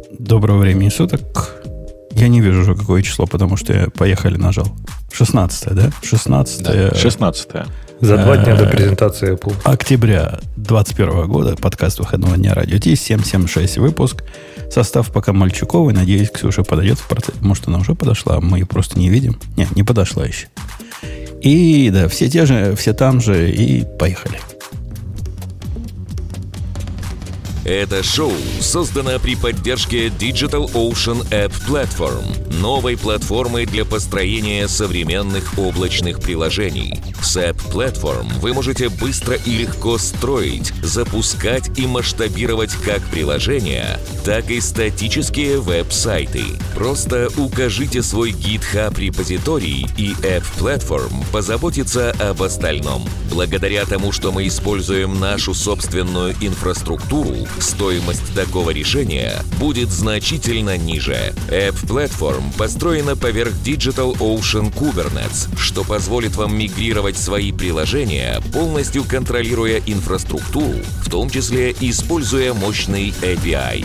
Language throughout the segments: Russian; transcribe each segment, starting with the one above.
Доброго времени суток. Я не вижу уже какое число, потому что я «Поехали» нажал. 16, да? 16. Да, 16. За 2 дня до презентации Apple. Октября 2021 года. Подкаст выходного дня Радио Ти. 776 выпуск. Состав пока мальчуковый. Надеюсь, Ксюша подойдет в процесс. Может, она уже подошла, мы ее просто не видим. Не подошла еще. И да, все те же, все там же. И поехали. Это шоу создано при поддержке Digital Ocean App Platform, новой платформы для построения современных облачных приложений. С App Platform вы можете быстро и легко строить, запускать и масштабировать как приложения, так и статические веб-сайты. Просто укажите свой GitHub репозиторий, и App Platform позаботится об остальном. Благодаря тому, что мы используем нашу собственную инфраструктуру, стоимость такого решения будет значительно ниже. App Platform построена поверх Digital Ocean Kubernetes, что позволит вам мигрировать свои приложения, полностью контролируя инфраструктуру, в том числе используя мощный API.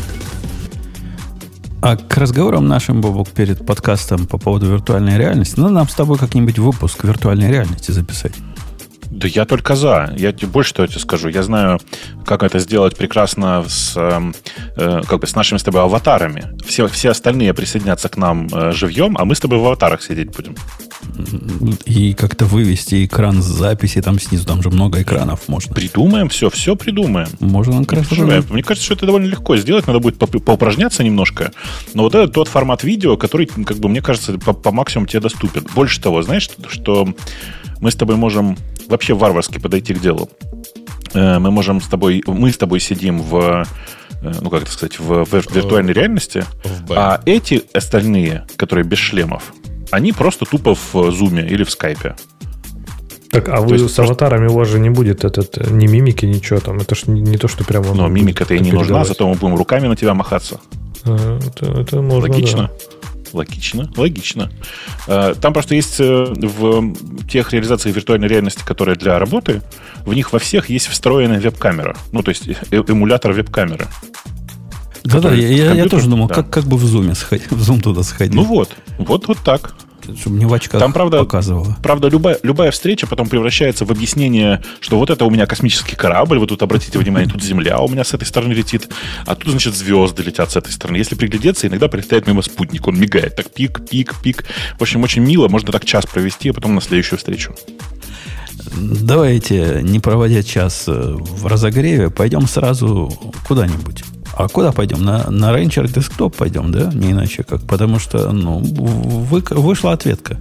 А к разговорам нашим, Бобок, перед подкастом по поводу виртуальной реальности, надо нам с тобой как-нибудь выпуск виртуальной реальности записать. Да я только за. Я тебе больше что я тебе скажу. Я знаю, как это сделать прекрасно с нашими с тобой аватарами. Все остальные присоединятся к нам живьем, а мы с тобой в аватарах сидеть будем. И как-то вывести экран с записи там снизу. Там же много экранов можно. Придумаем все придумаем. Можно как раз. Мне кажется, что это довольно легко сделать. Надо будет поупражняться немножко. Но вот это тот формат видео, который, мне кажется, по максимуму тебе доступен. Больше того, знаешь, что мы с тобой можем вообще варварски подойти к делу. Мы с тобой сидим в виртуальной реальности, а эти остальные, которые без шлемов, они просто тупо в зуме или в скайпе. Так, а вы с аватарами у вас же не будет ни мимики, ничего там. Это ж не то, что прямо... Но мимика-то и не нужна, зато мы будем руками на тебя махаться. Это можно, логично. Да. Логично. Там просто есть в тех реализациях виртуальной реальности, которые для работы, в них во всех есть встроенная веб-камера. Ну, то есть эмулятор веб-камеры. Да-да, я тоже думал, да. как бы в зуме сходить, в зум туда сходить. Ну вот так. Чтобы мне в очках там, показывало. Правда, любая встреча потом превращается в объяснение, что вот это у меня космический корабль, вот тут, обратите внимание, тут Земля у меня с этой стороны летит, а тут, значит, звезды летят с этой стороны. Если приглядеться, иногда прилетает мимо спутник, он мигает, так пик. В общем, очень мило, можно так час провести, а потом на следующую встречу. Давайте, не проводя час в разогреве, пойдем сразу куда-нибудь. А куда пойдем? На Rancher Desktop пойдем, да? Не иначе как. Потому что, вышла ответка.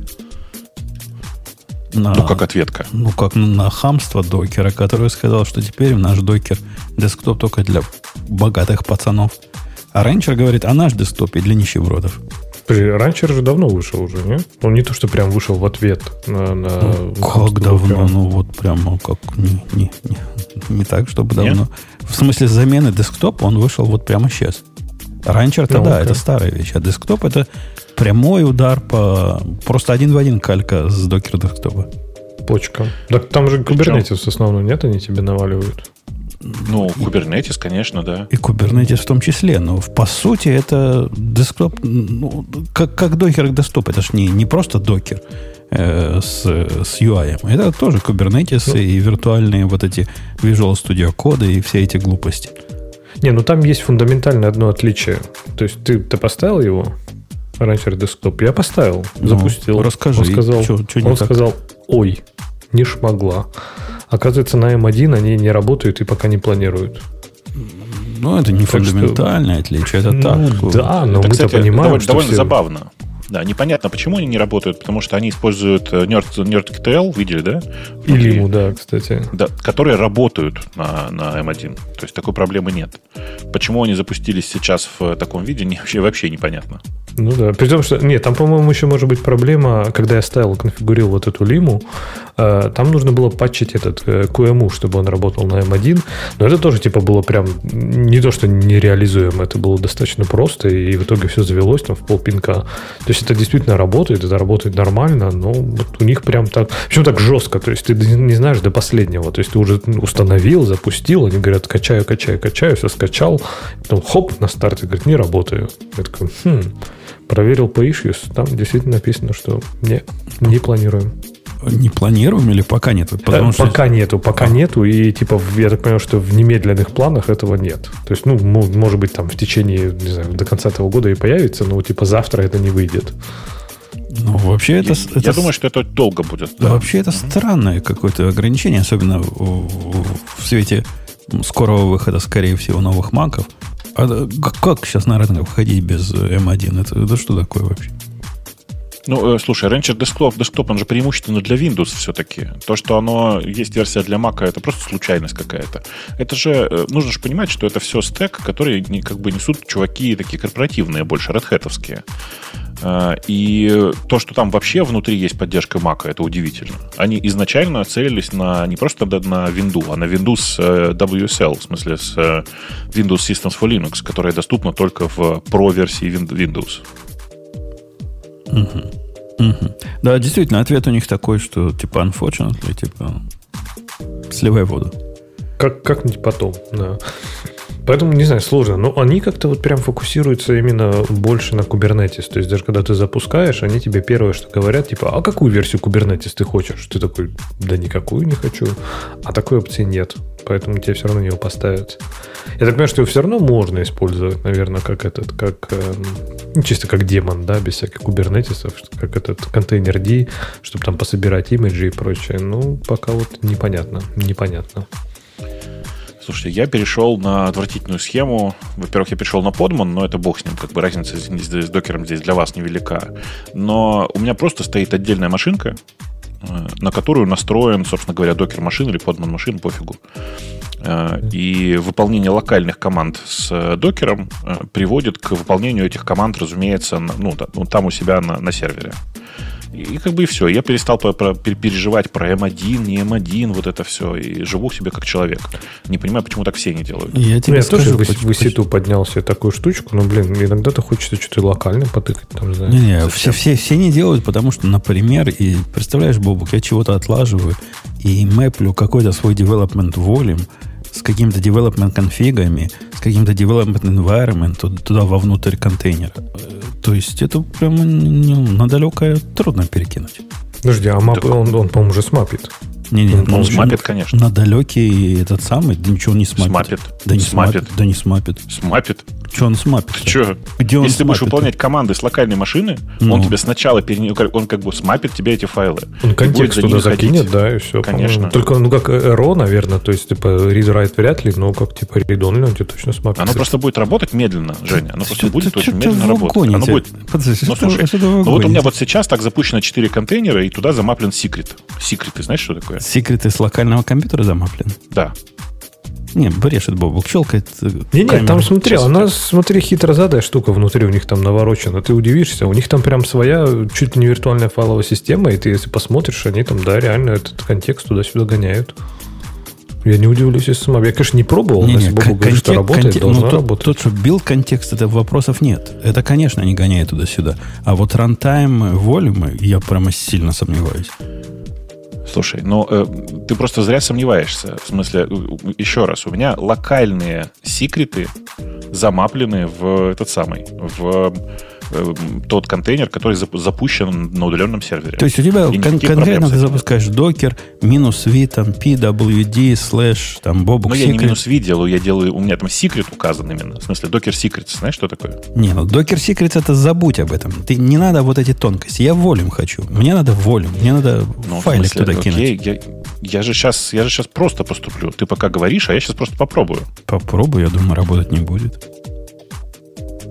Как ответка? Как на хамство докера, который сказал, что теперь наш докер десктоп только для богатых пацанов. А Rancher говорит, а наш десктоп и для нищебродов. Rancher же давно вышел уже, нет? Он не то, что прям вышел в ответ на как давно? Прям. Как не так, чтобы давно. Нет? В смысле замены десктопа он вышел прямо сейчас. Rancher-то, это старая вещь. А десктоп это прямой удар по... Просто один в один калька с докер десктопа. Почка. Так там же Kubernetes в основном, нет? Они тебе наваливают. Kubernetes, конечно, да. И Kubernetes в том числе. Но по сути это десктоп, как докер десктоп. Это же не просто докер с UI. Это тоже Kubernetes и виртуальные эти Visual Studio Code и все эти глупости. Там есть фундаментальное одно отличие. То есть ты поставил его, Rancher Desktop? Я поставил, запустил. Расскажи. Он сказал, ой, не шмогла. Оказывается, на M1 они не работают и пока не планируют. Это не фундаментальное отличие, это так. Да, но это, мы-то кстати, понимаем, что довольно забавно. Да, непонятно, почему они не работают, потому что они используют NerdKTL, видели, да? И Limu, да, кстати. Да, которые работают на M1. То есть такой проблемы нет. Почему они запустились сейчас в таком виде, вообще непонятно. Ну да, при том, что... Нет, там, по-моему, еще может быть проблема, когда я конфигурировал вот эту лиму, там нужно было патчить этот QEMU, чтобы он работал на M1, но это тоже типа было прям не то, что нереализуемо, это было достаточно просто, и в итоге все завелось там в полпинка. То есть это действительно работает, это работает нормально, но вот у них прям так... Причем так жестко, то есть ты не знаешь до последнего, то есть ты уже установил, запустил, они говорят, качаю, все скачал, потом хоп, на старте, говорит, не работаю. Я такой, проверил по issues, там действительно написано, что не планируем. Не планируем или пока нет? Пока нету, и типа я так понимаю, что в немедленных планах этого нет. То есть, может быть, там в течение, не знаю, до конца этого года и появится, но типа завтра это не выйдет. Ну, вообще это... Я думаю, что это долго будет. Да. Вообще это странное какое-то ограничение, особенно в свете скорого выхода, скорее всего, новых маков. А как сейчас на рынок входить без M1? Это что такое вообще? Ну, слушай, раньше десктоп, он же преимущественно для Windows все-таки. То, что есть версия для Mac, это просто случайность какая-то. Это же, нужно же понимать, что это все стэк, который как бы несут чуваки такие корпоративные, больше Red Hat-овские. И то, что там вообще внутри есть поддержка Mac, это удивительно. Они изначально целились не просто на Windows, а на Windows WSL, в смысле с Windows Systems for Linux, которая доступна только в Pro-версии Windows. Да, действительно, ответ у них такой, что типа unfortunately, типа сливай воду. Как-нибудь потом, да. Поэтому, не знаю, сложно. Но они как-то вот прям фокусируются именно больше на Kubernetes. То есть даже когда ты запускаешь, они тебе первое, что говорят, типа, а какую версию Kubernetes ты хочешь? Ты такой, да никакую не хочу. А такой опции нет. Поэтому тебе все равно его поставят. Я так понимаю, что его все равно можно использовать, наверное, чисто как демон, да, без всяких кубернетисов, как этот контейнер D, чтобы там пособирать имиджи и прочее. Ну, пока вот непонятно. Слушайте, я перешел на отвратительную схему. Во-первых, я перешел на Podman, но это бог с ним, как бы разница с докером здесь для вас невелика. Но у меня просто стоит отдельная машинка, на которую настроен, собственно говоря, докер-машин или Podman-машин, пофигу. И выполнение локальных команд с докером приводит к выполнению этих команд, разумеется, там у себя на сервере. И как бы и все. Я перестал переживать про M1, не M1, вот это все. И живу себе как человек. Не понимаю, почему так все не делают. Я тоже в EC2 поднял себе такую штучку, но, иногда-то хочется что-то локально потыкать. Там, не, все не делают, потому что, например, и представляешь, Бобук, я чего-то отлаживаю и мэплю какой-то свой development volume с какими-то development конфигами, с каким-то development environment туда вовнутрь контейнера. То есть это прямо на далекое трудно перекинуть. Подожди, а мап, он по-моему, уже смапит. Он смапит, конечно. На далекий этот самый, да ничего не смапит. Да не смапит. Смапит? Что он смапит? Что? Если ты будешь выполнять команды с локальной машины, он тебе сначала он как бы смапит тебе эти файлы. Он контекст туда закинет, да, и все. Конечно. Только, как RO, наверное, то есть, типа, read-write вряд ли, но как, типа, read-only он тебе точно смапит. Оно просто будет работать медленно, Женя. Оно просто будет очень медленно работать. Оно будет... Слушай, вот у меня вот сейчас так запущено 4 контейнера, и туда замаплен секрет. Секрет, ты знаешь, что такое? Секреты с локального компьютера замаплены? Да. Не, брешет Бобук, щелкает. Нет, там смотри, хитро задая штука внутри у них там наворочена. Ты удивишься, у них там прям своя чуть ли не виртуальная файловая система, и ты, если посмотришь, они там, да, реально этот контекст туда-сюда гоняют. Я не удивлюсь, если сама. Я, конечно, не пробовал, но если Бобук говорит, что работает, должна работать. Тот, что билд-контекст, это вопросов нет. Это, конечно, они гоняют туда-сюда. А вот рантайм, волюмы, я прямо сильно сомневаюсь. Слушай, ты просто зря сомневаешься. В смысле, еще раз, у меня локальные секреты замаплены в тот контейнер, который запущен на удаленном сервере. То есть у тебя конкретно ты запускаешь докер, минус v, там, pwd, слэш, там, bobuk secret. Я не минус v делаю, у меня там секрет указан именно. В смысле, докер secrets, знаешь, что такое? Не, докер secrets это забудь об этом. Ты не надо вот эти тонкости. Я волюм хочу. Мне надо волюм. Мне надо файлик туда кинуть. Я же сейчас просто поступлю. Ты пока говоришь, а я сейчас просто попробую. Попробую, я думаю, работать не будет.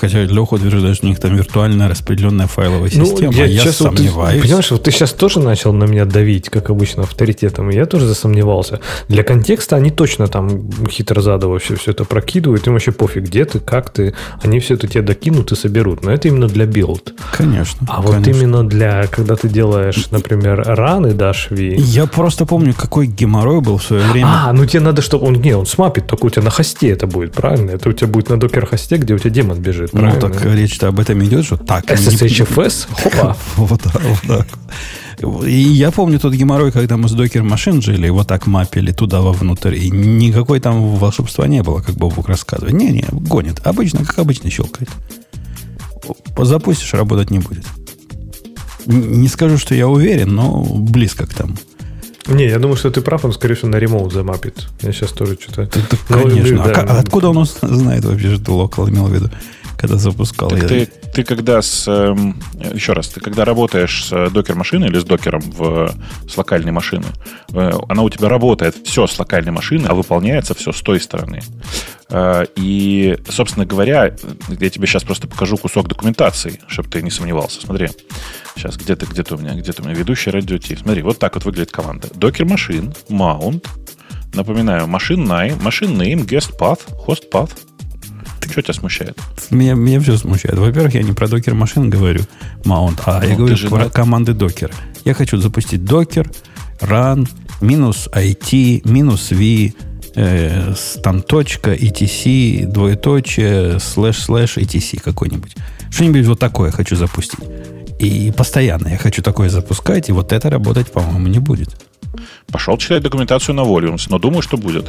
Хотя Леха утверждает, что у них там виртуальная распределенная файловая система. Я сомневаюсь. Понимаешь, вот ты сейчас тоже начал на меня давить, как обычно, авторитетом. И я тоже засомневался. Для контекста они точно там хитрозадо вообще все это прокидывают. Им вообще пофиг, где ты, как ты. Они все это тебе докинут и соберут. Но это именно для билд. Конечно. А вот именно для, когда ты делаешь, например, раны дашь V. Я просто помню, какой геморрой был в свое время. Ну тебе надо, чтобы он смапит, только у тебя на хосте это будет, правильно? Это у тебя будет на докер-хосте, где у тебя демон бежит, правильно? Ну, так речь-то об этом идет, что так. SSHFS? Хопа. Вот так. И я помню тот геморрой, когда мы с докер-машин жили, его так мапили туда вовнутрь, и никакой там волшебства не было, как Бобук рассказывает. Не, гонит. Обычно, как обычно, щелкает. Запустишь, работать не будет. Не скажу, что я уверен, но близко к тому. Не, я думаю, что ты прав, он, скорее всего, на ремоут замапит. Я сейчас тоже что-то... Конечно. Откуда он знает вообще, что локал имел в виду, когда запускал? Ты когда еще раз, ты когда работаешь с докер-машиной или с докером с локальной машины, она у тебя работает все с локальной машины, а выполняется все с той стороны. И, собственно говоря, я тебе сейчас просто покажу кусок документации, чтобы ты не сомневался. Смотри. Сейчас, где-то у меня ведущий радио Ти. Смотри, вот так вот выглядит команда. Docker machine, mount. Напоминаю, machine name, guest path, host path. Что тебя смущает? Меня все смущает. Во-первых, я не про Docker машин говорю, mount, я говорю про команды Docker. Я хочу запустить Docker, run, -it, -v, там точка, etc, двоеточие, / etc какой-нибудь. Что-нибудь вот такое хочу запустить. И постоянно я хочу такое запускать, и вот это работать, по-моему, не будет. Пошел читать документацию на Volumes, но думаю, что будет.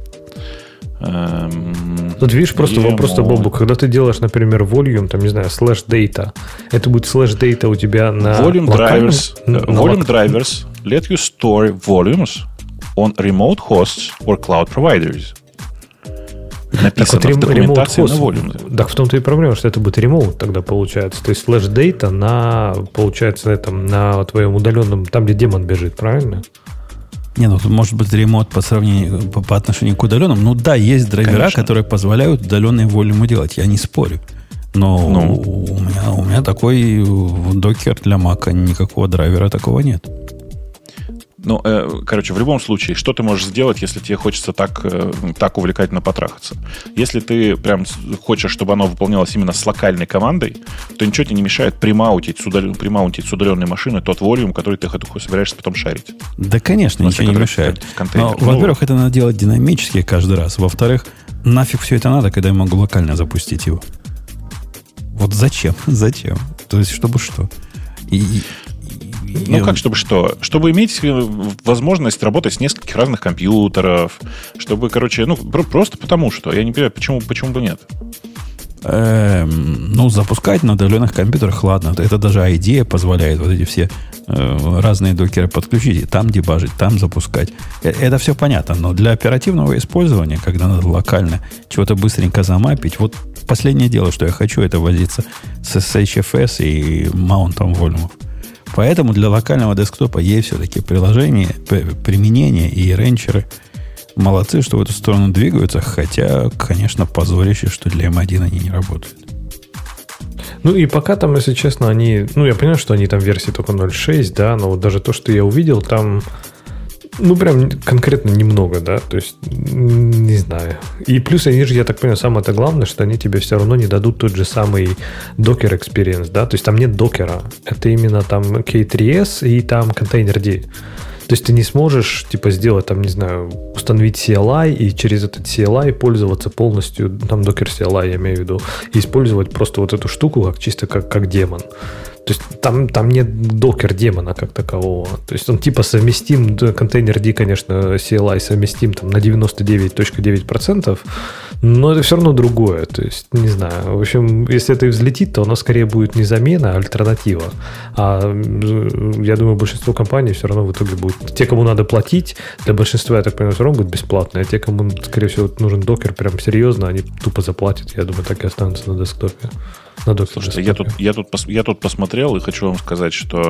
Тут видишь, просто вопрос-то, Бобу, когда ты делаешь, например, volume, там, не знаю, /data, это будет /data у тебя на volume drivers let you store volumes on remote hosts or cloud providers. Написано в документации на Volume. Так в том-то и проблема, что это будет ремоут тогда получается. То есть /data получается, на твоем удаленном, там, где демон бежит, правильно? Не, ну тут может быть ремонт по отношению к удаленным. Ну да, есть драйвера, конечно, которые позволяют удаленные волюмы делать. Я не спорю. Но у меня такой докер для Мака, никакого драйвера такого нет. Ну, в любом случае, что ты можешь сделать, если тебе хочется так увлекательно потрахаться? Если ты прям хочешь, чтобы оно выполнялось именно с локальной командой, то ничего тебе не мешает примаунтить с удаленной машины тот волюм, который ты собираешься потом шарить. Да, конечно, ничего не мешает. Но, во-первых, это надо делать динамически каждый раз. Во-вторых, нафиг все это надо, когда я могу локально запустить его? Вот зачем? Зачем? То есть, чтобы что? Как чтобы что? Чтобы иметь возможность работать с нескольких разных компьютеров. Чтобы, просто потому что. Я не понимаю, почему бы нет. Запускать на удаленных компьютерах, ладно. Это даже IDEA позволяет вот эти все разные докеры подключить. И там дебажить, там запускать. Это все понятно. Но для оперативного использования, когда надо локально чего-то быстренько замапить, вот последнее дело, что я хочу, это возиться с SHFS и маунтом волюмов. Поэтому для локального десктопа есть все-таки приложения, применения и ренчеры. Молодцы, что в эту сторону двигаются, хотя, конечно, позорище, что для M1 они не работают. И пока там, если честно, они... я понимаю, что они там версии только 0.6, да, но вот даже то, что я увидел, там... прям конкретно немного, да, то есть, не знаю. И плюс они же, я так понимаю, самое-то главное, что они тебе все равно не дадут тот же самый Docker Experience, да, то есть там нет докера, это именно там K3S и там Containerd. То есть ты не сможешь, сделать, там, не знаю, установить CLI и через этот CLI пользоваться полностью, там, Docker CLI, я имею в виду, и использовать просто вот эту штуку чисто как демон. То есть там нет докер-демона как такового. То есть он совместим, Containerd, конечно, CLI совместим там на 99.9%, но это все равно другое. То есть, не знаю. В общем, если это и взлетит, то оно скорее будет не замена, а альтернатива. А я думаю, большинство компаний все равно в итоге будет... Те, кому надо платить, для большинства, я так понимаю, все равно будет бесплатно. А те, кому, скорее всего, нужен докер прям серьезно, они тупо заплатят. Я думаю, так и останутся на десктопе. на Docker. Слушайте, я тут посмотрел и хочу вам сказать, что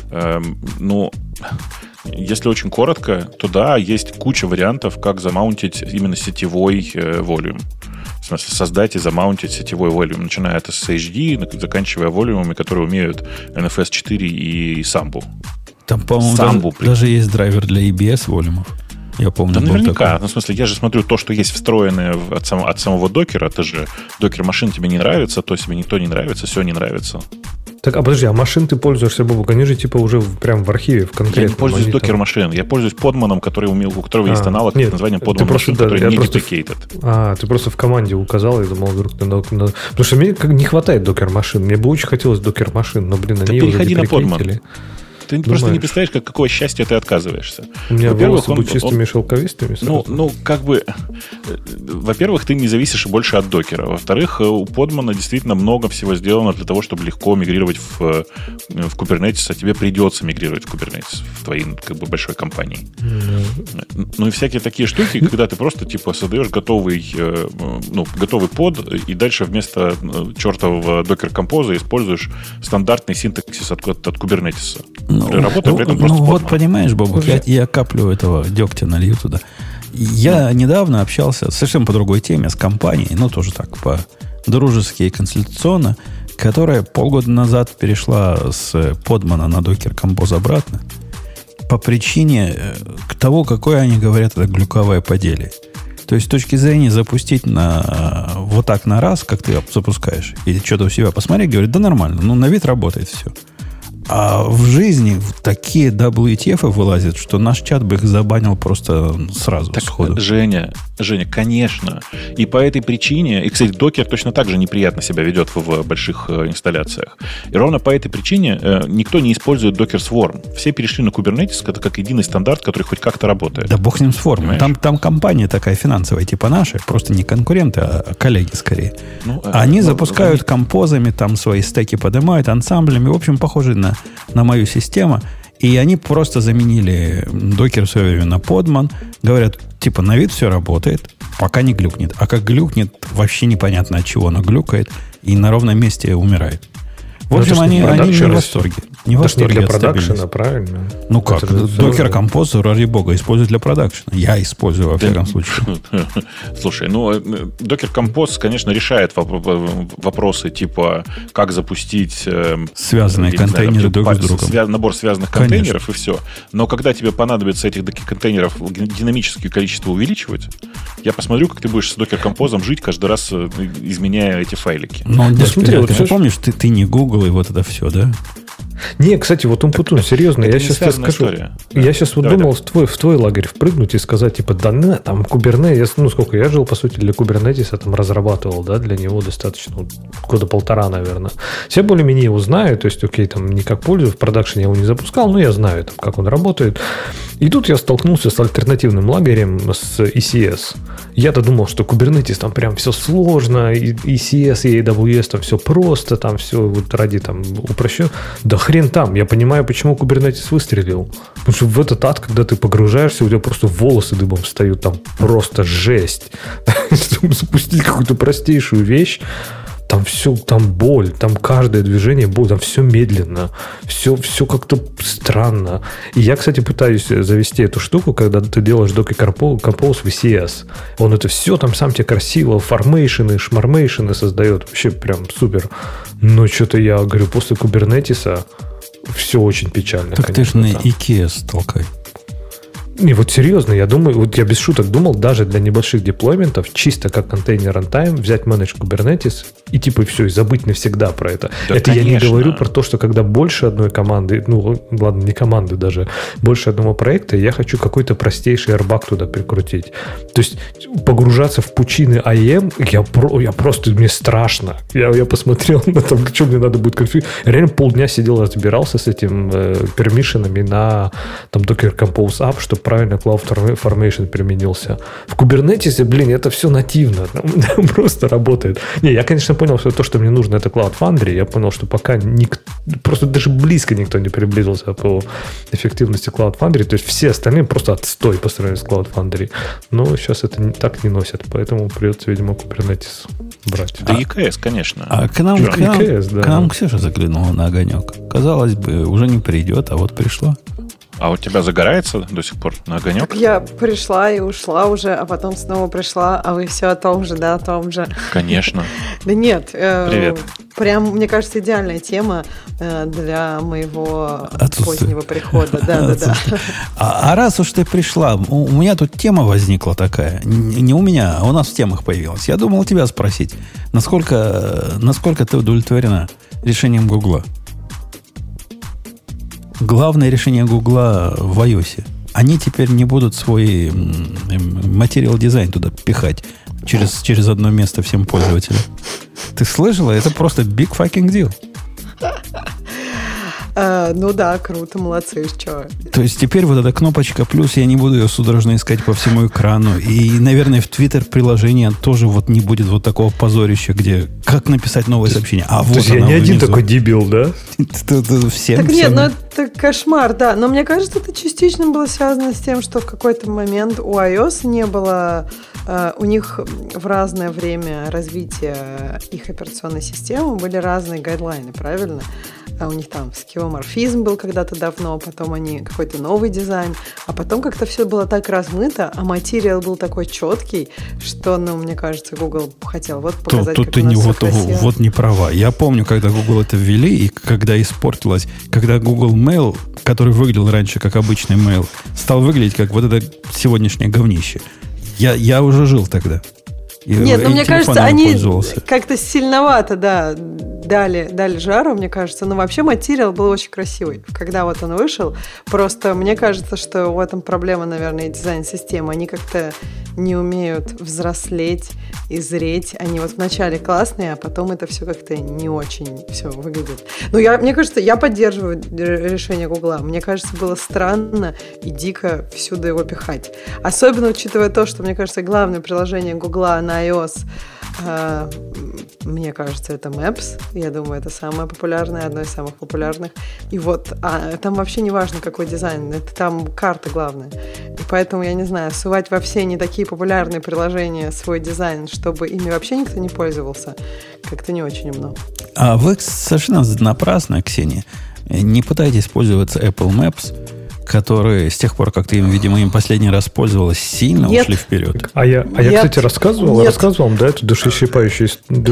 если очень коротко, то да, есть куча вариантов, как замаунтить именно сетевой волюм. В смысле, создать и замаунтить сетевой волюм, начиная от SSHD, заканчивая волюмами, которые умеют NFS 4 и Sambu. Там, по-моему, даже есть драйвер для EBS волюмов. Я помню. Да наверняка. Ну, в смысле, я же смотрю то, что есть встроенное от самого докера. Это же докер-машин тебе не нравится, то себе никто не нравится, все не нравится. Так, а подожди, а машин ты пользуешься, Бобук? Они же типа уже прям в архиве, в конкретном. Я не пользуюсь докер-машин. Я пользуюсь подманом, у которого есть аналог под названием подман машин, который не deprecated. Ты просто в команде указал, я думал, вдруг ты... Потому что мне не хватает докер-машин. Мне бы очень хотелось докер-машин, но, блин, они уже переходи на подман. Ты просто не представляешь, какое счастье ты отказываешься. У меня волосы будут чистыми шелковистыми. Во-первых, ты не зависишь больше от докера. Во-вторых, у подмана действительно много всего сделано для того, чтобы легко мигрировать в Kubernetes, а тебе придется мигрировать в Kubernetes в твоей большой компании. Ну и всякие такие штуки, когда ты просто создаешь готовый под, и дальше вместо чертового докер-композа используешь стандартный синтаксис от Kubernetes. Вот понимаешь, Бобок, я каплю этого дегтя налью туда. Я недавно общался совершенно по другой теме с компанией, тоже так, по-дружески и консультационно, которая полгода назад перешла с подмана на Docker Compose обратно по причине того, какое они говорят, это глюковое поделие. То есть с точки зрения запустить вот так на раз, как ты запускаешь, и что-то у себя посмотреть, говорит, да нормально, на вид работает все. А в жизни такие WTF вылазят, что наш чат бы их забанил просто сразу, сходу. Женя, конечно. И по этой причине... И, кстати, докер точно так же неприятно себя ведет в больших инсталляциях. И ровно по этой причине никто не использует Docker Swarm. Все перешли на Kubernetes, это как единый стандарт, который хоть как-то работает. Да бог с ним Swarm. Там компания такая финансовая, типа наша, просто не конкуренты, а коллеги скорее. Они запускают композами, там свои стеки поднимают, ансамблями. В общем, похожи на мою систему. И они просто заменили докер в свое время на подман. Говорят, на вид все работает, пока не глюкнет. А как глюкнет, вообще непонятно, от чего оно глюкает. И на ровном месте умирает. В общем, они не в восторге. Не в восторге для продакшена, правильно? Ну как? Docker Compose, ради бога, используют для продакшена. Я использую, во всяком случае. Слушай, Docker Compose, конечно, решает вопросы типа, как запустить... связанные контейнеры друг с другом. Набор связанных контейнеров и все. Но когда тебе понадобится этих контейнеров динамическое количество увеличивать, я посмотрю, как ты будешь с Docker Compose жить, каждый раз изменяя эти файлики. Смотри, ты помнишь, ты не Google и вот это все, да? Не, кстати, вот Умпутун, серьезно, я сейчас тебе скажу. Я сейчас думал в твой лагерь впрыгнуть и сказать, там Kubernetes, я жил, по сути, для Kubernetes, там разрабатывал, да, для него достаточно, года полтора, наверное. Все более-менее его знаю, то есть, там не как пользуюсь, в продакшене я его не запускал, но я знаю, как он работает. И тут я столкнулся с альтернативным лагерем, с ECS. Я-то думал, что Kubernetes там прям все сложно, и ECS, и AWS там все просто, там все вот ради упрощения. Да хрен там. Я понимаю, почему Kubernetes выстрелил. Потому что в этот ад, когда ты погружаешься, у тебя просто волосы дыбом встают. Там просто жесть. Чтобы запустить какую-то простейшую вещь, там все, там боль, там каждое движение боль, там все медленно, все как-то странно. И я, кстати, пытаюсь завести эту штуку, когда ты делаешь Docker Compose в ECS. Он это все там сам тебе красиво, формейшены, шмармейшены создает. Вообще прям супер. Но что-то я говорю, после Kubernetes все очень печально. Так конечно, ты же на EKS толкай. Не, вот серьезно, я думаю, я без шуток думал, даже для небольших деплойментов, чисто как контейнер runtime, взять Manage Kubernetes и все, и забыть навсегда про это. Да, это конечно. Я не говорю про то, что когда больше одной команды, ладно, не команды даже, больше одного проекта, я хочу какой-то простейший Airbag туда прикрутить. То есть погружаться в пучины IAM, я просто, мне страшно. Я посмотрел на том, что мне надо будет конфигурировать. Реально полдня сидел, разбирался с этим пермишенами на Docker Compose App, чтобы правильно CloudFormation применился. В Kubernetes, это все нативно. Там просто работает. Не, я, конечно, понял, что то, что мне нужно, это Cloud Foundry. Я понял, что пока просто даже близко никто не приблизился по эффективности Cloud Foundry. То есть все остальные просто отстой по сравнению с Cloud Foundry. Но сейчас это так не носят. Поэтому придется, видимо, Kubernetes. брать. Да, EKS, конечно. А к нам Ксюша заглянула на огонек. Казалось бы, уже не придет, а вот пришла. А у тебя загорается до сих пор на огонек? Так я пришла и ушла уже, а потом снова пришла, а вы все о том же, да, о том же. Конечно. Да нет. Привет. Прям, мне кажется, идеальная тема для моего позднего прихода. Да. А раз уж ты пришла, у меня тут тема возникла такая. Не у меня, а у нас в темах появилась. Я думал тебя спросить, насколько ты удовлетворена решением Гугла? Главное решение Гугла в iOS. Они теперь не будут свой материал дизайн туда пихать через одно место всем пользователям. Ты слышала? Это просто big fucking deal. Ну да, круто, молодцы, что. То есть теперь вот эта кнопочка плюс, я не буду ее судорожно искать по всему экрану. И, наверное, в Twitter приложение тоже вот не будет вот такого позорища, где как написать новое сообщение. А вот я не один такой дебил, да? Всем. Так нет, ну это кошмар, да. Но мне кажется, это частично было связано с тем, что в какой-то момент у iOS не было... У них в разное время развития их операционной системы были разные гайдлайны, правильно? У них там скеоморфизм был когда-то давно, потом они какой-то новый дизайн, а потом как-то все было так размыто, а материал был такой четкий, что, мне кажется, Google хотел показать, как у нас все красиво. Вот не права. Я помню, когда Google это ввели, и когда испортилось, когда Google Mail, который выглядел раньше как обычный Mail, стал выглядеть как вот это сегодняшнее говнище. Я уже жил тогда. Нет, но мне кажется, они как-то сильновато, да, дали жару, мне кажется. Но вообще материал был очень красивый. Когда вот он вышел, просто мне кажется, что в этом проблема, наверное, дизайн-системы. Они как-то не умеют взрослеть и зреть. Они вот вначале классные, а потом это все как-то не очень все выглядит. Но мне кажется, я поддерживаю решение Гугла. Мне кажется, было странно и дико всюду его пихать. Особенно учитывая то, что, мне кажется, главное приложение Гугла на iOS, мне кажется, это Maps. Я думаю, это самое популярное, одно из самых популярных. И вот, там вообще не важно, какой дизайн, это там карта главная. И поэтому, я не знаю, сувать во все не такие популярные приложения свой дизайн, чтобы ими вообще никто не пользовался, как-то не очень умно. А вы совершенно напрасно, Ксения, не пытаетесь пользоваться Apple Maps, которые с тех пор, как ты им, видимо, им последний раз пользовалась, сильно ушли вперед. А я, кстати, рассказывал вам, да, эту душещипающую,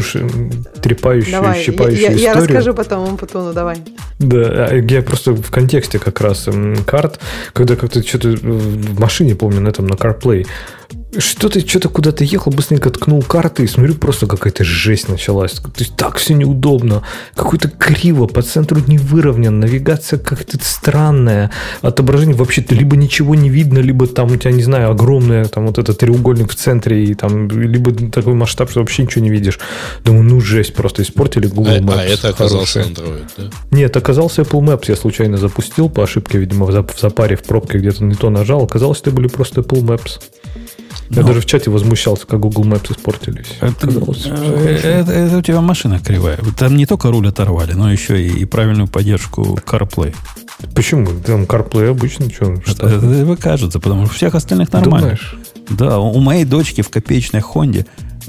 трепающую, щипающую историю. Я расскажу потом Умпутуну, давай. Да, я просто в контексте как раз карт, когда как-то что-то в машине, помню, на CarPlay, что-то куда-то ехал, быстренько ткнул карты и смотрю, просто какая-то жесть началась. То есть так все неудобно. Какое-то криво, по центру не выровнен, навигация как-то странная. Отображение вообще-то либо ничего не видно, либо там у тебя, не знаю, огромный там вот этот треугольник в центре, и там либо такой масштаб, что вообще ничего не видишь. Думаю, жесть, просто испортили Google Maps. А это оказался Android, да? Нет, оказался Apple Maps. Я случайно запустил по ошибке, видимо, в запаре, в пробке где-то не то нажал. Оказалось, это были просто Apple Maps. Я даже в чате возмущался, как Google Maps испортились. Это у тебя машина кривая. Там не только руль оторвали, но еще и правильную поддержку CarPlay. Почему? Там CarPlay обычно. Это кажется, потому что у всех остальных нормально. Думаешь? Да, у моей дочки в копеечной Хонде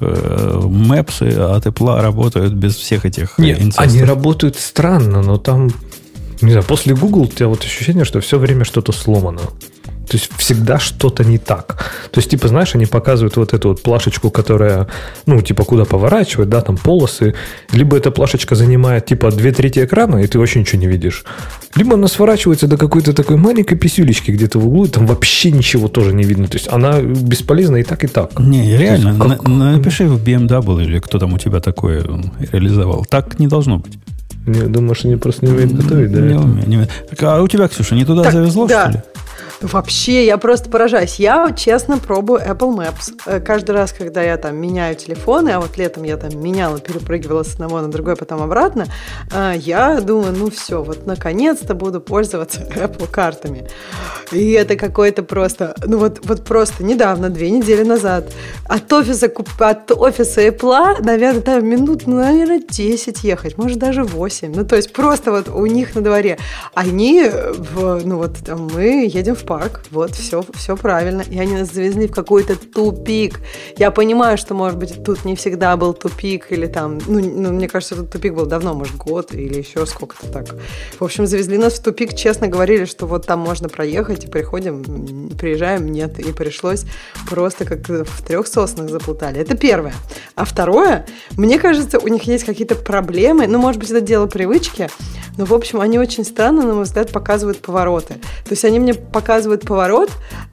Мэпсы от Apple работают без всех этих инцестов. Они работают странно, но там, не знаю, после Google у тебя вот ощущение, что все время что-то сломано. То есть всегда что-то не так. То есть, типа, знаешь, они показывают вот эту вот плашечку, которая, куда поворачивать, да, там полосы. Либо эта плашечка занимает, 2/3 экрана, и ты вообще ничего не видишь. Либо она сворачивается до какой-то такой маленькой писюлечки где-то в углу, и там вообще ничего тоже не видно. То есть, она бесполезна и так, и так. Не, реально, напиши в BMW или кто там у тебя такое реализовал. Так не должно быть. Думаешь, они просто не умеют готовить, да? Не умеют. А у тебя, Ксюша, не туда завезло, да. что ли? Вообще, я просто поражаюсь. Я, честно, пробую Apple Maps. Каждый раз, когда я там меняю телефоны, а вот летом я там меняла, перепрыгивала с одного на другой, потом обратно, я думаю, все, вот наконец-то буду пользоваться Apple картами. И это какой-то просто, вот просто недавно, 2 недели назад, от офиса Apple, наверное, там минут, 10 ехать, может, даже 8. То есть просто вот у них на дворе. Они, мы едем в в парк. Вот, все правильно. И они нас завезли в какой-то тупик. Я понимаю, что, может быть, тут не всегда был тупик, или там, мне кажется, этот тупик был давно, может, год или еще сколько-то так. В общем, завезли нас в тупик, честно говорили, что вот там можно проехать, и приезжаем, нет. И пришлось просто как в 3 соснах заплутали. Это первое. А второе, мне кажется, у них есть какие-то проблемы, может быть, это дело привычки, но, в общем, они очень странно, на мой взгляд, показывают повороты. То есть они мне показывают поворот,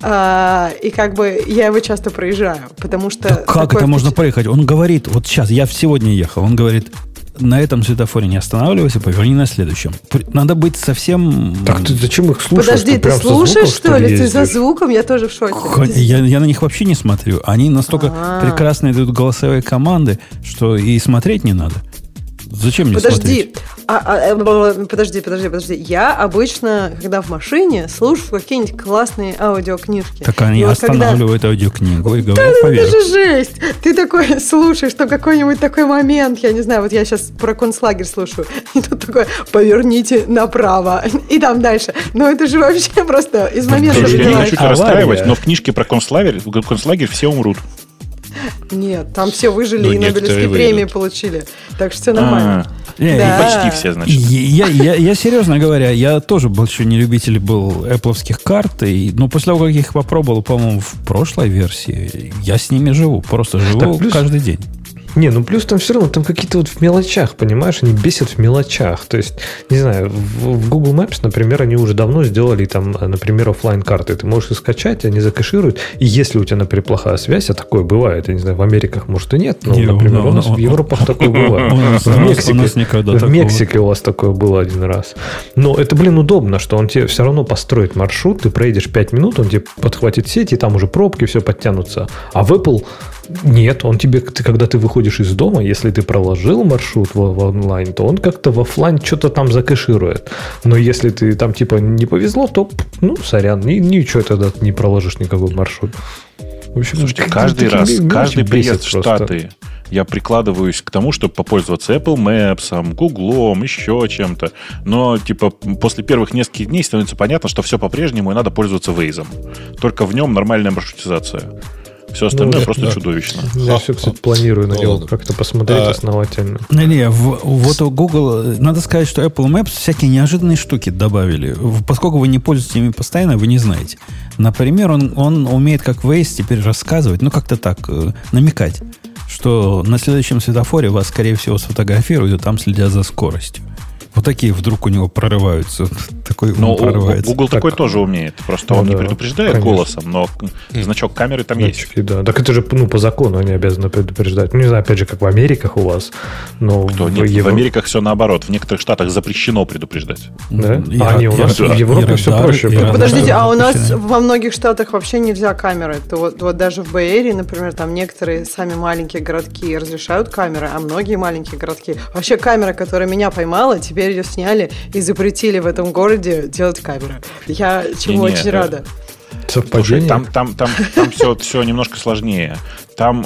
и как бы я его часто проезжаю, потому что... Да как это можно проехать? Он говорит, вот сейчас, я сегодня ехал, он говорит, на этом светофоре не останавливайся, поверни на следующем. Надо быть совсем... Так ты зачем их слушаешь? Подожди, ты слушаешь, что ли? Ты за звуком? Я тоже в шоке. Я на них вообще не смотрю. Они настолько прекрасно идут голосовые команды, что и смотреть не надо. Зачем мне смотреть? Подожди. Я обычно, когда в машине, слушаю какие-нибудь классные аудиокнижки. Так они останавливают аудиокнигу и говорят, поверь. Это же жесть! Ты такой слушаешь, что какой-нибудь такой момент, я не знаю, вот я сейчас про концлагерь слушаю, и тут такое, поверните направо, и там дальше. Это же вообще просто из момента... Я не хочу тебя расстраивать, но в книжке про концлагерь все умрут. Нет, там все выжили и Нобелевские премии получили. Так что все нормально. Почти все, значит. Я серьезно говоря, я тоже большой не любитель был Apple'овских карт, но после того, как я их попробовал, по-моему, в прошлой версии, я с ними живу. Просто живу каждый день. Плюс там все равно, там какие-то вот в мелочах, понимаешь, они бесят в мелочах. То есть, не знаю, в Google Maps, например, они уже давно сделали там, например, офлайн карты. Ты можешь их скачать, они закэшируют. И если у тебя, например, плохая связь, а такое бывает, я не знаю, в Америках, может, и нет, но, например, у нас в Европах такое бывает. В Мексике у вас такое было один раз. Но это, удобно, что он тебе все равно построит маршрут, ты проедешь 5 минут, он тебе подхватит сеть, и там уже пробки, все подтянутся. А в Apple нет, он тебе, когда ты выходишь из дома, если ты проложил маршрут в онлайн, то он как-то в офлайн что-то там закэширует. Но если ты там типа не повезло, то, сорян, ничего тогда не проложишь никакой маршрут. В общем, слушайте, каждый приезд в Штаты я прикладываюсь к тому, чтобы попользоваться Apple Maps, Google, еще чем-то. Но, после первых нескольких дней становится понятно, что все по-прежнему, и надо пользоваться Waze. Только в нем нормальная маршрутизация. Все остальное просто чудовищно. Я все, кстати, планирую на него как-то посмотреть основательно. Вот у Google, надо сказать, что Apple Maps всякие неожиданные штуки добавили. Поскольку вы не пользуетесь ими постоянно, вы не знаете. Например, он умеет, как Waze, теперь рассказывать, как-то так, намекать, что на следующем светофоре вас, скорее всего, сфотографируют, и там следят за скоростью. Вот такие вдруг у него прорываются. Google такой тоже умеет. Просто он не предупреждает голосом, но значок камеры там есть. Да. Так это же по закону они обязаны предупреждать. Не знаю, опять же, как в Америках у вас. Но в Америках все наоборот. В некоторых штатах запрещено предупреждать. Да? У нас в Европе все проще. Подождите, а у нас во многих штатах вообще нельзя камеры. Вот даже в Бэй-Эрии, например, там некоторые сами маленькие городки разрешают камеры, а многие маленькие городки... Вообще камера, которая меня поймала, теперь ее сняли и запретили в этом городе делать камеры. Я чему очень рада. Слушай, там все немножко сложнее. Там,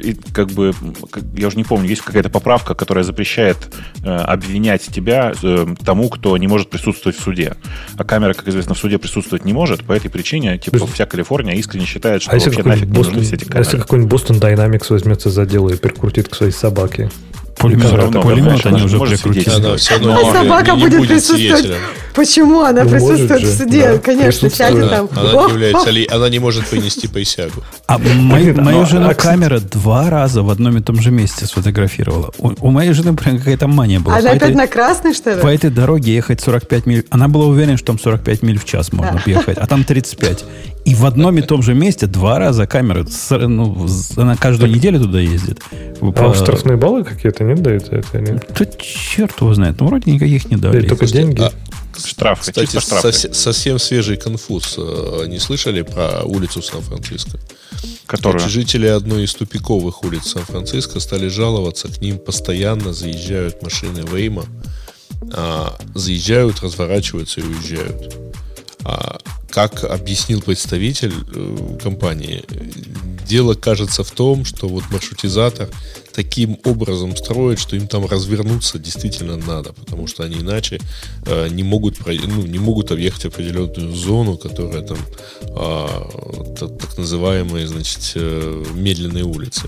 я уже не помню, есть какая-то поправка, которая запрещает обвинять тебя тому, кто не может присутствовать в суде. А камера, как известно, в суде присутствовать не может. По этой причине, вся Калифорния искренне считает, что вообще нафиг не нужны все эти камеры. А если какой-нибудь Boston Dynamics возьмется за дело и прикрутит к своей собаке? Пулемет они уже прикрутили. Собака будет присутствовать. Почему она присутствует в суде? Конечно, сядет там. Она не может принести присягу. А мою жену камера 2 раза в одном и том же месте сфотографировала. У моей жены прям какая-то мания была. Она опять на красный, что ли? По этой дороге ехать 45 миль. Она была уверена, что там 45 миль в час можно ехать, а там 35. И в одном и том же месте 2 раза камера. Она каждую неделю туда ездит. А штрафные баллы какие-то не дают за это? Да черт его знает. Вроде никаких не дали. Только деньги. Штрафы. Кстати, совсем свежий конфуз. Не слышали про улицу Сан-Франциско? Которая? Жители одной из тупиковых улиц Сан-Франциско стали жаловаться. К ним постоянно заезжают машины Waymo. Заезжают, разворачиваются и уезжают. Как объяснил представитель компании, дело кажется в том, что вот маршрутизатор таким образом строят, что им там развернуться действительно надо, потому что они иначе не могут объехать определенную зону, которая там так называемые, значит, медленные улицы,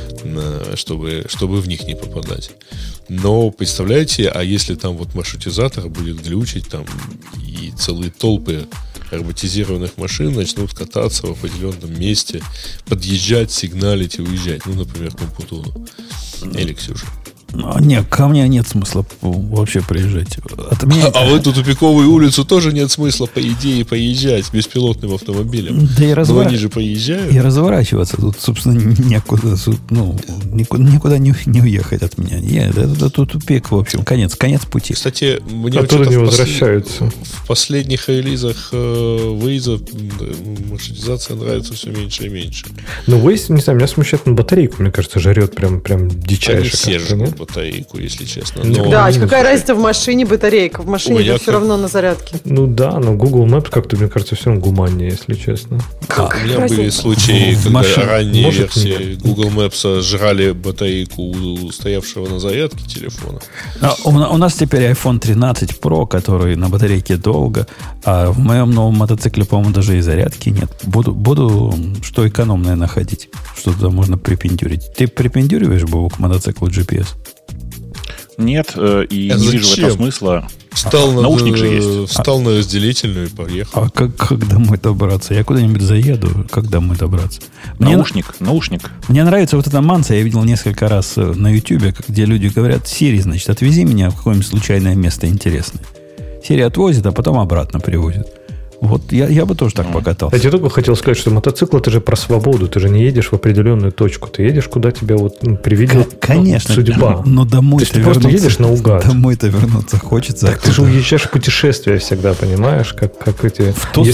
чтобы в них не попадать. Но представляете, а если там вот маршрутизатор будет глючить там и целые толпы роботизированных машин начнут кататься в определенном месте, подъезжать, сигналить и уезжать. Ну, например, к Умпутуну. Или Ксюша. Нет, ко мне нет смысла вообще приезжать. А в эту тупиковую улицу тоже нет смысла, по идее, поезжать беспилотным автомобилем. Да и они же поезжают. И разворачиваться тут, собственно, некуда, никуда не уехать от меня. Это тупик, в общем, конец пути. Кстати, мне оттуда не возвращаются. В последних релизах Waze маршрутизация нравится все меньше и меньше. Ну, Waze, не знаю, меня смущает, батарейку, мне кажется, жрет прям дичайше. Все жрут батарейку, если честно. Да, какая разница в машине батарейка? В машине это все равно на зарядке. Ну да, но Google Maps как-то, мне кажется, все равно гуманнее, если честно. У меня были случаи, когда ранние версии Google Maps жрали батарейку у стоявшего на зарядке телефона. У нас теперь iPhone 13 Pro, который на батарейке долго, а в моем новом мотоцикле, по-моему, даже и зарядки нет. Буду что экономное находить, что туда можно припендюрить. Ты припендюриваешь, Бобок, к мотоциклу GPS? Нет, и не вижу в этом смысла. Наушник же есть. Встал на разделительную и поехал. А как домой добраться? Я куда-нибудь заеду, как домой добраться? Наушник. Мне нравится вот эта манса, я видел несколько раз на YouTube, где люди говорят: Siri, значит, отвези меня в какое-нибудь случайное место интересное. Siri отвозит, а потом обратно привозит. Вот я бы тоже так покатался. Я только хотел сказать, что мотоцикл — это же про свободу. Ты же не едешь в определенную точку. Ты едешь, куда тебя приведет судьба. Но домой ты просто едешь наугад. Домой-то вернуться хочется. Так ты же уезжаешь в путешествие всегда, понимаешь? Как эти...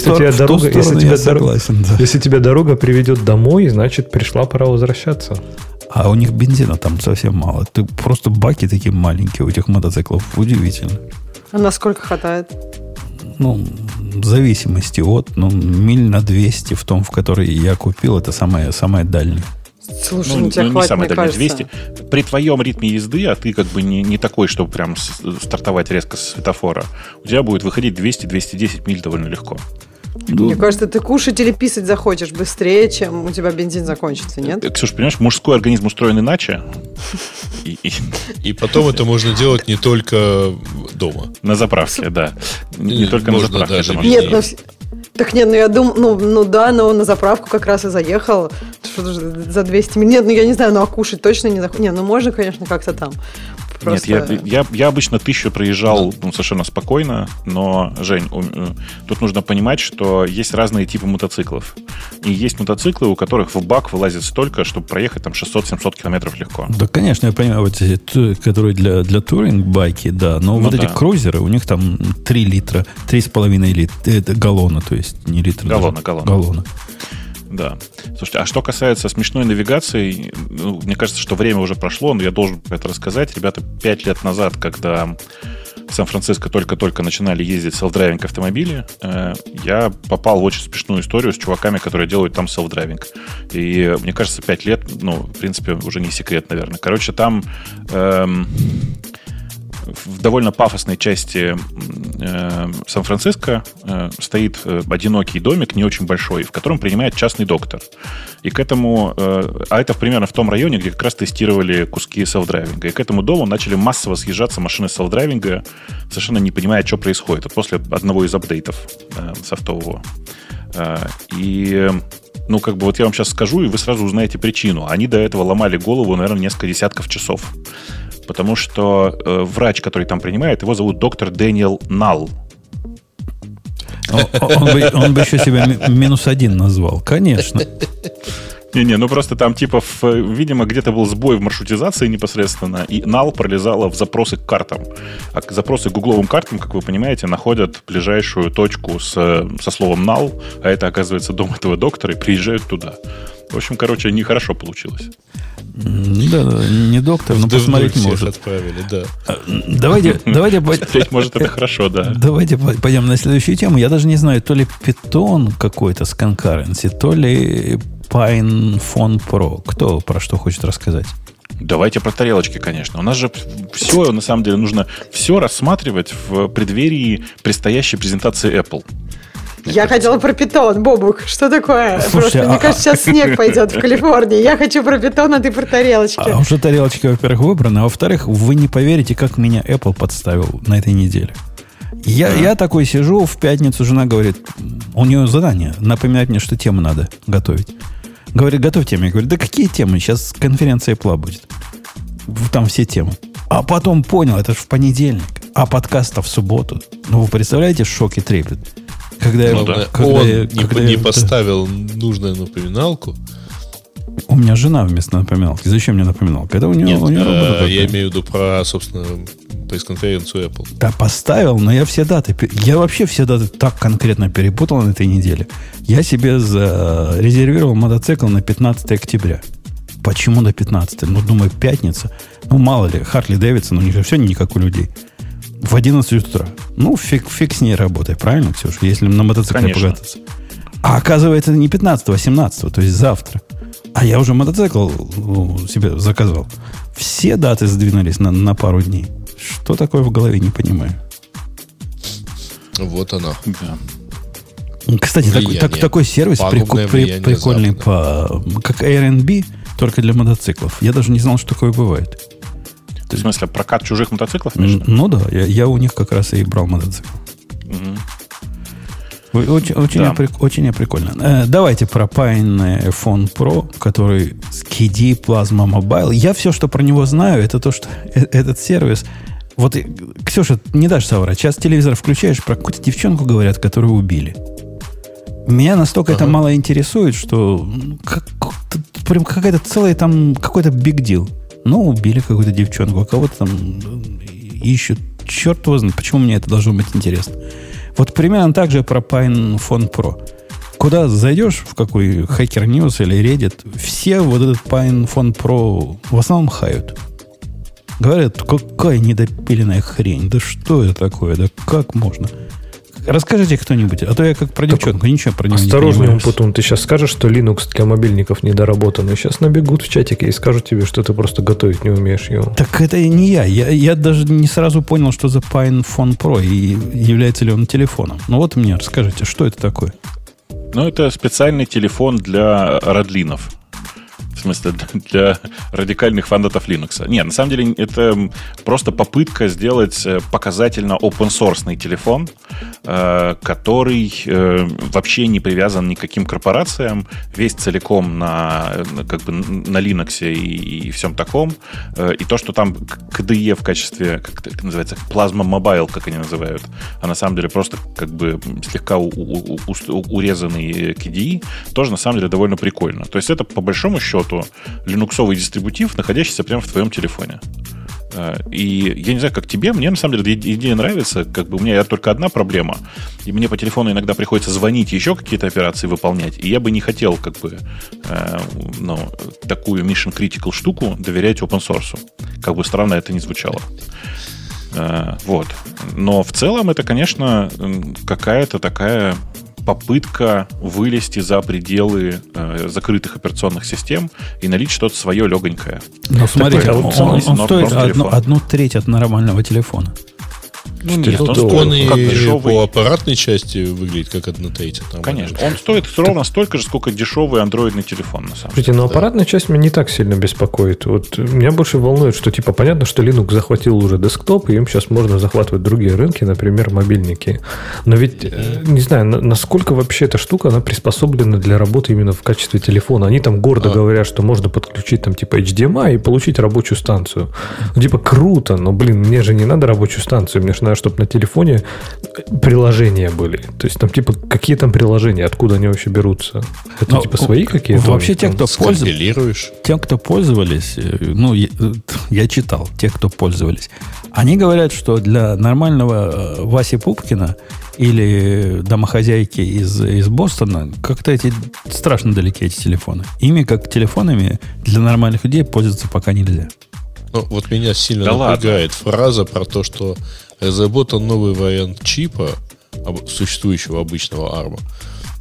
Если тебя дорога приведет домой, значит, пришла пора возвращаться. А у них бензина там совсем мало. Ты просто баки такие маленькие у этих мотоциклов. Удивительно. А насколько хватает? В зависимости от миль на 200 в том, в который я купил, это самое дальнее. Слушай, тебя хватит, не самое мне дальнее, кажется. 200. При твоем ритме езды, а ты как бы не такой, чтобы прям стартовать резко с светофора, у тебя будет выходить 200-210 миль довольно легко. Мне кажется, ты кушать или писать захочешь быстрее, чем у тебя бензин закончится, нет? Ксюша, понимаешь, мужской организм устроен иначе. И потом это можно делать не только дома. На заправке, да. Не только на заправке. Нет, я думаю, но на заправку как раз и заехал. За 200 миль. Нет, я не знаю, а кушать точно не захочешь. Нет, можно, конечно, как-то там. Просто... Нет, я обычно 1000 проезжал совершенно спокойно, но, Жень, тут нужно понимать, что есть разные типы мотоциклов. И есть мотоциклы, у которых в бак вылазит столько, чтобы проехать там 600-700 километров легко. Да, конечно, я понимаю, вот эти, которые для туринг-байки, да, но эти крузеры, у них там 3 литра, 3,5 литра, это галлона, то есть не литра. Галлона. Да. Слушайте, а что касается смешной навигации, мне кажется, что время уже прошло, но я должен это рассказать. Ребята, 5 лет назад, когда в Сан-Франциско только-только начинали ездить селф-драйвинг автомобили, я попал в очень смешную историю с чуваками, которые делают там селф-драйвинг. И мне кажется, 5 лет, в принципе, уже не секрет, наверное. Короче, там... в довольно пафосной части Сан-Франциско стоит одинокий домик, не очень большой, в котором принимает частный доктор. И к этому... А это примерно в том районе, где как раз тестировали куски селф-драйвинга. И к этому дому начали массово съезжаться машины селф-драйвинга, совершенно не понимая, что происходит. Это после одного из апдейтов софтового. И... вот я вам сейчас скажу, и вы сразу узнаете причину. Они до этого ломали голову, наверное, несколько десятков часов. Потому что врач, который там принимает, его зовут доктор Дэниел Налл. Он бы еще себя -1 назвал, конечно. Просто там видимо, где-то был сбой в маршрутизации непосредственно, и Налл пролезала в запросы к картам. А запросы к гугловым картам, как вы понимаете, находят ближайшую точку со словом Налл, а это, оказывается, дом этого доктора, и приезжают туда. В общем, нехорошо получилось. Да, не доктор, но посмотреть может. Отправили, да. Давайте... Может, это хорошо, да. Давайте пойдем на следующую тему. Я даже не знаю, то ли Python какой-то с concurrency, то ли PinePhone Pro. Кто про что хочет рассказать? Давайте про тарелочки, конечно. У нас же все, на самом деле, нужно все рассматривать в преддверии предстоящей презентации Apple. Я хотела про питон, Бобук. Что такое? Слушайте, просто, мне кажется, сейчас снег пойдет в Калифорнии. Я хочу про питон, а ты про тарелочки. А уже тарелочки, во-первых, выбраны, а во-вторых, вы не поверите, как меня Apple подставил на этой неделе. Я такой сижу, в пятницу жена говорит, у нее задание, напоминать мне, что тему надо готовить. Говорит, готовь темы. Я говорю, да какие темы? Сейчас конференция Apple будет. Там все темы. А потом понял, это же в понедельник. А подкаст-то в субботу. Ну, вы представляете, шок и трепет? Когда он не поставил нужную напоминалку. У меня жена вместо напоминалки. Зачем мне напоминалка? Это у нее работа. Я имею в виду про, собственно, пресс-конференцию Apple. Да, поставил, но я все даты... Я вообще все даты так конкретно перепутал на этой неделе. Я себе зарезервировал мотоцикл на 15 октября. Почему до 15? Ну, думаю, пятница. Ну, мало ли, Харли Дэвидсон, у них же все не как у людей. В 11 утра. Ну, фиг с ней работай, правильно, Ксюша? Если на мотоцикле покататься. А оказывается, не 15, а 17, то есть завтра. А я уже мотоцикл себе заказал. Все даты сдвинулись на пару дней. Что такое в голове, не понимаю. Вот оно. Да. Кстати, такой сервис прикольный, как Airbnb, только для мотоциклов. Я даже не знал, что такое бывает. В смысле, прокат чужих мотоциклов? Ну да, я у них как раз и брал мотоцикл. Очень прикольно. Давайте про PinePhone Pro, который с KDE Plasma Mobile. Я все, что про него знаю, это то, что этот сервис... Вот, Ксюша, не дашь соврать. Сейчас телевизор включаешь, про какую-то девчонку говорят, которую убили. Меня настолько это мало интересует, что прям какая-то целая там какой-то big deal. Ну, убили какую-то девчонку, а кого-то там ищут. Черт его знает, почему мне это должно быть интересно. Вот примерно так же про PinePhone Pro. Куда зайдешь, в какой Hacker News или Reddit, все вот этот PinePhone Pro в основном хают. Говорят, какая недопиленная хрень. Да что это такое? Да как можно? Расскажите кто-нибудь, а то я как про девчонку, ничего про него не понимаю. Осторожно, Путун, ты сейчас скажешь, что Linux для мобильников недоработанный. Сейчас набегут в чатике и скажут тебе, что ты просто готовить не умеешь его. Так это не я. Я даже не сразу понял, что за PinePhone Pro и является ли он телефоном. Ну вот мне расскажите, что это такое? Ну, это специальный телефон для радлинов. В смысле, для радикальных фанатов Linux. Нет, на самом деле, это просто попытка сделать показательно open-source телефон, который вообще не привязан ни к каким корпорациям, весь целиком на Linux и всем таком. И то, что там KDE в качестве, как это называется, Plasma Mobile, как они называют, а на самом деле просто как бы слегка урезанный KDE, тоже на самом деле довольно прикольно. То есть это, по большому счету, линуксовый дистрибутив, находящийся прямо в твоем телефоне. И я не знаю, как тебе, мне на самом деле идея нравится. Как бы у меня только одна проблема. И мне по телефону иногда приходится звонить, еще какие-то операции выполнять. И я бы не хотел как бы такую mission critical штуку доверять open source. Как бы странно это ни звучало. Вот. Но в целом это, конечно, какая-то такая попытка вылезти за пределы закрытых операционных систем и налить что-то свое легонькое. Но смотрите, он стоит одну треть от нормального телефона. Ну, нет, он и дешевый. По аппаратной части выглядит как 1/3. Конечно. Он стоит ровно столько же, сколько дешевый андроидный телефон, на самом деле. Слушайте, но аппаратная часть меня не так сильно беспокоит. Вот меня больше волнует, что типа понятно, что Linux захватил уже десктоп, и им сейчас можно захватывать другие рынки, например, мобильники. Но ведь, не знаю, насколько вообще эта штука, она приспособлена для работы именно в качестве телефона. Они там гордо говорят, что можно подключить там типа HDMI и получить рабочую станцию. Ну, типа круто, но, мне же не надо рабочую станцию, мне же надо, чтобы на телефоне приложения были. То есть там типа какие там приложения, откуда они вообще берутся? Это типа свои какие-то? Вообще те, кто пользовались, я читал, те, кто пользовались, они говорят, что для нормального Васи Пупкина или домохозяйки из Бостона как-то страшно далеки эти телефоны. Ими, как телефонами, для нормальных людей пользоваться пока нельзя. Ну, вот меня сильно напрягает фраза про то, что разработан новый вариант чипа, существующего обычного ARM,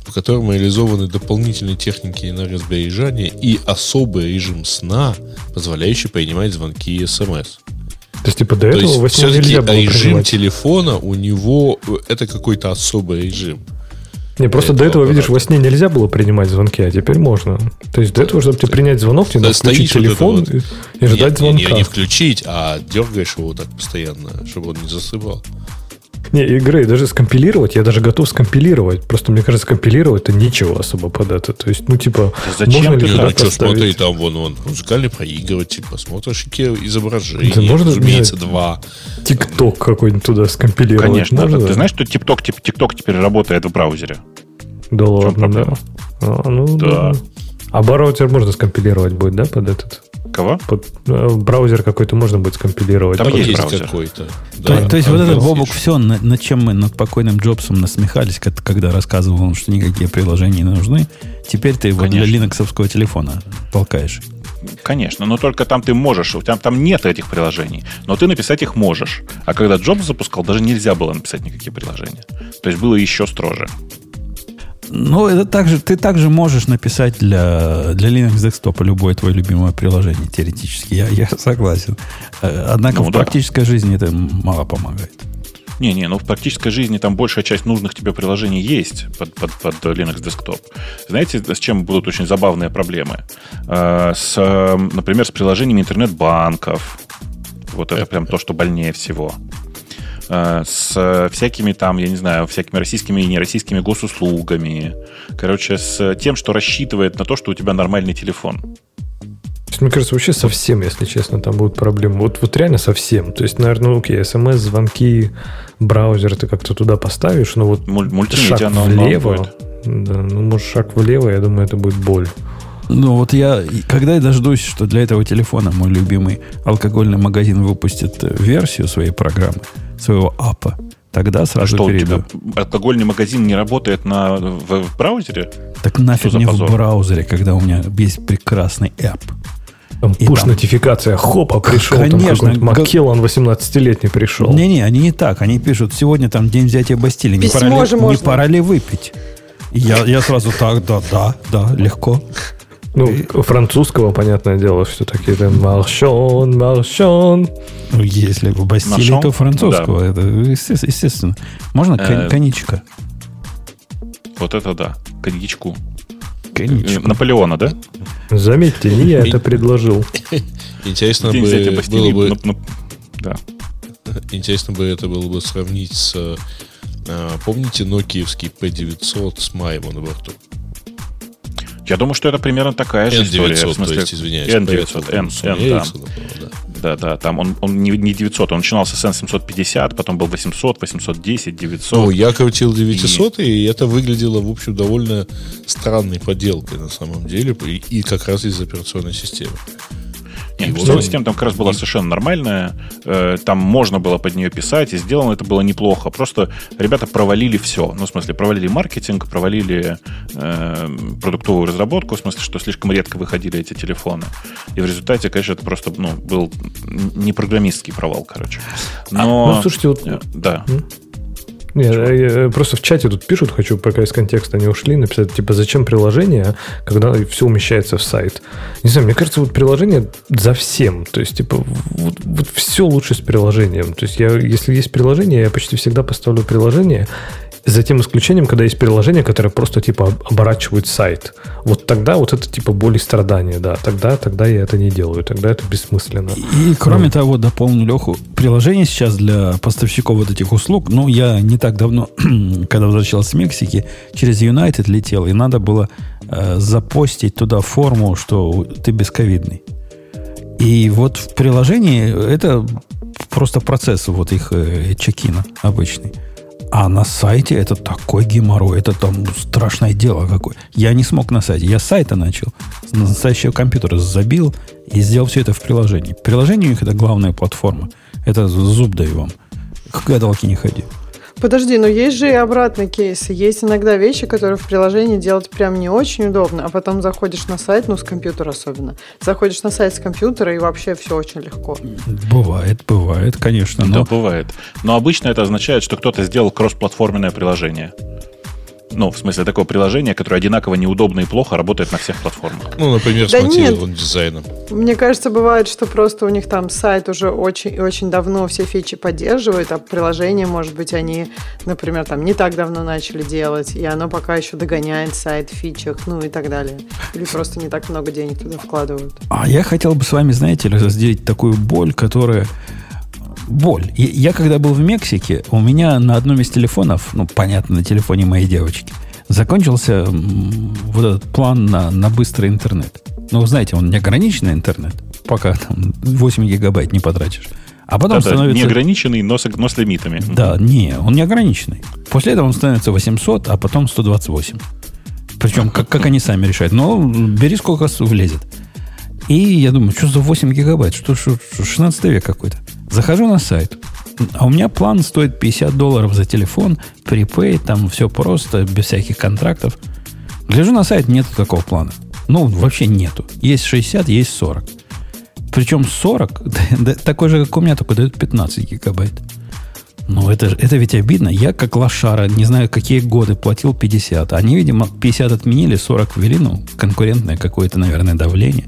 в котором реализованы дополнительные техники энергосбережения и особый режим сна, позволяющий принимать звонки и смс. То есть, типа, до этого во сне нельзя было режим принимать. телефона у него это какой-то особый режим. Не, просто до этого, видишь, во сне нельзя было принимать звонки, а теперь можно. То есть, до этого, чтобы тебе принять звонок, тебе надо включить телефон и ждать звонка. Не включить, а дергаешь его так постоянно, чтобы он не засыпал. Не, игры даже скомпилировать, я даже готов скомпилировать. Просто, мне кажется, скомпилировать-то нечего особо под это. То есть, ну, типа, зачем можно ты ли что, смотри, там вон музыкальный проигрыватель, посмотришь, какие изображения. Да можно, разумеется, два. ТикТок какой-нибудь туда скомпилировать. Конечно. Можно, ты знаешь, что TikTok теперь работает в браузере? Да ладно, да. Да. А браузер можно скомпилировать будет, да, под этот? Кого? Браузер какой-то можно будет скомпилировать. Там есть браузер какой-то. Да, то есть вот этот Бобук все, над чем мы над покойным Джобсом насмехались, когда рассказывал он, что никакие приложения не нужны, теперь ты его для линоксовского телефона толкаешь. Конечно, но только там ты можешь, у тебя там нет этих приложений, но ты написать их можешь. А когда Джобс запускал, даже нельзя было написать никакие приложения. То есть было еще строже. Ну, это также, ты также можешь написать для Linux Desktop любое твое любимое приложение, теоретически. Я согласен. Однако в практической жизни это мало помогает. Ну в практической жизни там большая часть нужных тебе приложений есть под Linux Desktop. Знаете, с чем будут очень забавные проблемы? Например, с приложениями интернет-банков. Вот это прям то, что больнее всего. С всякими там, я не знаю, всякими российскими и нероссийскими госуслугами. Короче, с тем, что рассчитывает на то, что у тебя нормальный телефон. Мне кажется, вообще совсем, если честно, там будут проблемы. Вот реально совсем. То есть, наверное, окей, смс, звонки, браузер ты как-то туда поставишь, но вот мультимедиа шаг влево, да, может, шаг влево, я думаю, это будет боль. Ну, вот когда я дождусь, что для этого телефона мой любимый алкогольный магазин выпустит версию своей программы, своего аппа, тогда сразу перейду. Алкогольный магазин не работает в браузере? Так нафиг мне в браузере, когда у меня есть прекрасный апп. Там пуш-нотификация, хопа, пришел, конечно, там какой-нибудь Маккеллан 18-летний пришел. Не, они не так, они пишут, сегодня там день взятия Бастилии, не пора ли выпить? Я сразу так, да, легко. Ну, французского, понятное дело, что такие там маршон. Ну, если в Бастилии, то французского. Да. Это естественно. Можно коньячка? Вот это да. Коньячку. Наполеона, да? Заметьте, не я это предложил. Интересно было бы... Да. Интересно бы это было бы сравнить с... Помните нокиевский P900 с Маемо на борту? Я думаю, что это примерно такая же история. N900, в смысле, то есть, извиняюсь. N900, да. Там он не 900, он начинался с N750, потом был 800, 810, 900. Ну, я крутил 900, и это выглядело, в общем, довольно странной подделкой на самом деле, и как раз из операционной системы. Операционная система там как раз была совершенно нормальная. Там можно было под нее писать, и сделано это было неплохо. Просто ребята провалили все. Ну, в смысле, провалили маркетинг, провалили продуктовую разработку, в смысле, что слишком редко выходили эти телефоны. И в результате, конечно, это просто был не программистский провал, короче. Но... слушайте, вот... Да. Нет, просто в чате тут пишут, хочу пока из контекста не ушли, написать, типа, зачем приложение, когда все умещается в сайт. Не знаю, мне кажется, вот приложение за всем. То есть, типа, вот все лучше с приложением. То есть, если есть приложение, я почти всегда поставлю приложение, за тем исключением, когда есть приложение, которое просто, типа, оборачивает сайт. Вот тогда вот это, типа, боль и страдания, да. Тогда я это не делаю. Тогда это бессмысленно. И кроме того, дополню Леху, приложение сейчас для поставщиков вот этих услуг, я не так давно, когда возвращался с Мексики, через United летел, и надо было запостить туда форму, что ты бесковидный. И вот в приложении это просто процесс вот их чекина обычный. А на сайте это такой геморрой, это там страшное дело какое. Я не смог на сайте, я с сайта начал, с настоящего компьютера забил и сделал все это в приложении. Приложение у них это главная платформа. Это зуб даю вам. К гадалке не ходи. Подожди, но есть же и обратные кейсы. Есть иногда вещи, которые в приложении делать прям не очень удобно, а потом заходишь на сайт, с компьютера особенно. Заходишь на сайт с компьютера, и вообще все очень легко. Бывает, конечно. Да, бывает. Но обычно это означает, что кто-то сделал кроссплатформенное приложение. Ну, в смысле, такое приложение, которое одинаково неудобно и плохо работает на всех платформах. Ну, например, с Material дизайном. Мне кажется, бывает, что просто у них там сайт уже очень давно все фичи поддерживает, а приложение, может быть, они, например, там не так давно начали делать, и оно пока еще догоняет сайт в фичах, ну и так далее. Или просто не так много денег туда вкладывают. А я хотел бы с вами, знаете, разделить такую боль, которая... Боль. Я когда был в Мексике, у меня на одном из телефонов, ну, понятно, на телефоне моей девочки, закончился вот этот план на быстрый интернет. Ну, вы знаете, он неограниченный интернет, пока там 8 гигабайт не потратишь. А потом становится... Неограниченный, но с лимитами. Да, он неограниченный. После этого он становится 800, а потом 128. Причем, как они сами решают. Но бери сколько влезет. И я думаю, что за 8 гигабайт? Что 16 век какой-то. Захожу на сайт, а у меня план стоит $50 за телефон, prepaid, там все просто, без всяких контрактов. Гляжу на сайт, нету такого плана. Ну, вообще нету. Есть 60, есть 40. Причем 40, такой же, как у меня, только дают 15 гигабайт. Ну, это ведь обидно. Я, как лошара, не знаю, какие годы, платил 50. Они, видимо, 50 отменили, 40 ввели, ну, конкурентное какое-то, наверное, давление.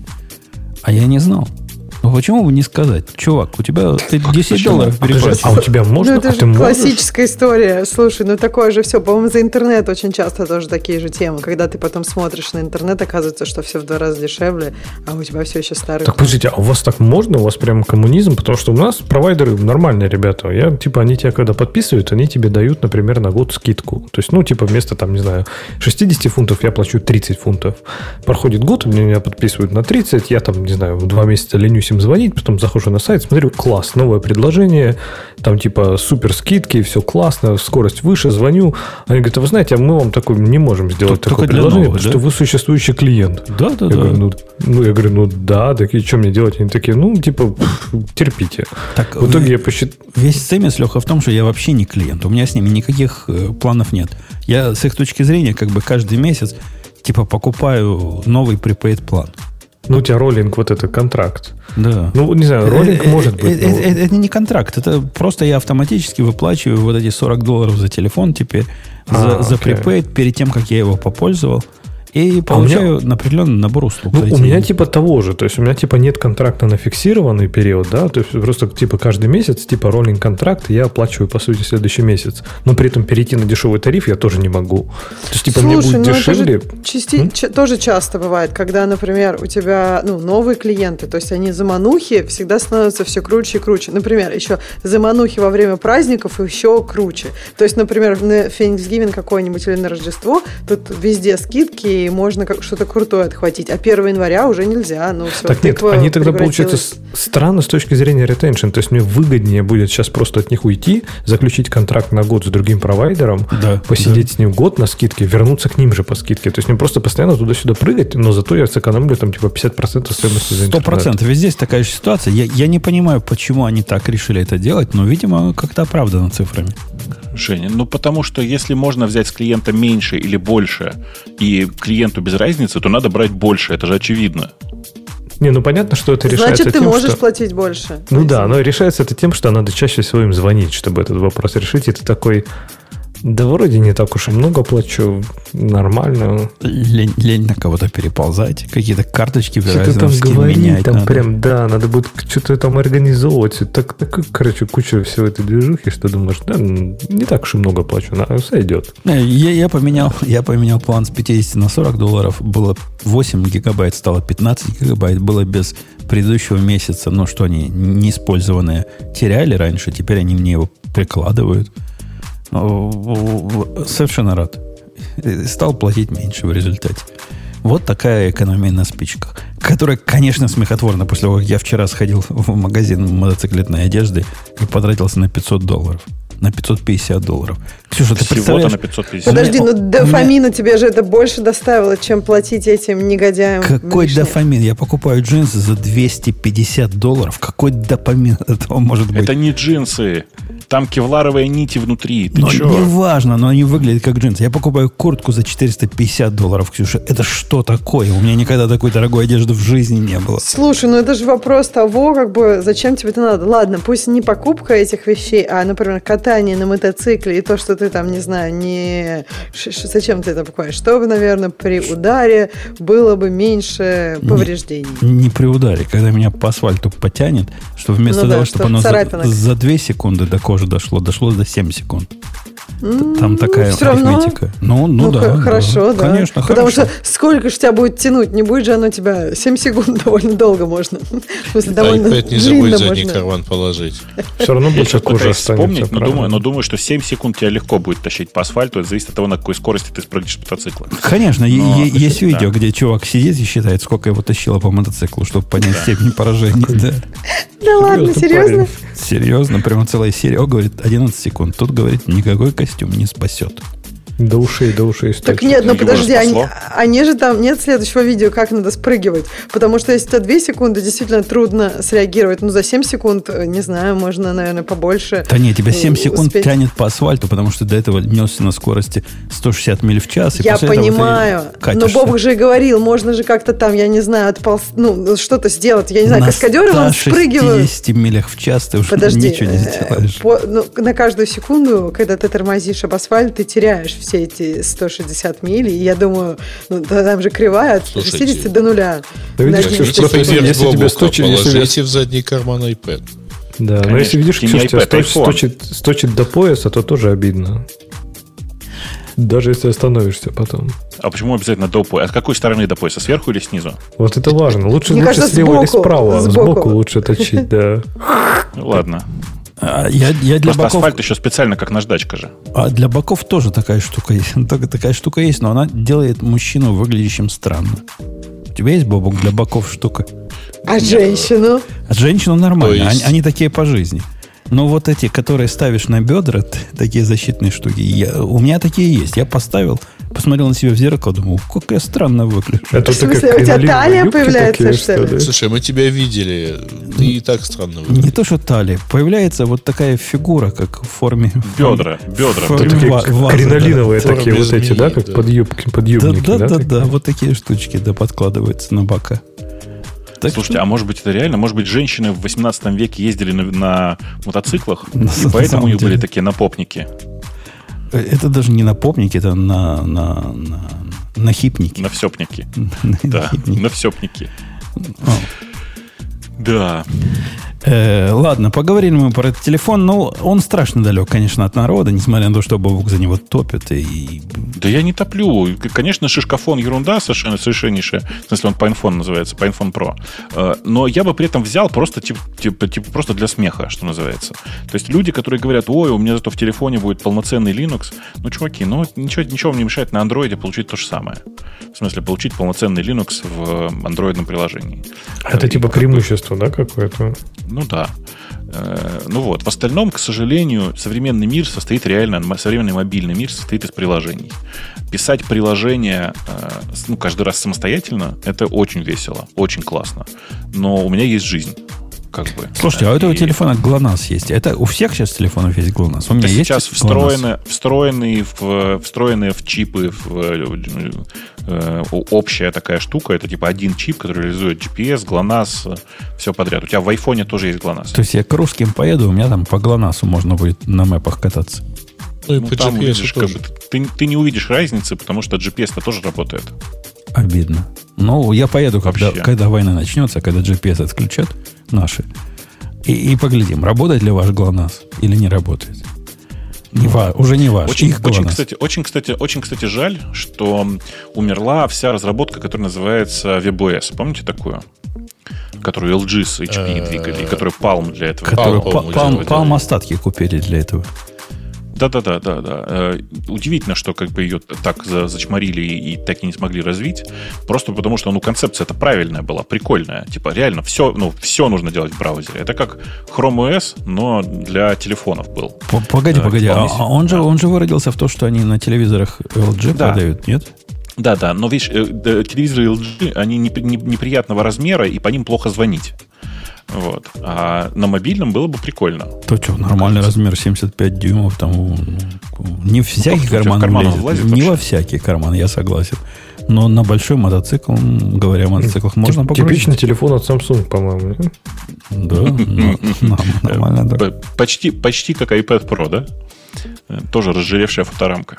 А я не знал. Ну, почему бы не сказать? Чувак, у тебя ты $10 переплатил. А у тебя можно? Ну, это же классическая история. Слушай, ну такое же все. По-моему, за интернет очень часто тоже такие же темы. Когда ты потом смотришь на интернет, оказывается, что все в 2 раза дешевле, а у тебя все еще старый. Так, подождите, а у вас так можно? У вас прям коммунизм? Потому что у нас провайдеры нормальные ребята. Они тебя когда подписывают, они тебе дают, например, на год скидку. То есть, ну, типа, вместо, там, не знаю, 60 фунтов я плачу 30 фунтов. Проходит год, меня подписывают на 30, я там, не знаю, 2 месяца ленюсь им звонить, потом захожу на сайт, смотрю, класс, новое предложение, там типа супер скидки, все классно, скорость выше, звоню. Они говорят, а вы знаете, а мы вам такое не можем сделать такое предложение, потому что вы существующий клиент. Да. Я говорю, ну да, так и что мне делать? Они такие, ну, типа, терпите. Так, в итоге я посчитал... Весь цимис, Леха, в том, что я вообще не клиент. У меня с ними никаких планов нет. Я с их точки зрения как бы каждый месяц типа покупаю новый prepaid план. Ну, у тебя роллинг, вот это контракт. Да. Ну, не знаю, роллинг может быть. Это не контракт, это просто я автоматически выплачиваю вот эти $40 за телефон теперь, за prepaid, перед тем, как я его попользовал. И получаю на определенный набор услуг. Ну, у меня типа того же. То есть, у меня типа нет контракта на фиксированный период, да, то есть, просто типа каждый месяц, типа роллинг контракт, я оплачиваю, по сути, следующий месяц. Но при этом перейти на дешевый тариф я тоже не могу. То есть, типа, мне будет дешевле. Это тоже часто бывает, когда, например, у тебя новые клиенты, то есть, они заманухи всегда становятся все круче и круче. Например, еще заманухи во время праздников еще круче. То есть, например, на Thanksgiving какой-нибудь или на Рождество, тут везде скидки, и можно что-то крутое отхватить. А 1 января уже нельзя. Ну, все, так нет, они тогда, получается, странно с точки зрения ретеншн. То есть, мне выгоднее будет сейчас просто от них уйти, заключить контракт на год с другим провайдером, посидеть с ним год на скидке, вернуться к ним же по скидке. То есть, мне просто постоянно туда-сюда прыгать, но зато я сэкономлю там типа 50% стоимости за интернет. 100%. Везде есть такая же ситуация. Я не понимаю, почему они так решили это делать, но, видимо, как-то оправдано цифрами. Женя, ну потому что если можно взять с клиента меньше или больше, и клиенту без разницы, то надо брать больше, это же очевидно. Не, ну понятно, что это решается тем, что... Значит, ты можешь платить больше. Ну да, но решается это тем, что надо чаще всего им звонить, чтобы этот вопрос решить. И ты такой... Да вроде не так уж и много плачу, нормально. Лень на кого-то переползать, какие-то карточки Verizon менять. Там надо. Прям, да, надо будет что-то там организовывать. Так, короче, куча всего этой движухи, что думаешь, да, не так уж и много плачу, сойдет. Я поменял план с 50 на $40, было 8 гигабайт, стало 15 гигабайт, было без предыдущего месяца, но что они неиспользованные теряли раньше, теперь они мне его прикладывают. Совершенно рад. Стал платить меньше в результате. Вот такая экономия на спичках. Которая, конечно, смехотворна. После того, как я вчера сходил в магазин мотоциклетной одежды и потратился на $500. На $550. Ксюша, ты представляешь? На 550. Подожди, дофамина тебе же это больше доставило, чем платить этим негодяям. Какой дофамин? Я покупаю джинсы за $250. Какой дофамин этого может быть? Это не джинсы. Там кевларовые нити внутри. Но неважно, но они выглядят как джинсы. Я покупаю куртку за $450, Ксюша. Это что такое? У меня никогда такой дорогой одежды в жизни не было. Слушай, ну это же вопрос того, как бы, зачем тебе это надо. Ладно, пусть не покупка этих вещей, а, например, катание на мотоцикле и то, что ты там, не знаю, не... Зачем ты это покупаешь? Чтобы, наверное, при ударе было бы меньше повреждений. Не при ударе. Когда меня по асфальту потянет, что вместо того, чтобы оно за 2 секунды до кожи дошло до 7 секунд. Там такая арифметика. Ну да. Хорошо, да. Конечно, потому что сколько же тебя будет тянуть? Не будет же оно тебя 7 секунд довольно долго можно. Довольно iPad не забудь в задний карман положить. Все равно больше кожи останется. Но думаю, что 7 секунд тебя легко будет тащить по асфальту. Это зависит от того, на какой скорости ты спрыгнешь с мотоцикла. Конечно, есть видео, где чувак сидит и считает, сколько его тащило по мотоциклу, чтобы понять степень поражения. Да ладно, серьезно? Серьезно, прямо целая серия. Он говорит 11 секунд. Тут, говорит, никакой костюм не спасет. До ушей Так нет, ну подожди, они же там, нет следующего видео, как надо спрыгивать. Потому что если это 2 секунды, действительно трудно среагировать. Ну, за 7 секунд, не знаю, можно, наверное, побольше. Да нет, тебя 7 секунд тянет по асфальту, потому что до этого несся на скорости 160 миль в час. Я понимаю, но Бобок же говорил, можно же как-то там, я не знаю, что-то сделать. Я не знаю, каскадеры вам спрыгивают. На 160 милях в час ты уже ничего не сделаешь. На каждую секунду, когда ты тормозишь об асфальт, ты теряешь все эти 160 миль, и я думаю, там же кривая от 60 до 0. Если тебе положите в задний карман iPad. Да, но если видишь, сточит до пояса, то тоже обидно. Даже если остановишься потом. А почему обязательно до пояса? От какой стороны до пояса? Сверху или снизу? Вот это важно. Лучше слева или справа. Сбоку лучше точить, да. Ладно. Я для боков... асфальт еще специально как наждачка же. А для боков тоже такая штука есть. Такая штука есть, но она делает мужчину выглядящим странно. У тебя есть, Бобок, для боков штука? А женщину? А женщину нормально. Они такие по жизни. Но вот эти, которые ставишь на бедра, такие защитные штуки, у меня такие есть. Я поставил, посмотрел на себя в зеркало, думал, как я странно выгляжу. Это в смысле, у тебя талия появляется, что ли? Слушай, мы тебя видели. Ты и так странно выглядишь. Не то, что талия. Появляется вот такая фигура, как в форме... Бедра. Кринолиновые такие вот эти, да, как подъюбники. Да, вот такие штучки, да, подкладываются на бока. Слушайте, а может быть это реально? Может быть, женщины в 18 веке ездили на мотоциклах, и поэтому у них были такие напопники? Это даже не напопники, это нахипники. Навсепники. Да, навсепники. Да. Ладно, поговорили мы про этот телефон. Ну, он страшно далек, конечно, от народа, несмотря на то, что Бобук за него топит. Да я не топлю. Конечно, шишкафон ерунда совершеннейшая. В смысле, он PinePhone называется, PinePhone Pro. Но я бы при этом взял просто просто для смеха, что называется. То есть люди, которые говорят, ой, у меня зато в телефоне будет полноценный Linux. Ну, чуваки, ничего вам не мешает на Android получить то же самое. В смысле, получить полноценный Linux в андроидном приложении. Это типа преимущество, да, какое-то? Ну да. Ну вот. В остальном, к сожалению, современный мир современный мобильный мир состоит из приложений. Писать приложение каждый раз самостоятельно, это очень весело, очень классно. Но у меня есть жизнь. Слушайте, а у этого телефона GLONASS есть. Это у всех сейчас телефонов есть GLONASS? У меня есть сейчас встроенные в чипы, общая такая штука. Это типа один чип, который реализует GPS, GLONASS, все подряд. У тебя в айфоне тоже есть GLONASS. То есть я к русским поеду, у меня там по GLONASS можно будет на мэпах кататься. Ну и по GPS тоже. Ты не увидишь разницы, потому что GPS-то тоже работает. Обидно. Ну, я поеду, когда война начнется, когда GPS отключат наши, и поглядим, работает ли ваш GLONASS или не работает. Уже не ваш. Очень, кстати, жаль, что умерла вся разработка, которая называется WebOS. Помните такую? Которую LG с HP двигали, и которую Palm для этого. Palm остатки купили для этого. Да. Удивительно, что ее так зачморили и так и не смогли развить. Просто потому, что концепция это правильная была, прикольная. Типа реально все нужно делать в браузере. Это как Chrome OS, но для телефонов был. Погоди. А он же выродился в то, что они на телевизорах LG продают, нет? Да, но видишь, телевизоры LG, они неприятного размера, и по ним плохо звонить. Вот. А на мобильном было бы прикольно. То что, нормальный размер 75 дюймов, там не в всякий карман влезет. Не во всякий карман, я согласен. Но на большой мотоцикл, говоря о мотоциклах, можно погрузить. Типичный телефон от Samsung, по-моему. Да, нормально. Почти как iPad Pro, да? Тоже разжиревшая фоторамка.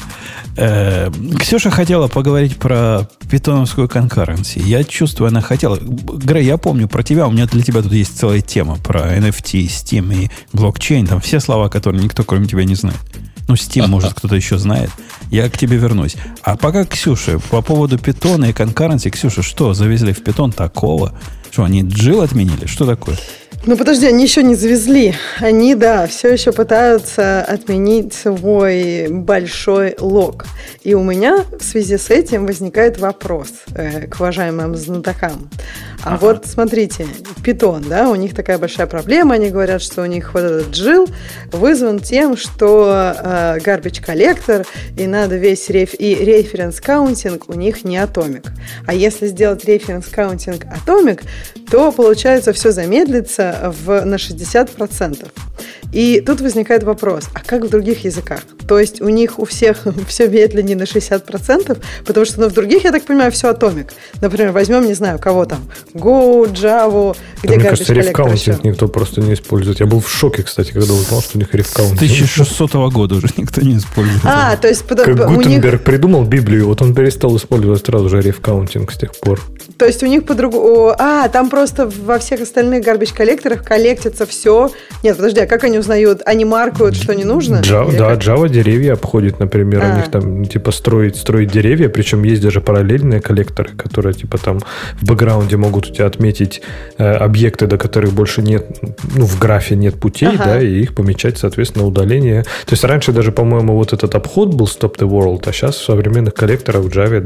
Ксюша хотела поговорить про питоновскую конкуренцию. Я чувствую, она хотела. Грей, я помню про тебя, у меня для тебя тут есть целая тема про NFT, Steam и блокчейн. Там все слова, которые никто, кроме тебя, не знает. Ну, Steam, может, кто-то еще знает. Я к тебе вернусь. А пока, Ксюша, по поводу питона и конкуренции. Ксюша, что, завезли в питон такого? Что, они Джил отменили? Что такое? Ну, подожди, они еще не завезли. Они, да, все еще пытаются отменить свой большой лог. И у меня в связи с этим возникает вопрос к уважаемым знатокам. Вот смотрите, Python, да, у них такая большая проблема. Они говорят, что у них вот этот Джил вызван тем, что garbage collector и надо весь референс каунтинг у них не Atomic. А если сделать референс каунтинг Atomic, то получается все замедлится на 60%. И тут возникает вопрос, а как в других языках? То есть у них у всех все медленнее на 60%, потому что в других, я так понимаю, все Atomic. Например, возьмем, не знаю, кого там, Go, Java, где мне кажется, реф-каунтинг никто просто не использует. Я был в шоке, кстати, когда узнал, что у них реф-каунтинг. С 1600 года уже никто не использует. То есть как Гутенберг придумал Библию, вот он перестал использовать сразу же реф-каунтинг с тех пор. То есть у них по-другому... там просто во всех остальных garbage коллекторах коллектится все. Нет, подожди, а как они узнают? Они маркуют, что не нужно? Java деревья обходит, например. У них там типа строить деревья, причем есть даже параллельные коллекторы, которые типа там в бэкграунде могут у тебя отметить объекты, до которых больше нет, в графе нет путей, да, и их помечать, соответственно, удаление. То есть раньше даже, по-моему, вот этот обход был Stop the World, а сейчас в современных коллекторах в Java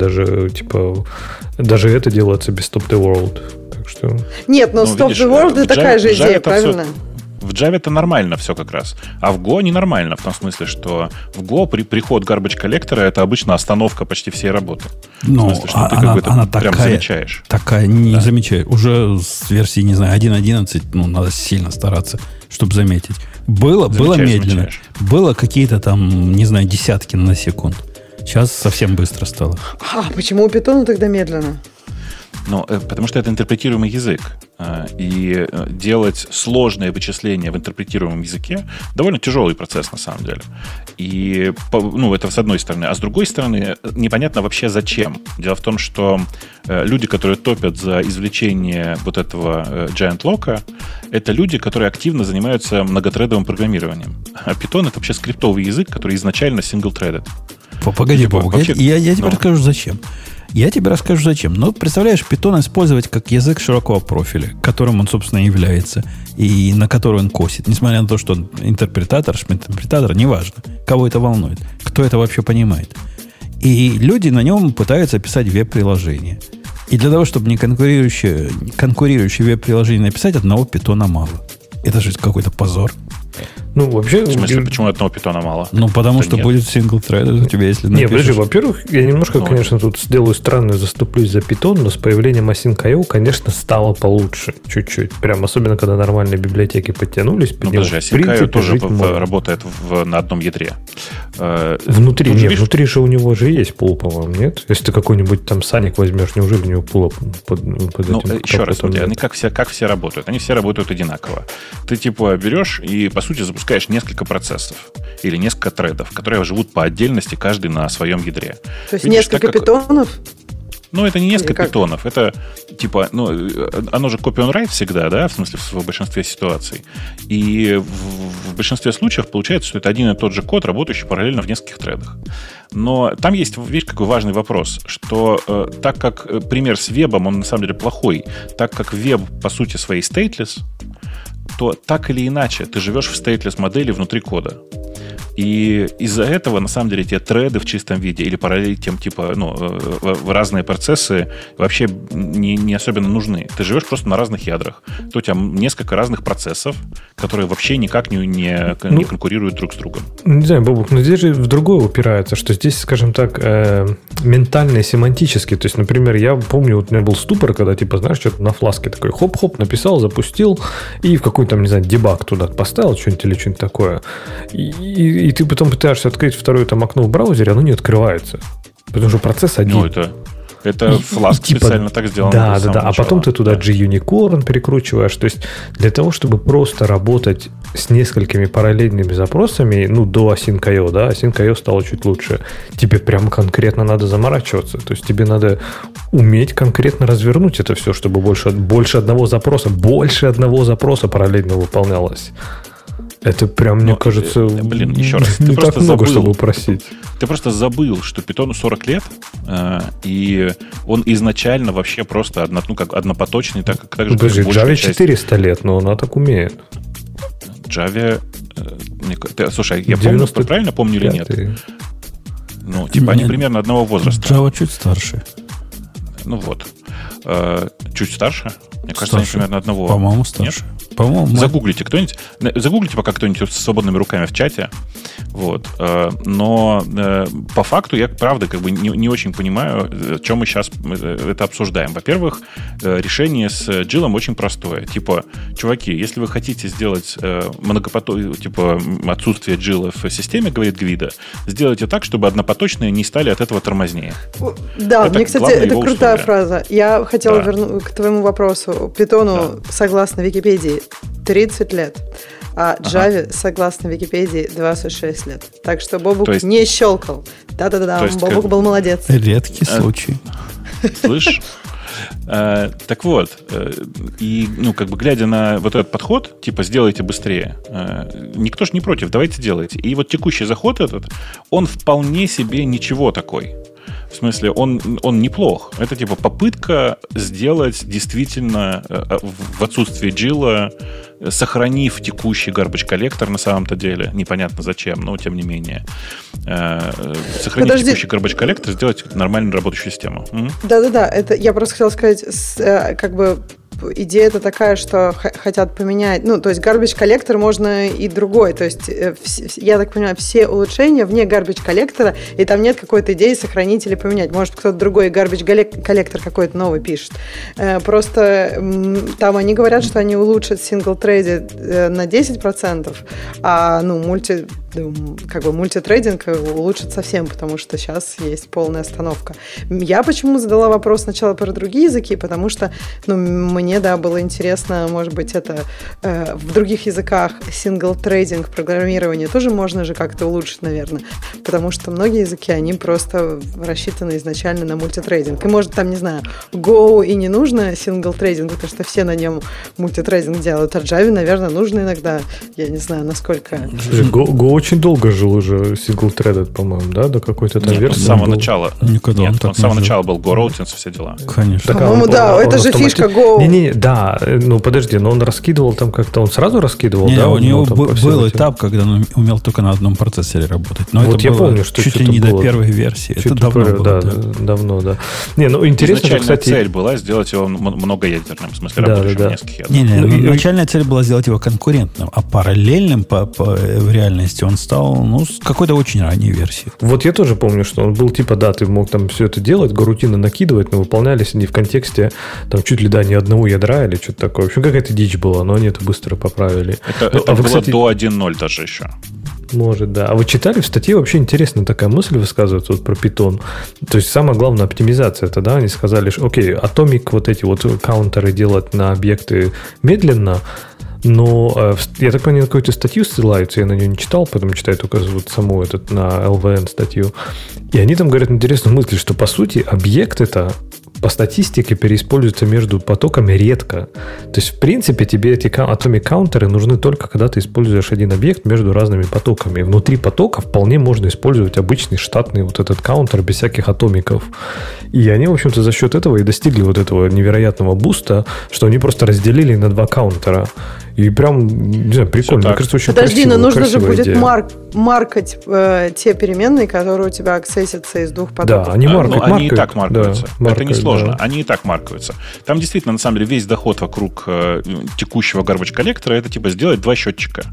даже это делается без Stop the World. Так что... Нет, но Stop the World это такая же идея, правильно? В Java это нормально все как раз. А в Go ненормально, в том смысле, что в Go приход garbage коллектора это обычно остановка почти всей работы. Ну, в смысле, что ты как бы это прям замечаешь. Такая, не замечаешь. Уже с версии, не знаю, 1.11, надо сильно стараться, чтобы заметить. Было медленно. Замечаешь. Было какие-то там, не знаю, десятки на секунд. Сейчас совсем быстро стало. Почему у Python тогда медленно? Потому что это интерпретируемый язык. И делать сложные вычисления в интерпретируемом языке довольно тяжелый процесс на самом деле. И это с одной стороны. А с другой стороны, непонятно вообще зачем. Дело в том, что люди, которые топят за извлечение вот этого Giant Lock, это люди, которые активно занимаются многотредовым программированием. А Python — это вообще скриптовый язык, который изначально single-threaded. Погоди. Я тебе расскажу, зачем. Но представляешь, Python использовать как язык широкого профиля, которым он, собственно, является, и на который он косит. Несмотря на то, что он интерпретатор, неважно, кого это волнует, кто это вообще понимает. И люди на нем пытаются писать веб-приложения. И для того, чтобы не конкурирующие веб-приложения написать, одного Python мало. Это же какой-то позор. Вообще... В смысле, почему одного питона мало? Потому что будет single-thread у тебя, если напишешь. Подожди, во-первых, я немножко, конечно, тут сделаю странную, заступлюсь за Python, но с появлением Async.io, конечно, стало получше чуть-чуть. Прям особенно, когда нормальные библиотеки подтянулись. Подожди, Async.io тоже работает на одном ядре. Внутри же у него же есть пул, по-моему, нет? Если ты какой-нибудь там Саник возьмешь, неужели у него пула под этим? Еще раз, они как все работают? Они все работают одинаково. Ты берешь и, по сути, запускаешь несколько процессов или несколько тредов, которые живут по отдельности, каждый на своем ядре. То есть несколько питонов? Это не несколько питонов, это оно же copy on write всегда, да, в смысле в большинстве ситуаций. И в большинстве случаев получается, что это один и тот же код, работающий параллельно в нескольких тредах. Но там есть, видишь, какой важный вопрос, что так как пример с вебом, он на самом деле плохой, так как веб по сути своей stateless, то так или иначе ты живешь в stateless модели внутри кода. И из-за этого, на самом деле, те треды в чистом виде или параллели тем, типа, разные процессы вообще не особенно нужны. Ты живешь просто на разных ядрах. То у тебя несколько разных процессов, которые вообще никак не конкурируют друг с другом. Не знаю, Бобук, но здесь же в другое упирается, что здесь, скажем так, ментально и семантически. То есть, например, я помню, вот у меня был ступор, когда, типа, знаешь, что-то на фласке такой хоп-хоп написал, запустил, и в какой-то, не знаю, дебаг туда поставил что-нибудь или что-нибудь такое. И ты потом пытаешься открыть второе там окно в браузере, оно не открывается. Потому что процесс один. Это Flask специально так сделано. Да. А потом ты туда G-Unicorn перекручиваешь. То есть для того, чтобы просто работать с несколькими параллельными запросами, до Async.io, да, Async.io стало чуть лучше. Тебе прям конкретно надо заморачиваться. То есть тебе надо уметь конкретно развернуть это все, чтобы больше одного запроса параллельно выполнялось. Это прям, мне кажется, еще раз, не так много, чтобы просить. Ты просто забыл, что Python 40 лет, и он изначально вообще просто однопоточный, так же, как и большая часть. Java 400 лет, но она так умеет. Java... Слушай, я помню, правильно помню или нет? Они примерно одного возраста. Java чуть старше. Чуть старше? Мне кажется, они примерно одного. По-моему, старше. По-моему, загуглите кто-нибудь. Загуглите пока кто-нибудь с свободными руками в чате. Но по факту я, правда, не очень понимаю, чем мы сейчас это обсуждаем. Во-первых, решение с Джиллом очень простое. Типа, чуваки, если вы хотите сделать отсутствие Джилла в системе, говорит Гвида, сделайте так, чтобы однопоточные не стали от этого тормознее. Да, мне, кстати, это крутая фраза. Я хотела вернуть к твоему вопросу. Питону, согласно Википедии, 30 лет. А Java, согласно Википедии, 26 лет. Так что Бобук не щелкал. Да-да-да, Бобук был молодец. Редкий случай. Слышь? Так вот, и, глядя на вот этот подход, типа, сделайте быстрее, никто ж не против, давайте делайте. И вот текущий заход этот, он вполне себе ничего такой. В смысле, он неплох. Это типа попытка сделать действительно в отсутствии Джилла, сохранив текущий garbage коллектор на самом-то деле. Непонятно зачем, но тем не менее. Сохранив текущий garbage коллектор, сделать нормально работающую систему. Да-да-да. Это я просто хотела сказать, идея-то такая, что хотят поменять... то есть garbage коллектор можно и другой. То есть, я так понимаю, все улучшения вне garbage коллектора, и там нет какой-то идеи сохранить или поменять. Может, кто-то другой garbage коллектор какой-то новый пишет. Просто там они говорят, что они улучшат single-threaded на 10%, а мультитрейдинг улучшит совсем, потому что сейчас есть полная остановка. Я почему задала вопрос сначала про другие языки, потому что мне, было интересно, может быть, это в других языках сингл-трейдинг программирование тоже можно же как-то улучшить, наверное, потому что многие языки, они просто рассчитаны изначально на мультитрейдинг. И может, там, не знаю, Go и не нужно сингл-трейдинг, потому что все на нем мультитрейдинг делают, а Java, наверное, нужно иногда. Я не знаю, насколько... Go очень долго жил уже сингл-трейдед, по-моему, да, до какой-то там версии. С самого начала. Никогда он с самого начала был Go Routines, все дела. Конечно. По-моему, это же фишка Go. Да, подожди, но он раскидывал там как-то, он сразу раскидывал, да? У него был этап, когда он умел только на одном процессоре работать. Но вот это я было помню, что чуть ли не до первой версии. Это давно было. Давно, да. Интересно, изначальная цель была сделать его многоядерным, в смысле, работающим в нескольких ядрах. Начальная цель была сделать его конкурентным, а параллельным в реальности он стал, с какой-то очень ранней версии. Вот я тоже помню, что он был типа, ты мог там все это делать, горутины накидывать, но выполнялись они в контексте там чуть ли не одного ядра или что-то такое. В общем, какая-то дичь была, но они это быстро поправили. Это было, кстати, до 1.0 даже еще. Может, да. А вы читали в статье, вообще интересная такая мысль высказывается про Python. То есть, самое главное, оптимизация. Тогда они сказали, что, окей, Atomic вот эти вот каунтеры делать на объекты медленно, но я так понимаю, на какую-то статью ссылаются, я на нее не читал, потом читаю только вот саму на LVN статью. И они там говорят интересную мысль, что, по сути, объект это по статистике переиспользуется между потоками редко. То есть, в принципе, тебе эти atomic counter'ы нужны только, когда ты используешь один объект между разными потоками. И внутри потока вполне можно использовать обычный штатный вот этот каунтер без всяких атомиков. И они, в общем-то, за счет этого и достигли вот этого невероятного буста, что они просто разделили на два каунтера. И прям, не знаю, прикольно. Мне кажется, очень Подожди, но нужно же будет идея. маркать те переменные, которые у тебя аксессятся из двух потоков. Да, они маркают. Они и так маркаются. Да, это несложно. Да. Они и так маркаются. Там действительно, на самом деле, весь доход вокруг текущего garbage коллектора это типа сделать два счетчика.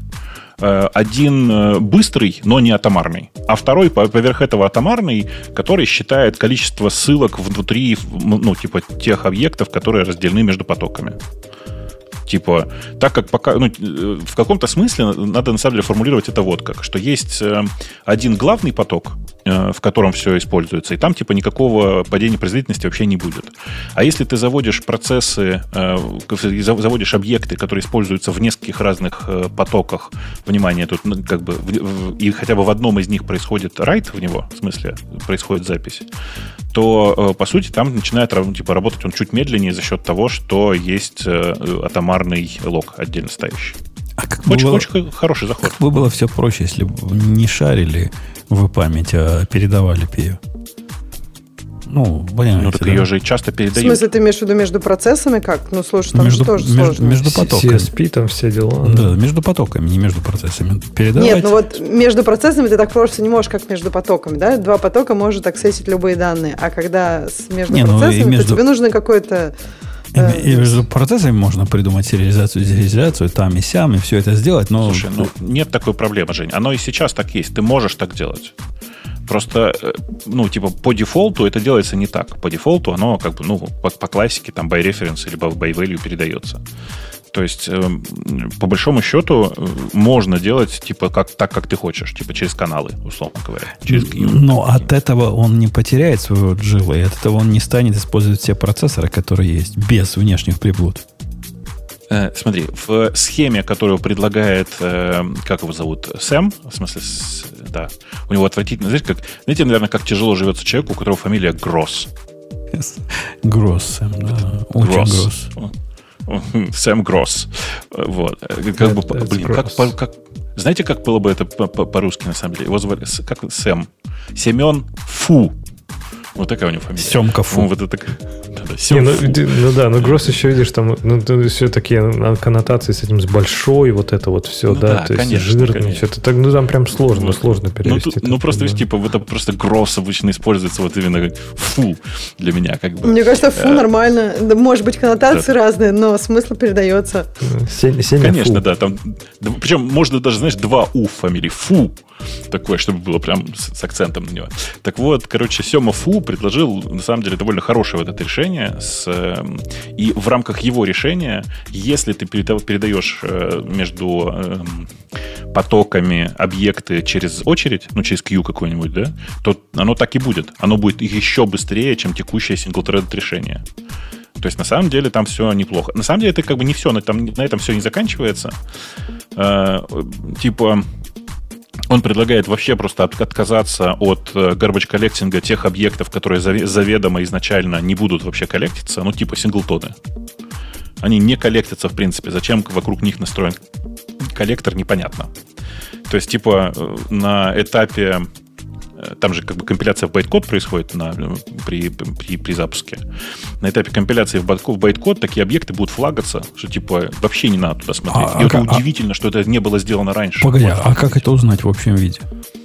Один быстрый, но не атомарный, а второй поверх этого атомарный, который считает количество ссылок внутри, ну, типа тех объектов, которые разделены между потоками. Типа, так как пока, ну, в каком-то смысле надо на самом деле формулировать это вот как, что есть один главный поток, в котором все используется, и там типа никакого падения производительности вообще не будет. А если ты заводишь процессы, заводишь объекты, которые используются в нескольких разных потоках, внимание, тут как бы и хотя бы в одном из них происходит write в него, в смысле происходит запись, то по сути там начинает типа работать он чуть медленнее за счет того, что есть атомарный лог отдельно стоящий. А как очень хороший заход. Как бы было все проще, если бы не шарили в память, а передавали ее. Ну, понимаете, ну, так да? ее же часто передают. В смысле, ты имеешь в виду между процессами как? Ну, слушай, там же тоже сложно. Между потоками. CSP, там все дела. Да, между потоками, не между процессами. Передавать. Нет, ну вот между процессами ты так просто не можешь, как между потоками, да? Два потока может аксессить любые данные, а когда между процессами, то тебе нужно какое-то... И между процессами можно придумать сериализацию, десериализацию, там и сям, и все это сделать, но... Слушай, ну нет такой проблемы, Жень. Оно и сейчас так есть. Ты можешь так делать. Просто, ну, типа, по дефолту это делается не так. По дефолту оно, как бы, ну, по классике, там, by reference или by value передается. То есть, по большому счету, можно делать, типа, так, как ты хочешь. Типа, через каналы, условно говоря. Но от этого он не потеряет своего джила, и от этого он не станет использовать все процессоры, которые есть, без внешних приблуд. Смотри, в схеме, которую предлагает, как его зовут, Сэм, в смысле, да, у него отвратительно, знаете, наверное, как тяжело живется человеку, у которого фамилия Гросс. Гросс, Сэм, да, очень Гросс. Сэм Гросс. Вот. Как бы, блин, как, знаете, как было бы это по-русски, на самом деле? Его звали, как Сэм? Семен Фу. Вот такая у него фамилия. Семка Фу. Вот это но Гросс еще, видишь, там все такие коннотации с этим, с большой, вот это вот все, да, то есть жирный, что-то так, ну там прям сложно перевести. Ну просто, типа, это просто Гросс обычно используется вот именно как фу для меня, как бы. Мне кажется, фу нормально. Может быть, коннотации разные, но смысл передается. Конечно, да. Причем можно даже, знаешь, два У в фамилии. Фу. Такое, чтобы было прям с акцентом на него. Так вот, короче, Сема Фу предложил, на самом деле, довольно хорошее вот это решение. И в рамках его решения, если ты передаешь между потоками объекты через очередь, ну, через queue какой-нибудь, да, то оно так и будет. Оно будет еще быстрее, чем текущее single-threaded решение. То есть, на самом деле, там все неплохо. На самом деле, это как бы не все, на этом все не заканчивается. Типа... Он предлагает вообще просто отказаться от garbage коллектинга тех объектов, которые заведомо изначально не будут вообще коллектиться, ну, типа синглтоны. Они не коллектятся, в принципе. Зачем вокруг них настроен коллектор, непонятно. То есть, типа, на этапе... Там же как бы компиляция в байткод происходит при запуске. На этапе компиляции в байткод такие объекты будут флагаться, что типа вообще не надо туда смотреть. И это удивительно, что это не было сделано раньше. Погоди, а как это узнать в общем виде?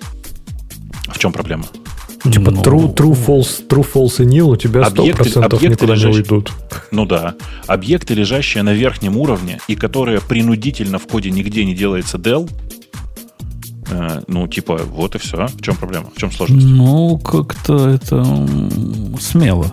В чем проблема? Типа true, false и nil у тебя 100% никуда не уйдут. Ну да. Объекты, лежащие на верхнем уровне и которые принудительно в коде нигде не делается del, ну, типа, вот и все. В чем проблема? В чем сложность? Ну, как-то это смело.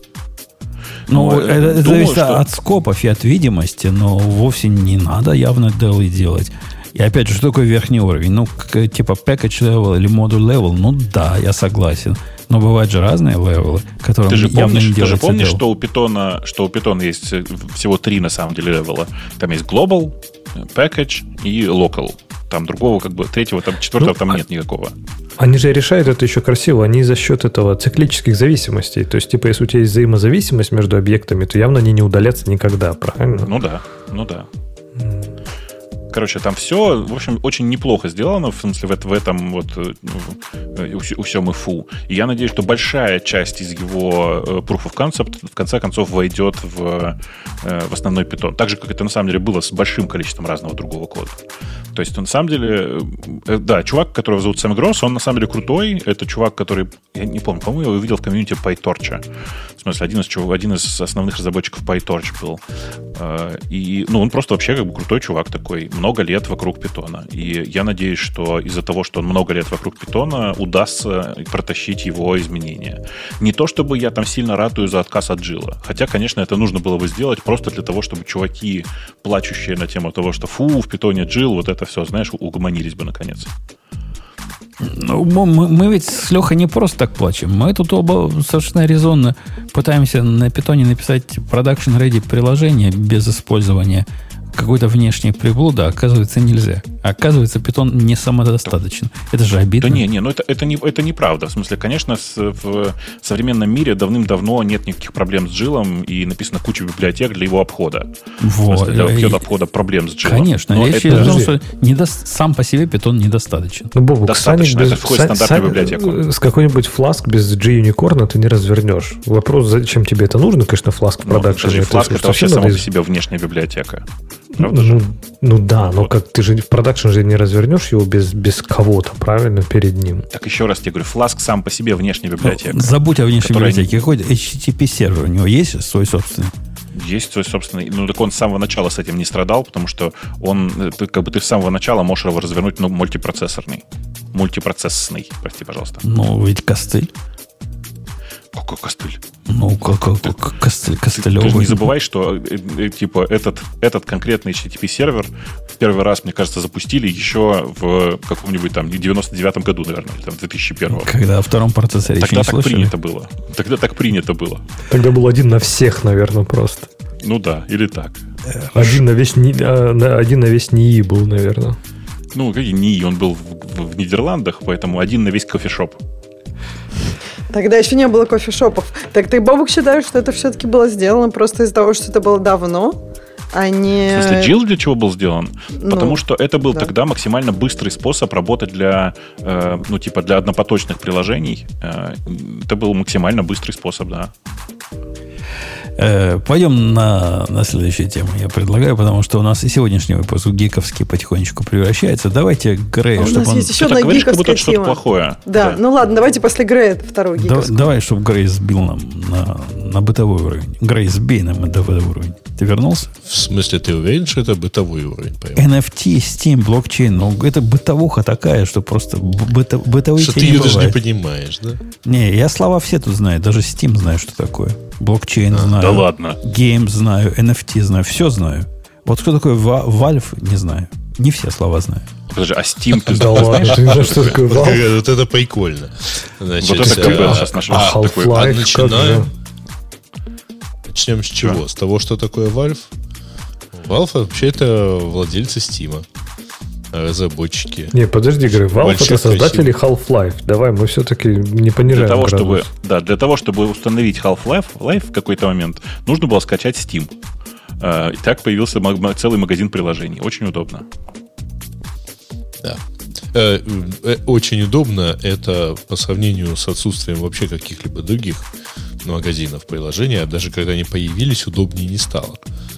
Ну, это зависит от скопов и от видимости, но вовсе не надо явно делы делать. И опять же, что такое верхний уровень? Ну, типа package level или module level, ну да, я согласен. Но бывают же разные левелы, которые явно не делаются. Ты же помнишь, что у Python есть всего 3 на самом деле левела? Там есть global, package и local. Там другого, как бы, третьего, там четвертого там нет никакого. Они же решают это еще красиво. Они за счет этого циклических зависимостей. То есть, типа, если у тебя есть взаимозависимость между объектами, то явно они не удалятся никогда, правильно? Ну да. короче, там все, в общем, очень неплохо сделано, в смысле, в этом вот у всем ИФУ. И я надеюсь, что большая часть из его Proof of Concept в конце концов войдет в основной Python. Так же, как это на самом деле было с большим количеством разного другого кода. То есть, на самом деле, да, чувак, которого зовут Сэм Гросс, он на самом деле крутой. Это чувак, который, я не помню, по-моему, я его увидел в комьюнити PyTorch. В смысле, один из основных разработчиков PyTorch был. И, он просто вообще как бы крутой чувак такой. Много лет вокруг Python. И я надеюсь, что из-за того, что он много лет вокруг Python, удастся протащить его изменения. Не то, чтобы я там сильно ратую за отказ от Джилла. Хотя, конечно, это нужно было бы сделать просто для того, чтобы чуваки, плачущие на тему того, что в Python Джилл, вот это все, знаешь, угомонились бы наконец. Мы ведь с Лехой не просто так плачем. Мы тут оба совершенно резонно пытаемся на Python написать production-ready приложение без использования какой-то внешней приблуды, оказывается, нельзя. Оказывается, Python не самодостаточен. Это же обидно. Да это неправда. В смысле, конечно, в современном мире давным-давно нет никаких проблем с Джиллом, и написано куча библиотек для его обхода. Вот. В смысле, для обхода проблем с Джиллом. Конечно. Речь идет о том, что сам по себе Python недостаточен. Бобук, достаточно. Это входит в стандартную библиотеку. С какой-нибудь Flask без G-Unicorn ты не развернешь. Вопрос, зачем тебе это нужно, конечно, Flask в продакшене. Flask это вообще сама по себе внешняя библиотека. Правда же? Да, но как ты же в продакшн же не развернешь его без кого-то, правильно, перед ним. Так еще раз тебе говорю, Flask сам по себе внешняя библиотека. Забудь о внешней библиотеке. Какой HTTP-сервер у него есть свой собственный? Есть свой собственный. Так он с самого начала с этим не страдал, потому что ты с самого начала можешь его развернуть, мультипроцессорный. Мультипроцессный, прости, пожалуйста. Ведь костыль. Какой костыль? Костылевый. Ты же не забывай, что типа этот конкретный HTTP-сервер в первый раз, мне кажется, запустили еще в каком-нибудь там 99-м году, наверное, или там 2001-м. Когда о втором процессоре еще не слышали. Тогда так принято было. Тогда был один на всех, наверное, просто. Да, или так. Один на весь НИИ был, наверное. Какой НИИ? Он был в Нидерландах, поэтому один на весь кофешоп. Тогда еще не было кофешопов. Так ты, Бобук, считаешь, что это все-таки было сделано просто из-за того, что это было давно, а не... В смысле, Джилл для чего был сделан? Потому что это был тогда максимально быстрый способ работать для однопоточных приложений. Это был максимально быстрый способ, да. Пойдем на следующую тему, я предлагаю, потому что у нас и сегодняшний выпуск гиковский потихонечку превращается. Давайте Грея, чтобы он... У нас есть еще одна гиковская тема. Что-то плохое. Да, ладно, давайте после Грея второй гиковский. Давай, чтобы Грей сбил нам на бытовой уровень. Грей, сбей нам на бытовой уровень. Ты вернулся? В смысле, ты уверен, что это бытовой уровень? NFT, Steam, блокчейн. Это бытовуха такая, что просто бытовые что ты ее даже не понимаешь, да? Не, я слова все тут знаю. Даже Steam знаю, что такое. Блокчейн знаю. Да ладно. Гейм знаю, NFT знаю, все знаю. Вот кто такой Valve, не знаю. Не все слова знаю. Подожди, а Steam ты да ладно, ты знаешь, что такое Valve? Вот это прикольно. Значит, вот это КБ сейчас наш Half-Life. Начнем с чего? С того, что такое Valve? Valve вообще это владельцы Steam. Разработчики. Не, подожди, говорю, Valve это создатели Half-Life. Давай, мы все-таки не понижаем градус. Для того, чтобы установить Half-Life в какой-то момент, нужно было скачать Steam. И так появился целый магазин приложений. Очень удобно. Да. Очень удобно это по сравнению с отсутствием вообще каких-либо других магазинов приложений, а даже когда они появились, удобнее не стало.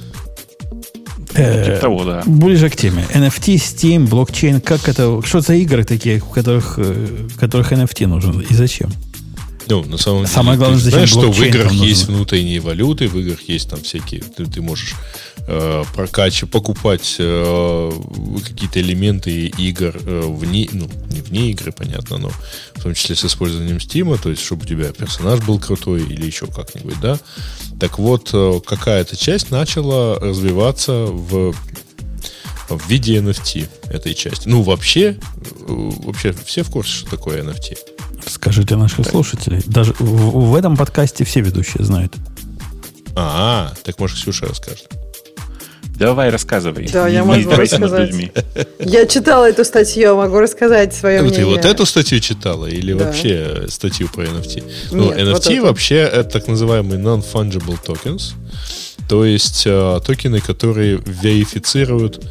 Того, да. Ближе к теме. NFT, Steam, блокчейн. Как это? Что за игры такие, в которых NFT нужен? И зачем? На самом деле, самое главное, ты знаешь, что в играх есть внутренние валюты, в играх есть там всякие... Ты можешь покупать какие-то элементы игр не вне игры, понятно, но в том числе с использованием Steam, то есть, чтобы у тебя персонаж был крутой или еще как-нибудь, да? Так вот, какая-то часть начала развиваться в виде NFT этой части. Вообще все в курсе, что такое NFT. Скажите наших слушателей. Даже в этом подкасте все ведущие знают. Так может Ксюша расскажет. Давай, рассказывай. Да, я могу рассказать. Я читала эту статью, могу рассказать свое мнение. Ты вот эту статью читала или вообще статью про NFT? Нет, NFT вообще это так называемые non-fungible tokens, то есть токены, которые верифицируют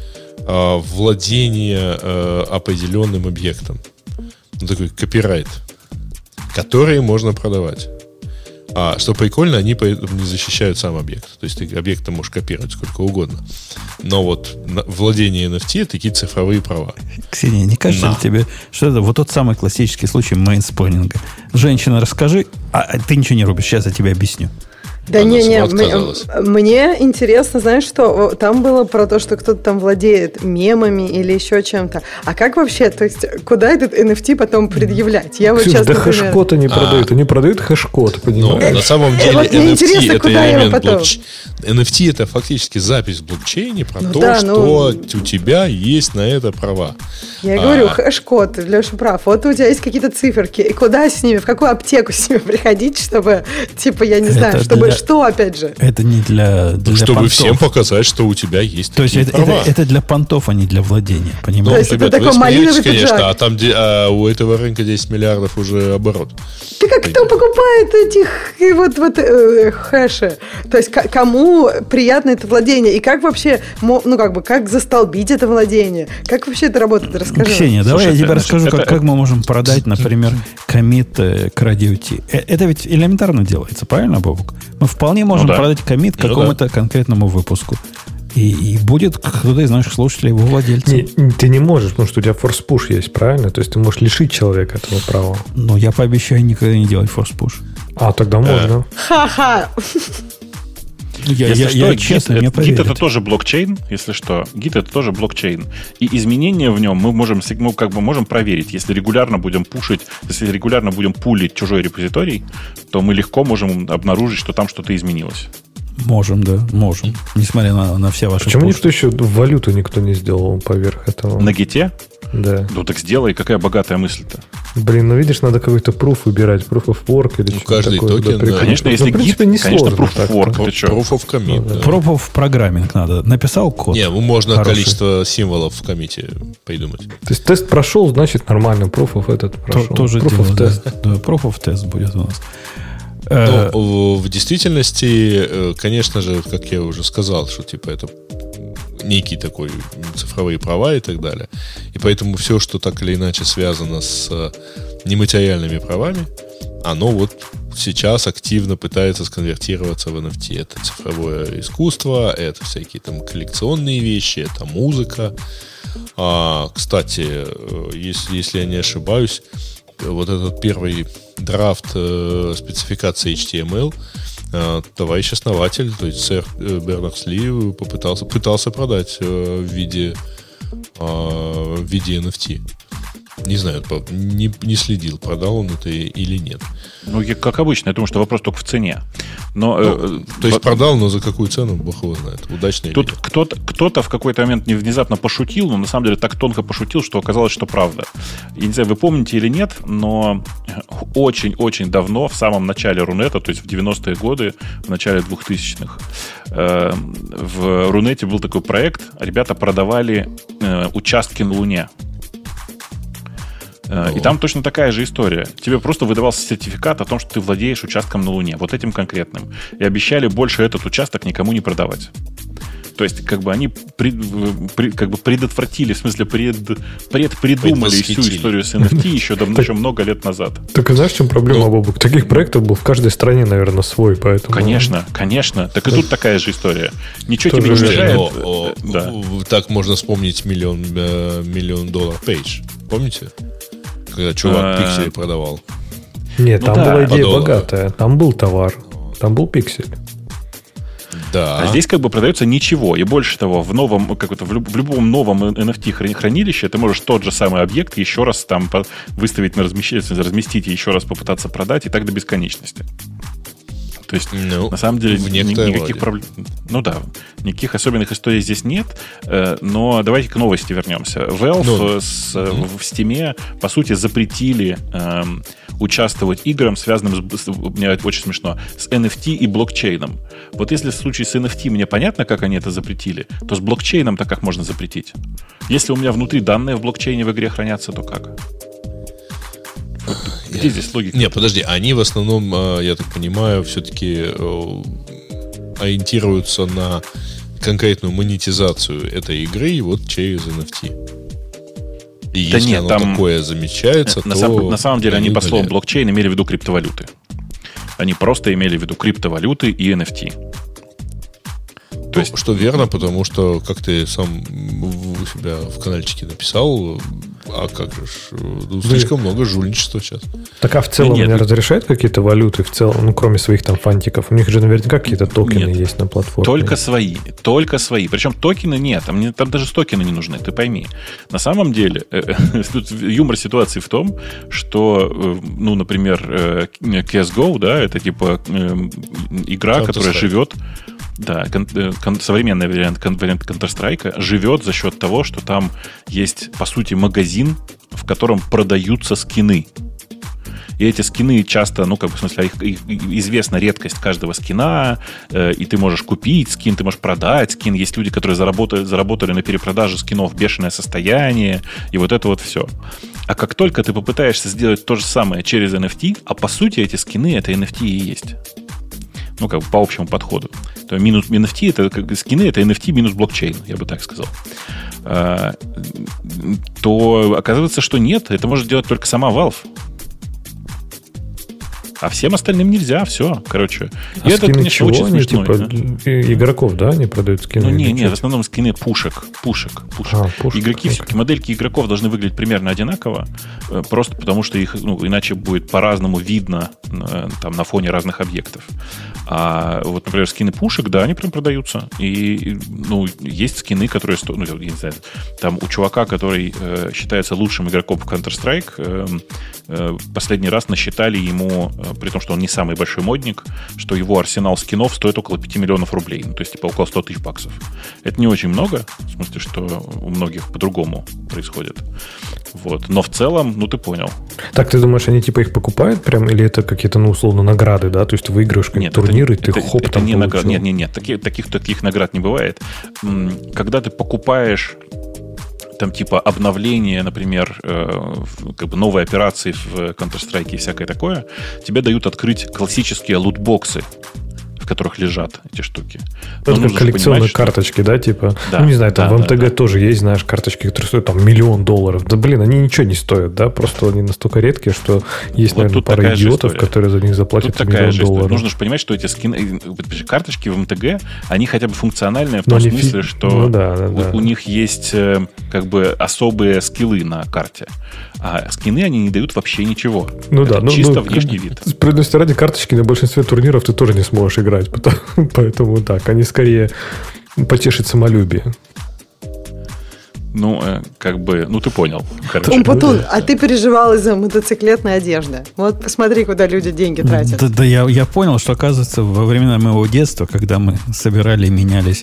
владение определенным объектом. Такой копирайт, который можно продавать. А что прикольно, они поэтому не защищают сам объект. То есть ты объект можешь копировать сколько угодно. Но вот владение NFT — это такие цифровые права. Ксения, не кажется ли тебе, что это вот тот самый классический случай мейнсплейнинга? Женщина, расскажи, а ты ничего не рубишь, сейчас я тебе объясню. Да не, мне интересно, знаешь что, там было про то, что кто-то там владеет мемами или еще чем-то. А как вообще, то есть, куда этот NFT потом предъявлять? Я вот сейчас, да хэш-код они продают, они продают хэш-код, понимаешь? Ну, на самом деле NFT это элемент блокчейна. NFT это фактически запись в блокчейне про то, что у тебя есть на это права. Я говорю, хэш-код, Леша прав. Вот у тебя есть какие-то циферки, и куда с ними, в какую аптеку с ними приходить, чтобы, типа, я не знаю, чтобы что, опять же? Это не для чтобы понтов. всем показать, что у тебя есть то такие есть права. это для понтов, а не для владения, понимаешь? То есть ребята, это такой малиновый пиджак. Конечно, а там у этого рынка 10 миллиардов уже оборот. Так а кто покупает этих хэши? То есть кому приятно это владение? И как вообще, как застолбить это владение? Как вообще это работает? Расскажи. Ксения, давай я тебе расскажу, как мы можем продать, например, коммит к RadioT. Это ведь элементарно делается, правильно, Бобук? Мы вполне можем продать коммит какому-то конкретному выпуску. И будет кто-то из наших слушателей его владельцем. Ты не можешь, потому что у тебя форс-пуш есть, правильно? То есть ты можешь лишить человека этого права. Но я пообещаю никогда не делать форс-пуш. А, тогда можно. Ха-ха! Я честно, мне поверят. Git это тоже блокчейн, если что. Git это тоже блокчейн. И изменения в нем мы можем проверить. Если регулярно будем пулить чужой репозиторий, то мы легко можем обнаружить, что там что-то изменилось. Можем, да, можем. Несмотря на все ваши... Почему никто еще валюту никто не сделал поверх этого? На Гите? Да. Ну так сделай, какая богатая мысль-то. Блин, видишь, надо какой-то proof выбирать, proof of work или что-то каждый такое. токен, да. Конечно, если Git, не конечно, сложно, proof of work. Ты что? Proof of commit, да. Proof of programming надо. Написал код. Не, можно хороший. количество символов в коммите придумать. То есть тест прошел, значит нормально, proof of этот прошел. Тоже proof of test. Да, proof of test будет у нас. Но в действительности, конечно же, как я уже сказал, что типа это некий такой цифровые права и так далее. И поэтому все, что так или иначе связано с нематериальными правами, оно вот сейчас активно пытается сконвертироваться в NFT. Это цифровое искусство, это всякие там коллекционные вещи, это музыка. Кстати, если я не ошибаюсь, вот этот первый драфт спецификации HTML товарищ основатель, то есть сэр Бернерс-Ли, пытался продать в виде NFT. Не знаю, не следил, продал он это или нет. Ну, как обычно, я думаю, что вопрос только в цене. Но, то есть продал, но за какую цену, бог его знает. Удачно тут или нет. Кто-то в какой-то момент внезапно пошутил, но на самом деле так тонко пошутил, что оказалось, что правда. Я не знаю, вы помните или нет, но очень-очень давно, в самом начале Рунета, то есть в 90-е годы, в начале 2000-х, в Рунете был такой проект, ребята продавали участки на Луне. И там точно такая же история. Тебе просто выдавался сертификат о том, что ты владеешь участком на Луне, вот этим конкретным. И обещали больше этот участок никому не продавать. То есть, как бы они предотвратили, в смысле, предпридумали всю историю с NFT еще много лет назад. Так и знаешь, в чем проблема, Бобук? Таких проектов был в каждой стране, наверное, свой, поэтому... Конечно. Так и тут такая же история. Ничего тебе не мешает. Так можно вспомнить $1 million page. Помните? Когда чувак пиксели продавал. Нет, там была идея богатая. Там был товар. Там был пиксель. Да. А здесь как бы продается ничего. И больше того, в любом новом NFT хранилище ты можешь тот же самый объект еще раз там выставить на разместить и еще раз попытаться продать, и так до бесконечности. То есть, на самом деле, никаких проблем. Ну да, никаких особенных историй здесь нет. Но давайте к новости вернемся. Valve в Steam, по сути, запретили участвовать играм, связанным мне очень смешно, с NFT и блокчейном. Вот если в случае с NFT мне понятно, как они это запретили, то с блокчейном-то как можно запретить? Если у меня внутри данные в блокчейне в игре хранятся, то как? Где здесь логика? Не, подожди, они в основном, я так понимаю, все-таки ориентируются на конкретную монетизацию этой игры вот через NFT. И да если нет, оно там такое замечается, на то... на самом деле они по словам блокчейн имели в виду криптовалюты. Они просто имели в виду криптовалюты и NFT. То есть... Что верно, потому что, как ты сам у себя в каналчике написал, а как же, слишком много жульничества сейчас. Так, а в целом не разрешают какие-то валюты в целом, ну, кроме своих там фантиков? У них же наверняка какие-то токены есть на платформе. Только свои. Причем токены нет, там даже токены не нужны, ты пойми. На самом деле, тут юмор ситуации в том, что, ну, например, CSGO, да, это типа игра, которая живет... Да, современный вариант Counter-Strike живет за счет того, что там есть, по сути, магазин, в котором продаются скины. И эти скины часто, ну, как бы, в смысле, их известна редкость каждого скина, и ты можешь купить скин, ты можешь продать скин. Есть люди, которые заработали на перепродаже скинов бешеное состояние, и вот это вот все. А как только ты попытаешься сделать то же самое через NFT, а по сути эти скины, это NFT и есть. Ну, как бы по общему подходу. То минус NFT, это скины, это NFT минус блокчейн, я бы так сказал. То оказывается, что нет, это может делать только сама Valve. А всем остальным нельзя, все, короче. А и это, конечно, очень смешно. Типа, игроков, да, они продают скины? Ну, не, в основном скины пушек. Игроки, все-таки модельки игроков должны выглядеть примерно одинаково, просто потому что их, ну, иначе будет по-разному видно там, на фоне разных объектов. А вот, например, скины пушек, да, они прям продаются. И, ну, есть скины, которые стоят, ну, я не знаю, там у чувака, который считается лучшим игроком в Counter-Strike, последний раз насчитали ему, при том, что он не самый большой модник, что его арсенал скинов стоит около 5 миллионов рублей. Ну, то есть, типа, около 100 тысяч баксов. Это не очень много, в смысле, что у многих по-другому происходит. Вот. Но в целом, ну, ты понял. Так, ты думаешь, они, типа, их покупают прям, или это какие-то, ну, условно, награды, да? То есть, ты выигрываешь какие-то турниры, ты хоп, это там не получил. Нет. Таких наград не бывает. Когда ты покупаешь там типа обновление, например, как бы новые операции в Counter-Strike и всякое такое, тебе дают открыть классические лутбоксы, в которых лежат эти штуки. Это как коллекционные карточки, да, типа? Да, ну, не знаю, там в МТГ тоже есть, знаешь, карточки, которые стоят там $1 миллион. Да, блин, они ничего не стоят, да, просто они настолько редкие, что есть, вот, наверное, пара идиотов, которые за них заплатят $1 миллион. Нужно же понимать, что эти скины, карточки в МТГ, они хотя бы функциональные в том смысле, что у них есть как бы особые скиллы на карте. А скины они не дают вообще ничего. Ну это да, чисто внешний вид. Справедливости ради, карточки на большинстве турниров ты тоже не сможешь играть. Поэтому так, они скорее потешат самолюбие. Ну, как бы, ну ты понял. Умпутун, а ты переживал из-за мотоциклетной одежды. Вот посмотри, куда люди деньги тратят. Да, я понял, что, оказывается, во времена моего детства, когда мы собирали и менялись,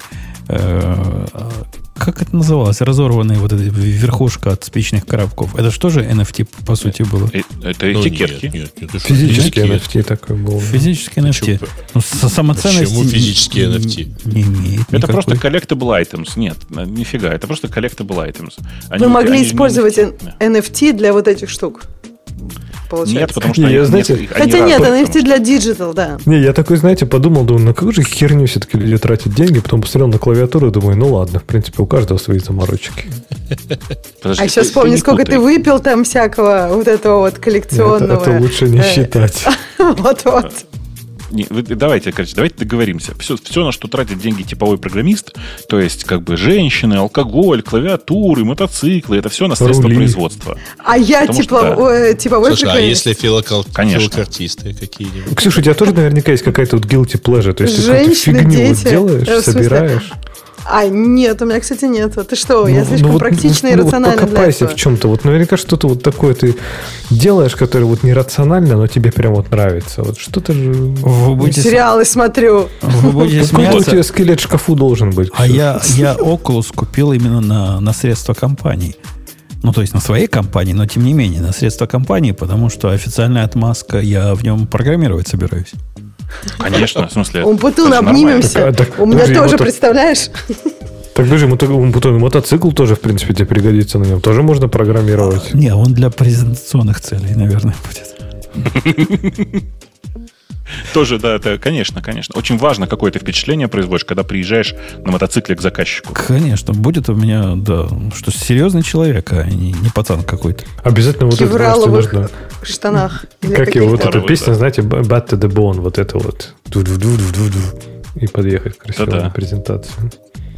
как это называлось? Разорванная вот эта верхушка от спичных коробков. Это что же NFT, по сути, было? Это этикетки. Нет, физический NFT такой был. Физический NFT. Ну, самоценность... Почему физический NFT? Не имеет это никакой. Просто collectible items. Нет, нифига. Это просто collectible items. Вы могли использовать NFT для вот этих штук? Получается. Нет, потому что хотя нет, NFT для digital, да. Не, я такой, знаете, подумал, думаю, на какую же херню все-таки люди тратят деньги, потом посмотрел на клавиатуру и думаю, ну ладно, в принципе, у каждого свои заморочки. Подожди, а сейчас вспомни, сколько ты выпил там всякого вот этого вот коллекционного. Это лучше не считать. Вот-вот. Давайте договоримся. Все, на что тратит деньги типовой программист, то есть как бы женщины, алкоголь, клавиатуры, мотоциклы, это все на средства производства. А я типовой программист. А если филокартисты какие-нибудь? Ксюша, у тебя тоже наверняка есть какая-то вот guilty pleasure, то есть ты какую-то фигню вот делаешь, собираешь. А, нет, у меня, кстати, нет. Ты что, я слишком практична и рациональна для этого. Покопайся в чем-то. Вот наверняка что-то вот такое ты делаешь, которое вот нерационально, но тебе прям вот нравится. Вот что-то же... Сериалы смотрю. Вы будете смеяться. У тебя скелет в шкафу должен быть. А я Oculus купил именно на средства компаний. Ну, то есть на своей компании, но тем не менее на средства компании, потому что официальная отмазка, я в нем программировать собираюсь. Конечно, в смысле. Умпутун, обнимемся. У меня тоже, представляешь? Так даже мотоцикл тоже, в принципе, тебе пригодится на нем. Тоже можно программировать. Не, он для презентационных целей, наверное, будет. Тоже, да, это, конечно. Очень важно, какое ты впечатление производишь, когда приезжаешь на мотоцикле к заказчику. Конечно, будет у меня, да, что серьезный человек, а не пацан какой-то. Обязательно вот это нужно... штанах. Как его вот эта песня, знаете, Bad to the Bone, вот это вот. И подъехать красиво на презентацию.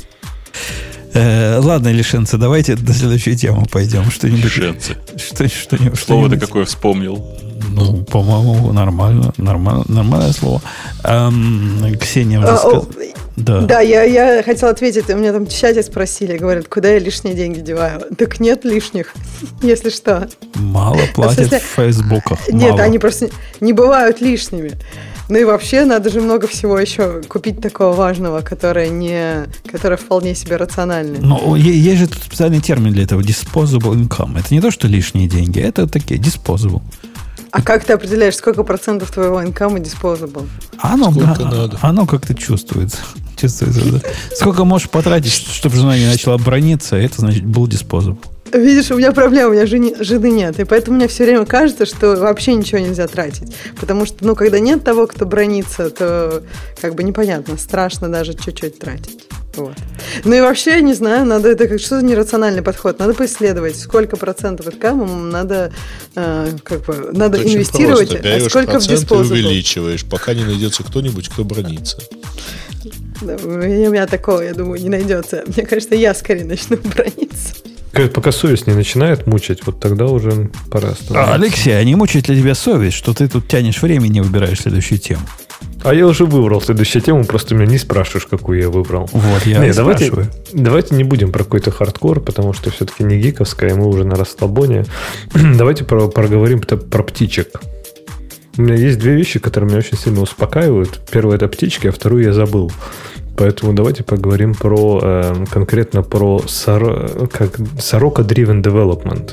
Ладно, лишенцы, давайте до следующей темы пойдем. Что-нибудь. Лишенцы. Что-нибудь. Слово ты какое вспомнил? Ну, по-моему, нормальное слово. Ксения уже сказала. Да, я хотела ответить. У меня там в чате спросили, говорят, куда я лишние деньги деваю. Так нет лишних, если что. Мало платят в фейсбуках. Нет, они просто не бывают лишними. Ну и вообще, надо же много всего еще купить такого важного, которое вполне себе рациональное. Но есть же тут специальный термин для этого – disposable income. Это не то, что лишние деньги, это такие disposable. А как ты определяешь, сколько процентов твоего инкама disposable? Оно как-то чувствуется. Да. Сколько можешь потратить, чтобы жена не начала браниться, это значит был disposable. Видишь, у меня проблема, у меня жены нет. И поэтому мне все время кажется, что вообще ничего нельзя тратить. Потому что, когда нет того, кто бронится, то как бы непонятно, страшно даже чуть-чуть тратить. Вот. Ну и вообще, я не знаю, что за нерациональный подход? Надо поисследовать, сколько процентов инкама надо инвестировать, просто. А сколько в disposable. Увеличиваешь, пока не найдется кто-нибудь, кто бронится. Да, у меня такого, я думаю, не найдется. Мне кажется, я скорее начну брониться. Пока совесть не начинает мучить, вот тогда уже пора остановиться. Алексей, а не мучает ли тебя совесть, что ты тут тянешь время и не выбираешь следующую тему? А я уже выбрал следующую тему, просто меня не спрашиваешь, какую я выбрал. Вот, я и спрашиваю. Давайте не будем про какой-то хардкор, потому что все-таки не гиковская, мы уже на расслабоне. Давайте проговорим про птичек. У меня есть две вещи, которые меня очень сильно успокаивают. Первое – это птички, а вторую я забыл. Поэтому давайте поговорим конкретно про Soroka-driven development.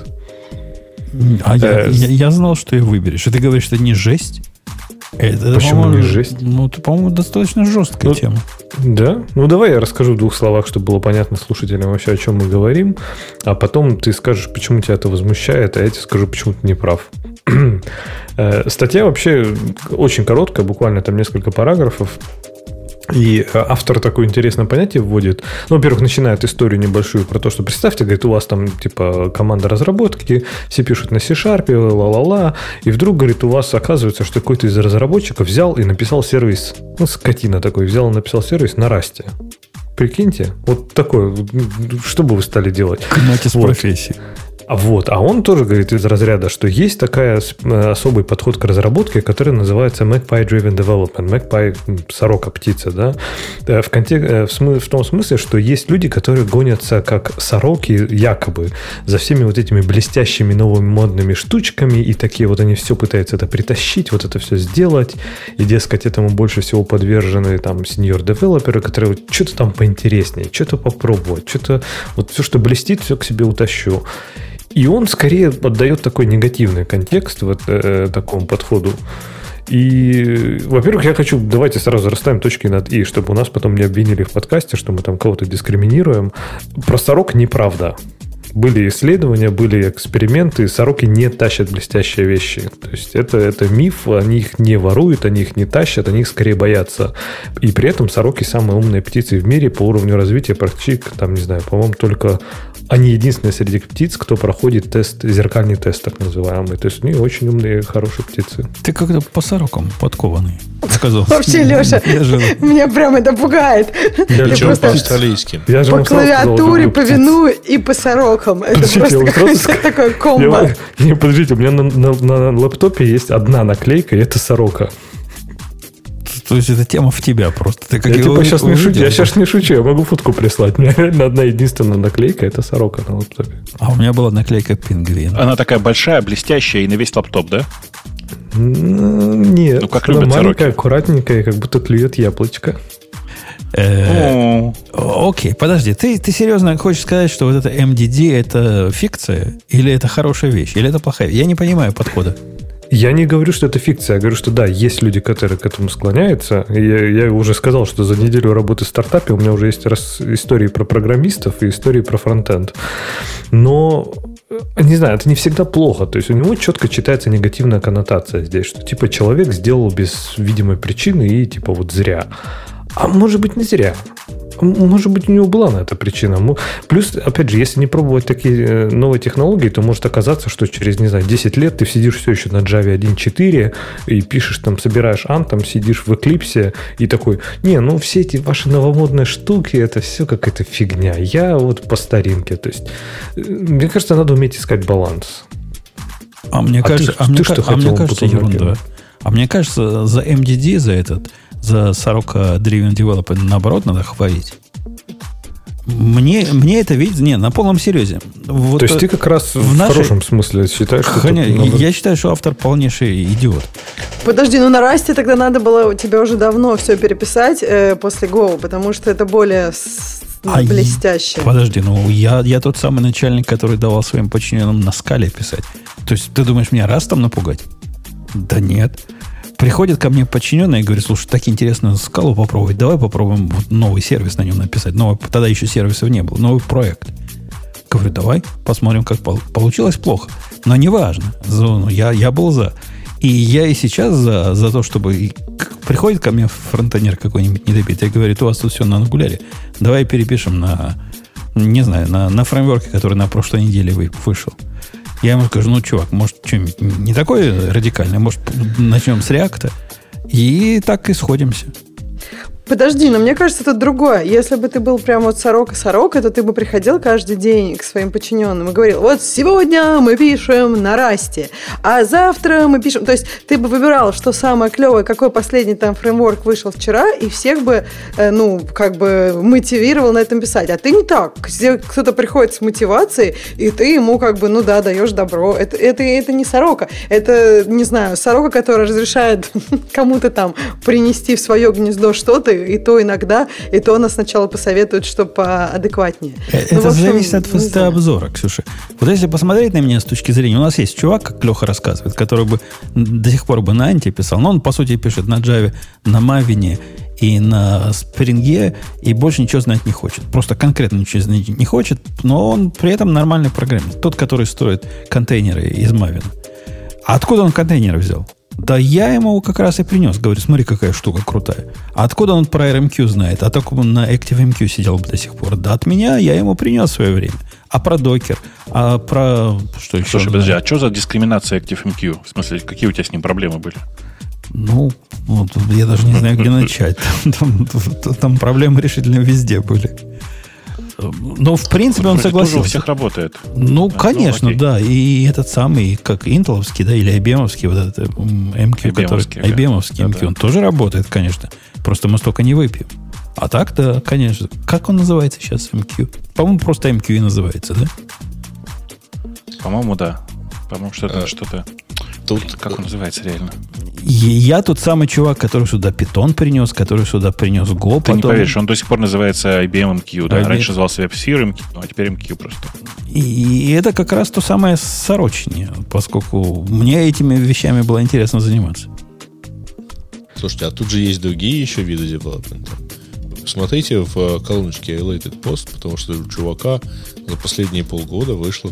Я знал, что ее выберешь. И ты говоришь, что это не жесть? Почему не жесть? Это, по-моему, достаточно жесткая тема. Да? Ну, давай я расскажу в двух словах, чтобы было понятно слушателям вообще, о чем мы говорим. А потом ты скажешь, почему тебя это возмущает, а я тебе скажу, почему ты не прав. Статья вообще очень короткая, буквально там несколько параграфов. И автор такое интересное понятие вводит. Ну, во-первых, начинает историю небольшую про то, что представьте, говорит, у вас там типа команда разработки, все пишут на C-Sharp, ла-ла-ла, и вдруг, говорит, у вас оказывается, что какой-то из разработчиков взял и написал сервис, скотина такой, взял и написал сервис на Rust. Прикиньте, вот такое, что бы вы стали делать? Гнать из профессии. А он тоже говорит из разряда, что есть такая особый подход к разработке, который называется Magpie-driven development. Magpie – сорока, птица, да? В том смысле, что есть люди, которые гонятся как сороки якобы за всеми вот этими блестящими новыми модными штучками, и такие вот они все пытаются это притащить, вот это все сделать, и, дескать, этому больше всего подвержены там senior-девелоперы, которые что-то там поинтереснее, что-то попробовать, что-то вот все, что блестит, все к себе утащу. И он скорее отдает такой негативный контекст вот такому подходу. И, во-первых, давайте сразу расставим точки над «и», чтобы у нас потом не обвинили в подкасте, что мы там кого-то дискриминируем. Про сорок неправда. Были исследования, были эксперименты, сороки не тащат блестящие вещи. То есть это миф, они их не воруют, они их не тащат, они их скорее боятся. И при этом сороки самые умные птицы в мире по уровню развития практически, там, не знаю, по-моему, только они единственные среди птиц, кто проходит зеркальный тест, так называемый. То есть они очень умные, хорошие птицы. Ты как-то по сорокам подкованный. Вообще, Леша, меня прям это пугает. Причем по-австралийски. По клавиатуре, по вину и по сорокам. Это просто какое-то такое комбо. Не, подождите, у меня на лэптопе есть одна наклейка, и это сорока. То есть это тема в тебя просто. Ты как я сейчас не шучу. Я сейчас не шучу. Я могу фотку прислать. У меня реально одна единственная наклейка. Это сорока на лэптопе. А у меня была наклейка пингвин. Она такая большая, блестящая и на весь лэптоп, да? Нет. Ну, как она любят маленькая, сороки. Аккуратненькая, как будто клюет яблочко. Окей, подожди. Ты серьезно хочешь сказать, что вот это MDD это фикция? Или это хорошая вещь? Или это плохая? Я не понимаю подхода. Я не говорю, что это фикция. Я говорю, что да, есть люди, которые к этому склоняются. Я уже сказал, что за неделю работы в стартапе у меня уже есть истории про программистов и истории про фронтенд. Но не знаю, это не всегда плохо. То есть у него четко читается негативная коннотация здесь, что типа человек сделал без видимой причины и типа вот зря. А может быть, не зря. Может быть, у него была на это причина. Плюс, опять же, если не пробовать такие новые технологии, то может оказаться, что через, не знаю, 10 лет ты сидишь все еще на Java 1.4 и пишешь там, собираешь Anthem, сидишь в Eclipse и такой, все эти ваши новомодные штуки, это все какая-то фигня. Я вот по старинке. То есть, мне кажется, надо уметь искать баланс. Мне кажется, ерунда. А мне кажется, за MDD, за Soroka Driven Development, наоборот, надо хвалить. Мне это видится, на полном серьезе. Вот, то есть ты как раз в хорошем смысле считаешь, что... Я считаю, что автор полнейший идиот. Подожди, на Расте тогда надо было тебе уже давно все переписать после Go, потому что это более блестяще. Подожди, я тот самый начальник, который давал своим подчиненным на скале писать. То есть ты думаешь, меня Растом напугать? Да нет. Приходит ко мне подчиненный и говорит, слушай, так интересно скалу попробовать, давай попробуем вот новый сервис на нем написать. Тогда еще сервисов не было, новый проект. Говорю, давай, посмотрим, как получилось. Плохо. Но неважно. Я был за. И я и сейчас за то, чтобы... Приходит ко мне фронтонер какой-нибудь недобитый и говорит, у вас тут все на ангуляре. Давай перепишем на фреймворке, который на прошлой неделе вышел. Я ему скажу, чувак, может, что-нибудь не такое радикальное, может, начнем с React, и так и сходимся. Подожди, но мне кажется, это другое. Если бы ты был прям вот Сорока, то ты бы приходил каждый день к своим подчиненным и говорил, вот сегодня мы пишем на Расте, а завтра мы пишем... То есть ты бы выбирал, что самое клевое, какой последний там фреймворк вышел вчера, и всех бы, мотивировал на этом писать. А ты не так. Кто-то приходит с мотивацией, и ты ему даешь добро. Это не Сорока. Это, не знаю, Сорока, которая разрешает кому-то там принести в свое гнездо что-то, и то иногда, и то она сначала посоветует, что поадекватнее. Это зависит от высоты обзора, Ксюша. Вот если посмотреть на меня с точки зрения, у нас есть чувак, как Леха рассказывает, который бы до сих пор бы на Анте писал, но он, по сути, пишет на Java, на Maven и на Spring, и больше ничего знать не хочет. Просто конкретно ничего знать не хочет, но он при этом нормальный программист. Тот, который строит контейнеры из Maven. А откуда он контейнеры взял? Да я ему как раз и принес. Говорю, смотри, какая штука крутая. А откуда он про RMQ знает? А так он на ActiveMQ сидел бы до сих пор. Да от меня я ему принес в свое время. А про докер? А про... Что еще? Слушай, подожди, а что за дискриминация ActiveMQ? В смысле, какие у тебя с ним проблемы были? Я даже не знаю, где начать. Там проблемы решительно везде были. Но, в принципе, он согласился. Тоже у всех работает. Конечно, да. И этот самый, как интеловский, да, или IBM-овский, вот этот MQ, который... IBM-овский MQ, он тоже работает, конечно. Просто мы столько не выпьем. А так, да, конечно. Как он называется сейчас, MQ? По-моему, просто MQ и называется, да? По-моему, да. По-моему, что-то... Как он называется реально? Я тот самый чувак, который сюда Python принес, который сюда принес Go. Ты не поверишь, он до сих пор называется IBM MQ. Да? Раньше назывался WebSphere MQ, а теперь MQ просто. И это как раз то самое сорочнее, поскольку мне этими вещами было интересно заниматься. Слушайте, а тут же есть другие еще виды девелопмента. Посмотрите в колоночке Related Post, потому что у чувака за последние полгода вышел,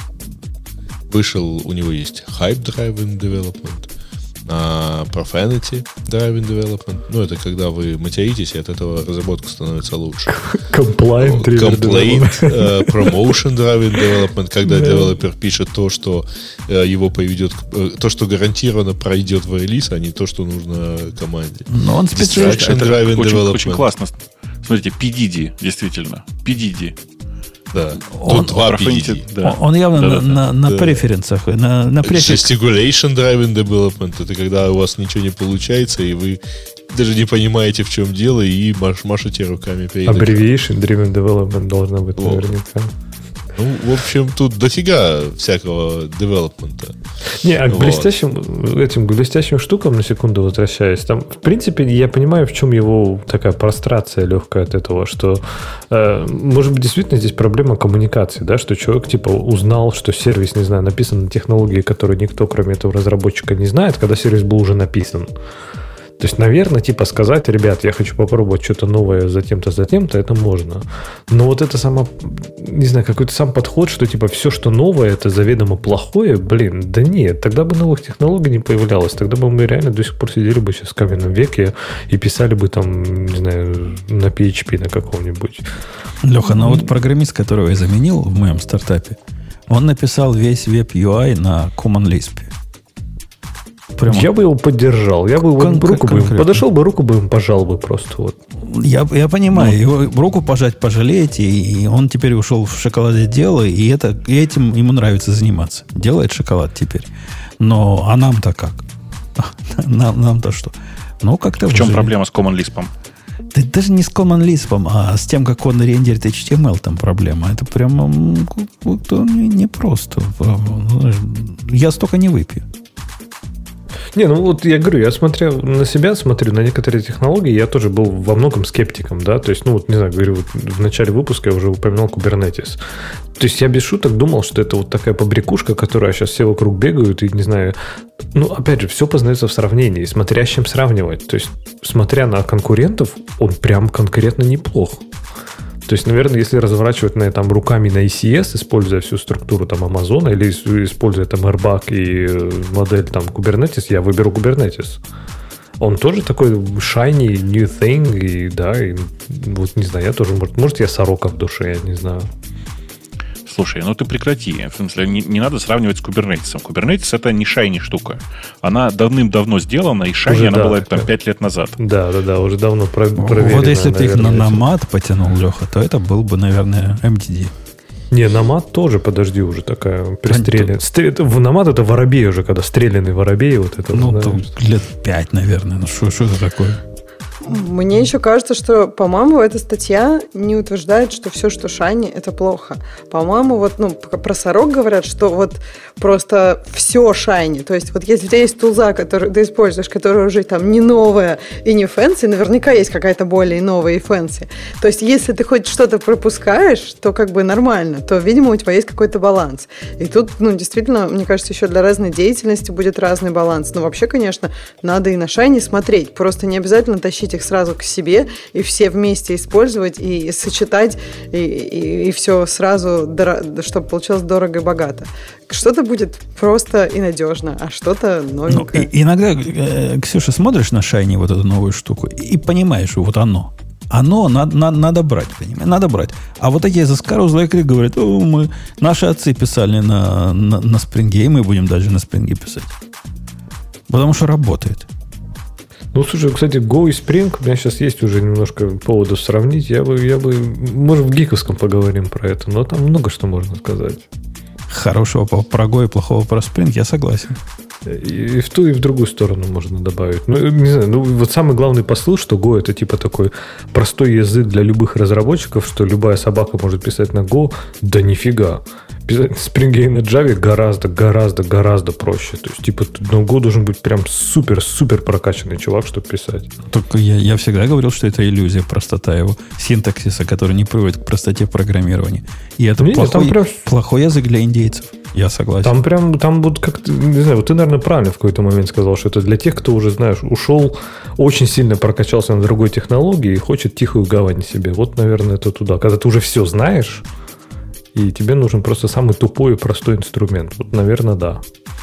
у него есть Hype Driven Development, Profanity Driven Development. Это когда вы материтесь, и от этого разработка становится лучше. Complaint Promotion Driven Development, когда девелопер пишет то, что его поведет, то, что гарантированно пройдет в релиз, а не то, что нужно команде. Но он Distraction Driven Development. Очень классно. Смотрите, PDD, действительно. PDD. Да. Тут два PDD. Да. Он явно на преференсах. На Gesticulation Driven Development. Это когда у вас ничего не получается, и вы даже не понимаете, в чем дело, и машете руками перед этим. Abbreviation Driven Development должна быть наверняка. В общем, тут дофига всякого девелопмента. К блестящим штукам, на секунду возвращаясь, там, в принципе, я понимаю, в чем его такая прострация легкая от этого, что, может быть, действительно здесь проблема коммуникации, да, что человек, узнал, что сервис, не знаю, написан на технологии, которые никто, кроме этого разработчика, не знает, когда сервис был уже написан. То есть, наверное, типа сказать, ребят, я хочу попробовать что-то новое за тем-то, это можно. Но вот это не знаю, какой-то сам подход, что типа все, что новое, это заведомо плохое, да нет, тогда бы новых технологий не появлялось, тогда бы мы реально до сих пор сидели бы сейчас в каменном веке и писали бы там, не знаю, на PHP на каком-нибудь. Леха, ну вот программист, которого я заменил в моем стартапе, он написал весь веб-UI на Common Lisp. Прямо. Я бы его поддержал. Я бы руку бы им подошел бы, руку бы им пожал бы просто. Вот. Я понимаю, его руку пожать пожалеете, и он теперь ушел в шоколадодело, и этим ему нравится заниматься. Делает шоколад теперь. Но а нам-то как? Нам-то что? Ну, как-то в чем проблема с Common Lisp? Да даже не с Common Lisp, а с тем, как он рендерит HTML, там проблема. Это прямо не просто. Я столько не выпью. Не, ну вот я говорю, я смотрю на некоторые технологии, я тоже был во многом скептиком, да, то есть, ну вот, не знаю, говорю, вот в начале выпуска я уже упоминал Kubernetes. То есть я без шуток думал, что это вот такая побрякушка, которая сейчас все вокруг бегают, и, не знаю, ну, опять же, все познается в сравнении, смотря с чем сравнивать. То есть, смотря на конкурентов, он прям конкретно неплох. То есть, наверное, если разворачивать там руками на ECS, используя всю структуру там Amazon или используя там Airbag и модель там Kubernetes, я выберу Kubernetes. Он тоже такой shiny, new thing, и да, и, вот не знаю, я тоже, может я сорока в душе, я не знаю. Слушай, ну ты прекрати. В смысле, не надо сравнивать с Kubernetes. Kubernetes — это не шайни штука. Она давным-давно сделана, и шайни она была там 5 лет назад. Да, уже давно проверена. Вот если бы ты их на Nomad потянул, Леха, то это был бы, наверное, MDD. Не, Nomad тоже, подожди, уже такая пристреленная. В Nomad это воробей уже, когда стрелянный воробей. Вот это, ну, лет 5, наверное. Ну, что это такое? Мне еще кажется, что, по-моему, эта статья не утверждает, что все, что шайни, это плохо. По-моему, вот, про сорок говорят, что вот просто все шайни. То есть, вот если у тебя есть тулза, которую ты используешь, которая уже там не новая и не фэнси, наверняка есть какая-то более новая и фэнси. То есть, если ты хоть что-то пропускаешь, то как бы нормально, то, видимо, у тебя есть какой-то баланс. И тут, действительно, мне кажется, еще для разной деятельности будет разный баланс. Но вообще, конечно, надо и на шайни смотреть. Просто не обязательно тащить их сразу к себе и все вместе использовать и сочетать и все сразу, чтобы получилось дорого и богато. Что-то будет просто и надежно, а что-то новенькое. Ну, иногда, Ксюша, смотришь на шайни вот эту новую штуку и понимаешь, вот оно надо брать, понимаешь? Надо брать. А вот такие заскорузлые крик говорят, наши отцы писали на спринге, и мы будем даже на спринге писать. Потому что работает. Ну, слушай, кстати, Go и Spring, у меня сейчас есть уже немножко поводов сравнить. Я бы, может, в гиковском поговорим про это, но там много что можно сказать. Хорошего про Go и плохого про Spring, я согласен. И в ту, и в другую сторону можно добавить. Ну, не знаю, вот самый главный посыл, что Go это типа такой простой язык для любых разработчиков, что любая собака может писать на Go. Да нифига. Писать на Spring и на Java гораздо проще. То есть, типа, на Go должен быть прям супер прокачанный чувак, чтобы писать. Только я всегда говорил, что это иллюзия, простота его синтаксиса, который не приводит к простоте программирования. И это плохой язык для индейцев. Я согласен. Там вот как-то, не знаю, вот ты, наверное, правильно в какой-то момент сказал, что это для тех, кто уже, знаешь, ушел, очень сильно прокачался на другой технологии и хочет тихую гавань себе. Вот, наверное, это туда. Когда ты уже все знаешь, и тебе нужен просто самый тупой и простой инструмент. Вот, наверное, да.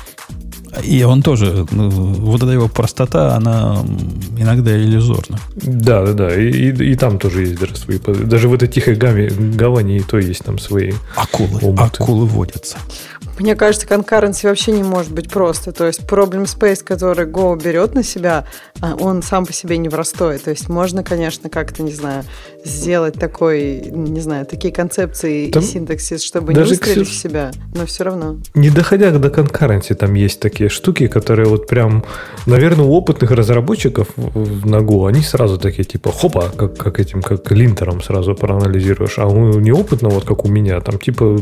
И он тоже, вот эта его простота, она иногда иллюзорна. Да. И там тоже есть даже свои... Даже в этой тихой гавани и то есть там свои... Акулы водятся. Мне кажется, конкуренция вообще не может быть просто. То есть problem space, который Go берет на себя, он сам по себе не простой. То есть можно, конечно, как-то, не знаю, сделать такой, не знаю, такие концепции там и синтаксис, чтобы не выстрелить в себя, но все равно. Не доходя до конкуренции, там есть такие штуки, которые вот прям, наверное, у опытных разработчиков на Go, они сразу такие, типа, хопа, как линтером сразу проанализируешь. А у неопытного, вот как у меня, там типа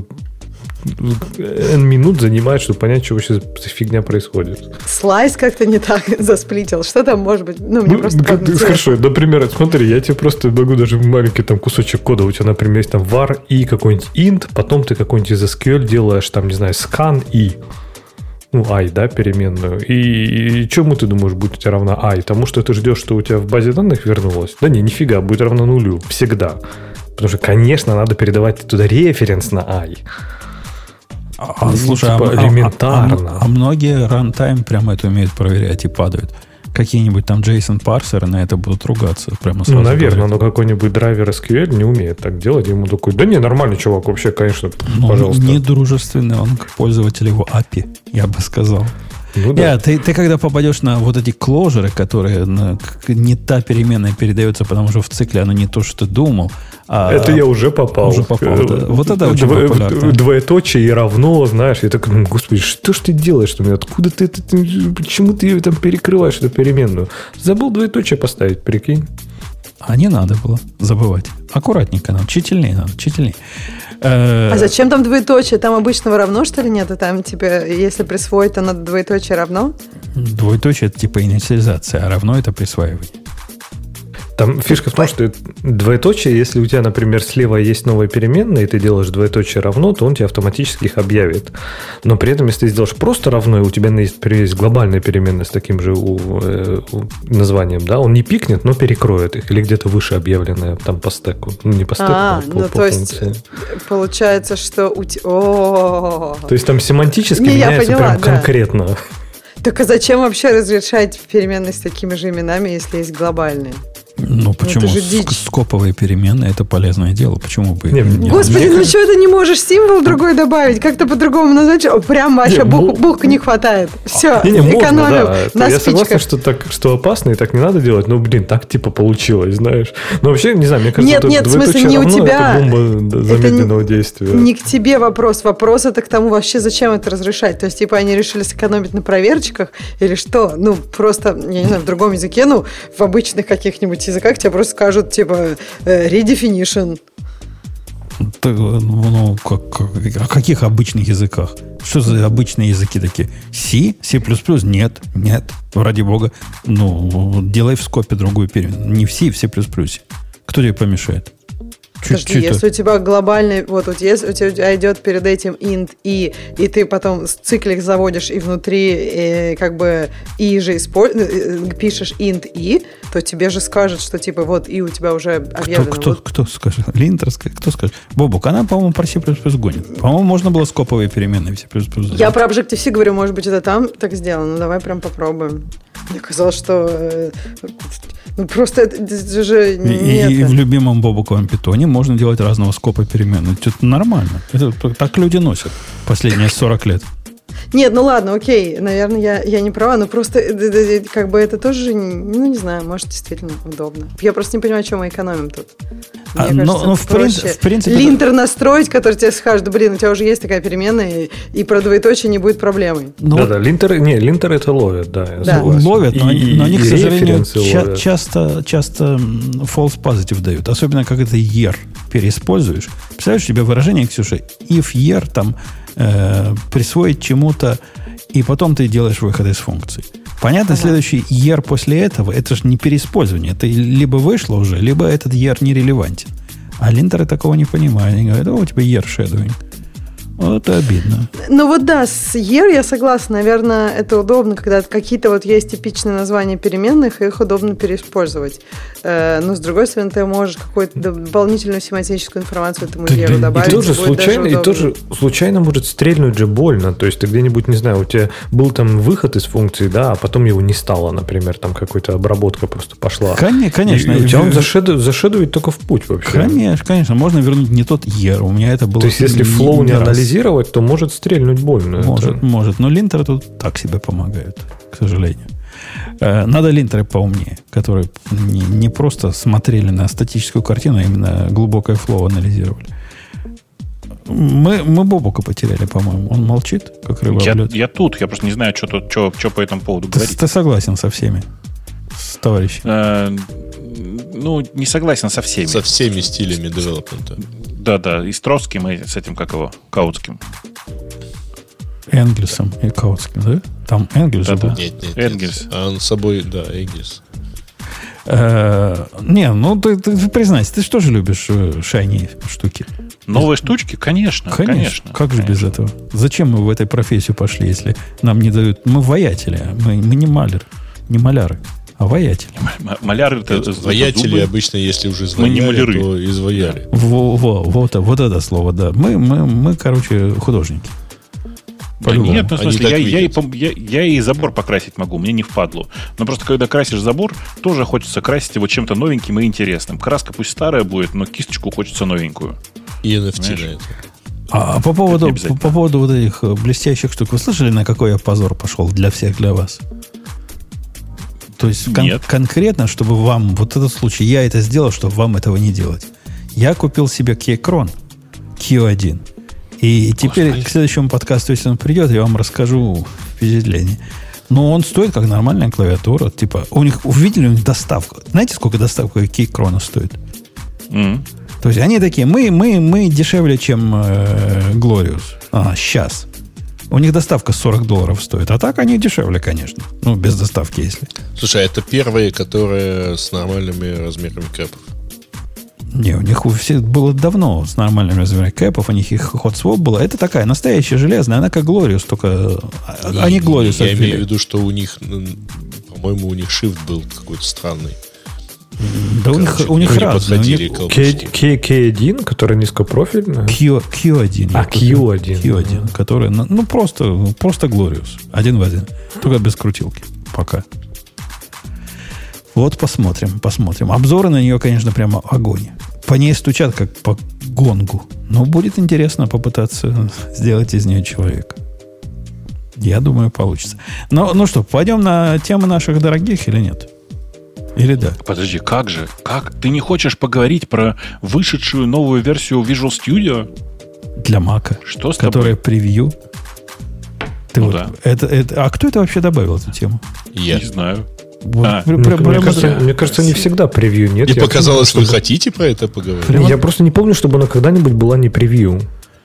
N минут занимает, чтобы понять, что вообще за фигня происходит. Слайс как-то не так засплитил. Что там может быть? Мне просто хорошо, например, смотри, я тебе просто могу даже маленький там кусочек кода. У тебя, например, есть там var и какой-нибудь int, потом ты какой-нибудь из SQL делаешь, там, не знаю, scan и. i, да, переменную. И чему ты думаешь, будет у тебя равна i? Тому, что ты ждешь, что у тебя в базе данных вернулось? Да не, нифига, будет равна нулю. Всегда. Потому что, конечно, надо передавать туда референс на i. Слушай, элементарно. А многие рантайм прямо это умеют проверять и падают. Какие-нибудь там JSON-парсеры на это будут ругаться прямо сразу. Наверное, но какой-нибудь драйвер SQL не умеет так делать. Ему такой, да не, нормальный чувак, вообще, конечно, пожалуйста. Недружественный он к пользователю его API, я бы сказал. Ну, да. Ты когда попадешь на вот эти кложеры, которые не та переменная передается, потому что в цикле она не то, что ты думал. Это я уже попал. Да. Вот это очень популярно. Двоеточие и равно, знаешь. Я так, господи, что ж ты делаешь? Откуда ты почему ты ее там перекрываешь, эту переменную? Забыл двоеточие поставить, прикинь. А не надо было забывать. Аккуратненько надо, тщательнее надо, тщательнее. А зачем там двоеточие? Там обычного равно, что ли, нет? И там, типа, если присвоить, то надо двоеточие равно? Двоеточие – это типа инициализация, а равно – это присваивание. Там фишка в том, что двоеточие, если у тебя, например, слева есть новая переменная, и ты делаешь двоеточие равно, то он тебе автоматически их объявит. Но при этом, если ты сделаешь просто равно, и у тебя есть глобальная переменная с таким же названием, да, он не пикнет, но перекроет их. Или где-то выше объявленная там по стеку. Ну, не по стеку, а по то есть получается, что у тебя... То есть там семантически меняется прям конкретно. Так а зачем вообще разрешать переменные с такими же именами, если есть глобальные? Ну, почему? Скоповые переменные – это полезное дело. Почему бы... Господи, ну что ты не можешь символ другой добавить? Как-то по-другому назвать? Прям вообще букв не хватает. Все, экономим на Я согласен, что опасно, и так не надо делать. Но, блин, так типа получилось, знаешь. Но вообще, не знаю, мне кажется, нет, в смысле, не у тебя. Это бомба замедленного действия. Не к тебе вопрос. Вопрос это к тому, вообще зачем это разрешать. То есть, типа, они решили сэкономить на проверочках или что? Ну, просто, я не знаю, в другом языке, ну, в обычных каких-нибудь языках тебе просто скажут, типа, redefinition. Ну, о каких обычных языках? Что за обычные языки такие? C? C++? Нет. Ради бога. Ну, делай в скопе другую переменную. Не в C, в C++. Кто тебе помешает? Подожди, если у тебя глобальный, вот если у тебя идет перед этим int и ты потом циклик заводишь и внутри как бы и же пишешь int и, то тебе же скажут, что типа вот и у тебя уже объявлено. Кто скажет? Линтер скажет? Кто скажет? Бобук, она, по-моему, про C++ гонит. По-моему, можно было скоповые переменные в C++ заводить. Я про Objective-C говорю, может быть, это там так сделано. Ну, давай прям попробуем. Мне казалось, что... Ну, просто это же не и в любимом Бобуковом питоне можно делать разного скопа переменных. Это нормально. Это так люди носят последние 40 лет. Нет, ну ладно, окей, наверное, я не права, но просто как бы это тоже, ну не знаю, может действительно удобно. Я просто не понимаю, чем мы экономим тут. Мне кажется, в принципе, линтер настроить, который тебе скажет, блин, у тебя уже есть такая переменная, и про двоеточие не будет проблемой. Да, линтер это ловят, да. Ловят, но они, к сожалению, часто false positive дают. Особенно, как это year переиспользуешь. Представляешь, у тебя выражение, Ксюша, if year там присвоить чему-то, и потом ты делаешь выход из функции. Понятно, следующий year после этого, это же не переиспользование. Это либо вышло уже, либо этот year нерелевантен. А линтеры такого не понимают. Они говорят, у тебя year shadowing. Вот это обидно. Ну вот да, с year я согласна. Наверное, это удобно, когда какие-то вот есть типичные названия переменных, и их удобно переиспользовать. Но с другой стороны, ты можешь какую-то дополнительную семантическую информацию этому year добавить. И тоже случайно может стрельнуть же больно. То есть ты где-нибудь, не знаю, у тебя был там выход из функции, да, а потом его не стало, например, там какая-то обработка просто пошла. Конечно. И у тебя он зашедует только в путь вообще. Конечно. Можно вернуть не тот year. У меня это было... То есть если flow не анализировать, то может стрельнуть больно. Может. Но линтеры тут так себе помогают, к сожалению. Надо линтеры поумнее, которые не просто смотрели на статическую картину, а именно глубокое флоу анализировали. Мы Бобука потеряли, по-моему. Он молчит, как рыба в лед. Я тут. Я просто не знаю, что по этому поводу говорить. Ты согласен со всеми, с товарищами? Ну, не согласен со всеми. Со всеми стилями девелопмента. Да, и с Троцким, и с этим, как его, Каутским. Энгельсом и Каутским, да? Там Энгельс был? Нет. Энгельс. А он с собой, да, Энгельс. Не, ну ты признайся, ты что же любишь шайни штуки? Новые штучки? Конечно. Как же без этого? Зачем мы в этой профессию пошли, если нам не дают... Мы воятели, мы не маляры, а воятели. Маляры это воятели обычно, если уже изваяли, то изваяли. Вот это слово, да. Мы, короче, художники. Да нет, ну, в смысле, я и забор покрасить могу, мне не впадлу. Но просто когда красишь забор, тоже хочется красить его чем-то новеньким и интересным. Краска пусть старая будет, но кисточку хочется новенькую. И NFT на это. А по поводу вот этих блестящих штук, вы слышали, на какой я позор пошел для всех, для вас? То есть конкретно, чтобы вам, вот этот случай, я это сделал, чтобы вам этого не делать. Я купил себе Keychron Q1. И теперь к следующему подкасту, если он придет, я вам расскажу впечатление. Но он стоит как нормальная клавиатура. Типа, увидели у них доставку. Знаете, сколько доставка Keychron стоит? То есть они такие, мы дешевле, чем Glorious. Сейчас. У них доставка $40 стоит. А так они дешевле, конечно. Ну, без доставки, если. Слушай, а это первые, которые с нормальными размерами кэпов? Не, у них у всех было давно с нормальными размерами кэпов, у них их hot swap было. Это такая настоящая железная, она как Glorious, только они Glorious. Я имею в виду, что у них, по-моему, у них shift был какой-то странный. Да у них разные. K1, который низкопрофильный? Q1. Q1. Который, просто Glorious. Один в один. Только без крутилки. Пока. Вот посмотрим. Обзоры на нее, конечно, прямо огонь. По ней стучат, как по гонгу. Но будет интересно попытаться сделать из нее человека. Я думаю, получится. Ну что, пойдем на темы наших дорогих или нет? Или да? Подожди, как же? Как? Ты не хочешь поговорить про вышедшую новую версию Visual Studio? Для Mac. Что с тобой? Которая превью. Да. А кто это вообще добавил, эту тему? Я не знаю. Мне кажется, не всегда превью нет. Мне показалось, что вы хотите про это поговорить. Я просто не помню, чтобы она когда-нибудь была не превью.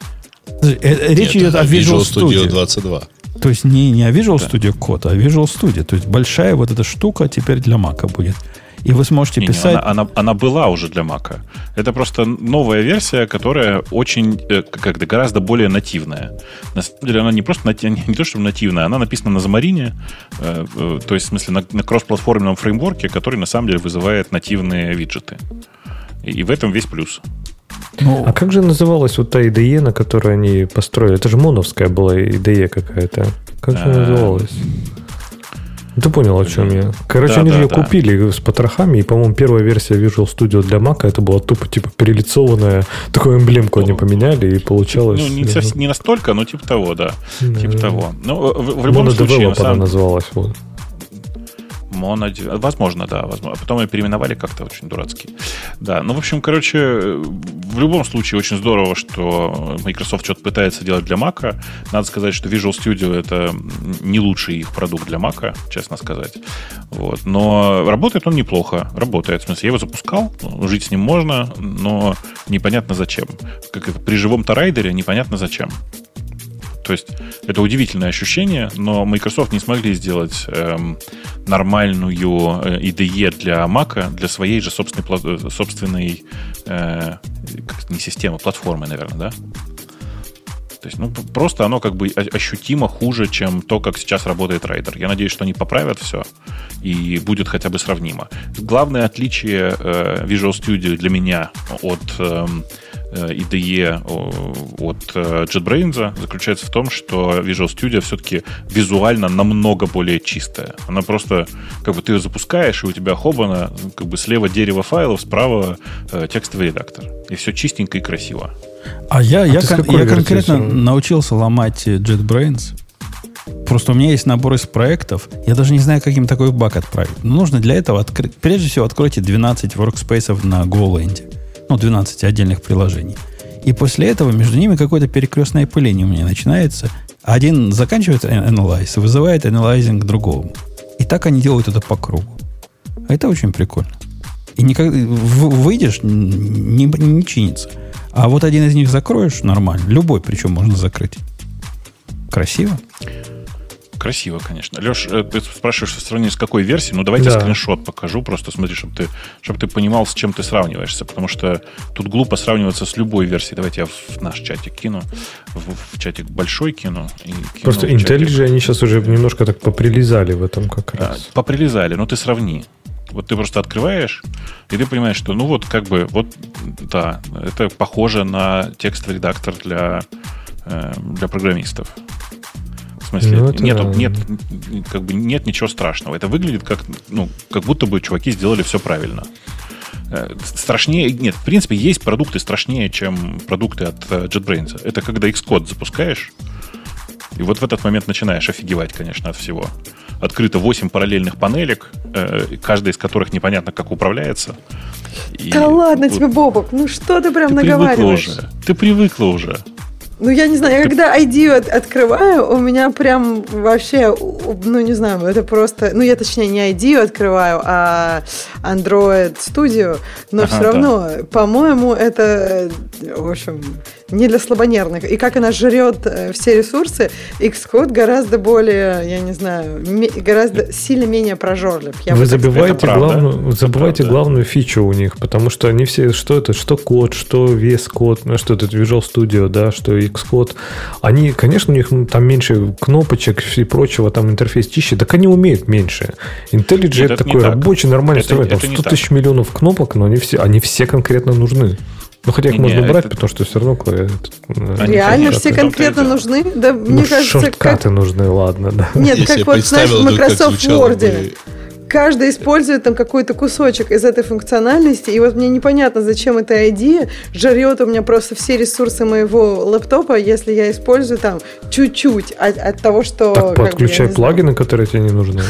Речь идет о Visual Studio 22. То есть не о Visual Studio Code, а Visual Studio. То есть большая вот эта штука теперь для Mac будет. И вы сможете писать... Она была уже для Mac. Это просто новая версия, которая очень, гораздо более нативная. На самом деле она не просто не то, что нативная, она написана на Xamarin, то есть в смысле на кроссплатформенном фреймворке, который на самом деле вызывает нативные виджеты. И в этом весь плюс. А как же называлась вот та IDE, на которой они построили? Это же моновская была IDE какая-то. Как же она называлась? Ты понял, о чем я? Короче, они же ее купили с потрохами, и, по-моему, первая версия Visual Studio для Mac это была тупо типа перелицованная, такую эмблемку они поменяли, и получалось... Не настолько, но типа того, да. Типа того. Ну, в любом случае... Monodevelop она называлась, вот. Возможно, да. Возможно. А потом ее переименовали как-то очень дурацки. Да, ну, в общем, в любом случае очень здорово, что Microsoft что-то пытается делать для Mac. Надо сказать, что Visual Studio это не лучший их продукт для Mac, честно сказать. Вот. Но работает он неплохо. Работает. В смысле, я его запускал, жить с ним можно, но непонятно зачем. Как это, при живом-то райдере непонятно зачем. То есть это удивительное ощущение, но Microsoft не смогли сделать нормальную IDE для Mac, для своей же собственной не системы, платформы, наверное, да? То есть, просто оно как бы ощутимо хуже, чем то, как сейчас работает Rider. Я надеюсь, что они поправят все и будет хотя бы сравнимо. Главное отличие Visual Studio для меня от IDE от JetBrains заключается в том, что Visual Studio все-таки визуально намного более чистая. Она просто, как бы ты ее запускаешь, и у тебя хобана, как бы слева дерево файлов, справа текстовый редактор. И все чистенько и красиво. Я конкретно научился ломать JetBrains. Просто у меня есть набор из проектов. Я даже не знаю, как им такой баг отправить. Но нужно для этого открыть. Прежде всего, откройте 12 workspace на GoLand. 12 отдельных приложений. И после этого между ними какое-то перекрестное пыление у меня начинается. Один заканчивается analyze, вызывает analyzing другого. И так они делают это по кругу. Это очень прикольно. И никогда выйдешь, не чинится. А вот один из них закроешь нормально. Любой, причем можно закрыть. Красиво. Красиво, конечно. Леш, ты спрашиваешь в сравнении с какой версией? Ну, давайте скриншот покажу, просто смотри, чтобы ты понимал, с чем ты сравниваешься, потому что тут глупо сравниваться с любой версией. Давайте я в наш чатик кину, в чатик большой кину. Просто IntelliJ, они сейчас уже немножко так поприлизали в этом как раз. Поприлизали, но ты сравни. Вот ты просто открываешь, и ты понимаешь, что, ну вот, как бы, вот, да, это похоже на текстовый редактор для программистов. В смысле, нет ничего страшного. Это выглядит как будто бы чуваки сделали все правильно. Страшнее... Нет, в принципе, есть продукты страшнее, чем продукты от JetBrains. Это когда Xcode запускаешь, и вот в этот момент начинаешь офигевать, конечно, от всего. Открыто 8 параллельных панелек, каждая из которых непонятно, как управляется. Да ладно тебе, Бобок, ну что ты прям наговариваешь? Ты привыкла уже. Ну, я не знаю, я когда IDEO открываю, у меня прям вообще, ну, не знаю, это просто... Ну, я, точнее, не IDEO открываю, а Android Studio, но все равно, по-моему, это, в общем, не для слабонервных. И как она жрет все ресурсы, Xcode гораздо более, я не знаю, гораздо сильно менее прожорлив. Вы забываете главную фичу у них, потому что они все, что код, что VS Code, что это Visual Studio, да, что Xcode, они, конечно, у них там меньше кнопочек и прочего, там интерфейс чище, так они умеют меньше. IntelliJ это такой рабочий, нормальный инструмент, там 100 тысяч миллионов кнопок, но они все конкретно нужны. Ну, хотя их можно брать, потому что все равно... Реально все конкретно нужны? Да, мне кажется, шорткаты нужны, ладно. Да. Нет, как вот, знаешь, в Microsoft Word. Каждый использует там какой-то кусочек из этой функциональности, и вот мне непонятно, зачем эта идея жрет у меня просто все ресурсы моего лэптопа, если я использую там чуть-чуть от того, что... Так подключай плагины, которые тебе не нужны.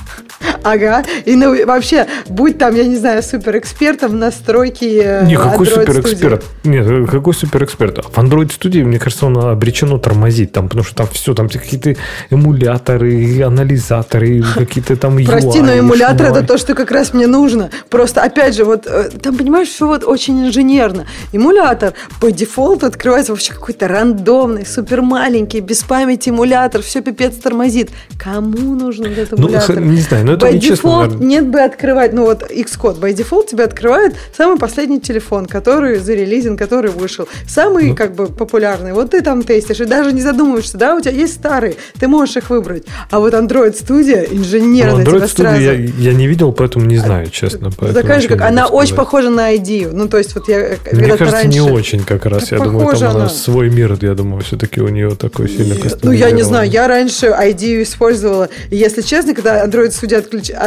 Ага. И вообще, будь там, я не знаю, суперэкспертом в настройке Никакой суперэксперт. Нет, какой суперэксперт? В Android Studio, мне кажется, он обречено тормозить, там, потому что там все, там какие-то эмуляторы, анализаторы, какие-то там UI. Прости, но эмулятор это то, что как раз мне нужно. Просто, опять же, вот там, понимаешь, все вот очень инженерно. Эмулятор по дефолту открывается вообще какой-то рандомный, супер маленький, без памяти эмулятор, все пипец тормозит. Кому нужен этот эмулятор? Не знаю, но это by default нет бы открывать, ну вот Xcode by default тебе открывает самый последний телефон, который зарелизен, который вышел. Самый как бы популярный. Вот ты там тестишь и даже не задумываешься, да, у тебя есть старые, ты можешь их выбрать. А вот Android Studio инженерно тебя сразу... Я не видел, поэтому не знаю, честно. Такая же, как она очень похожа на IDEO. Ну, то есть вот я... Мне кажется, раньше... не очень как раз. Я думаю, там она свой мир, я думаю, все-таки у нее такой сильно кастомизированный. Ну, я не знаю, я раньше IDEO использовала. И, если честно, когда Android Studio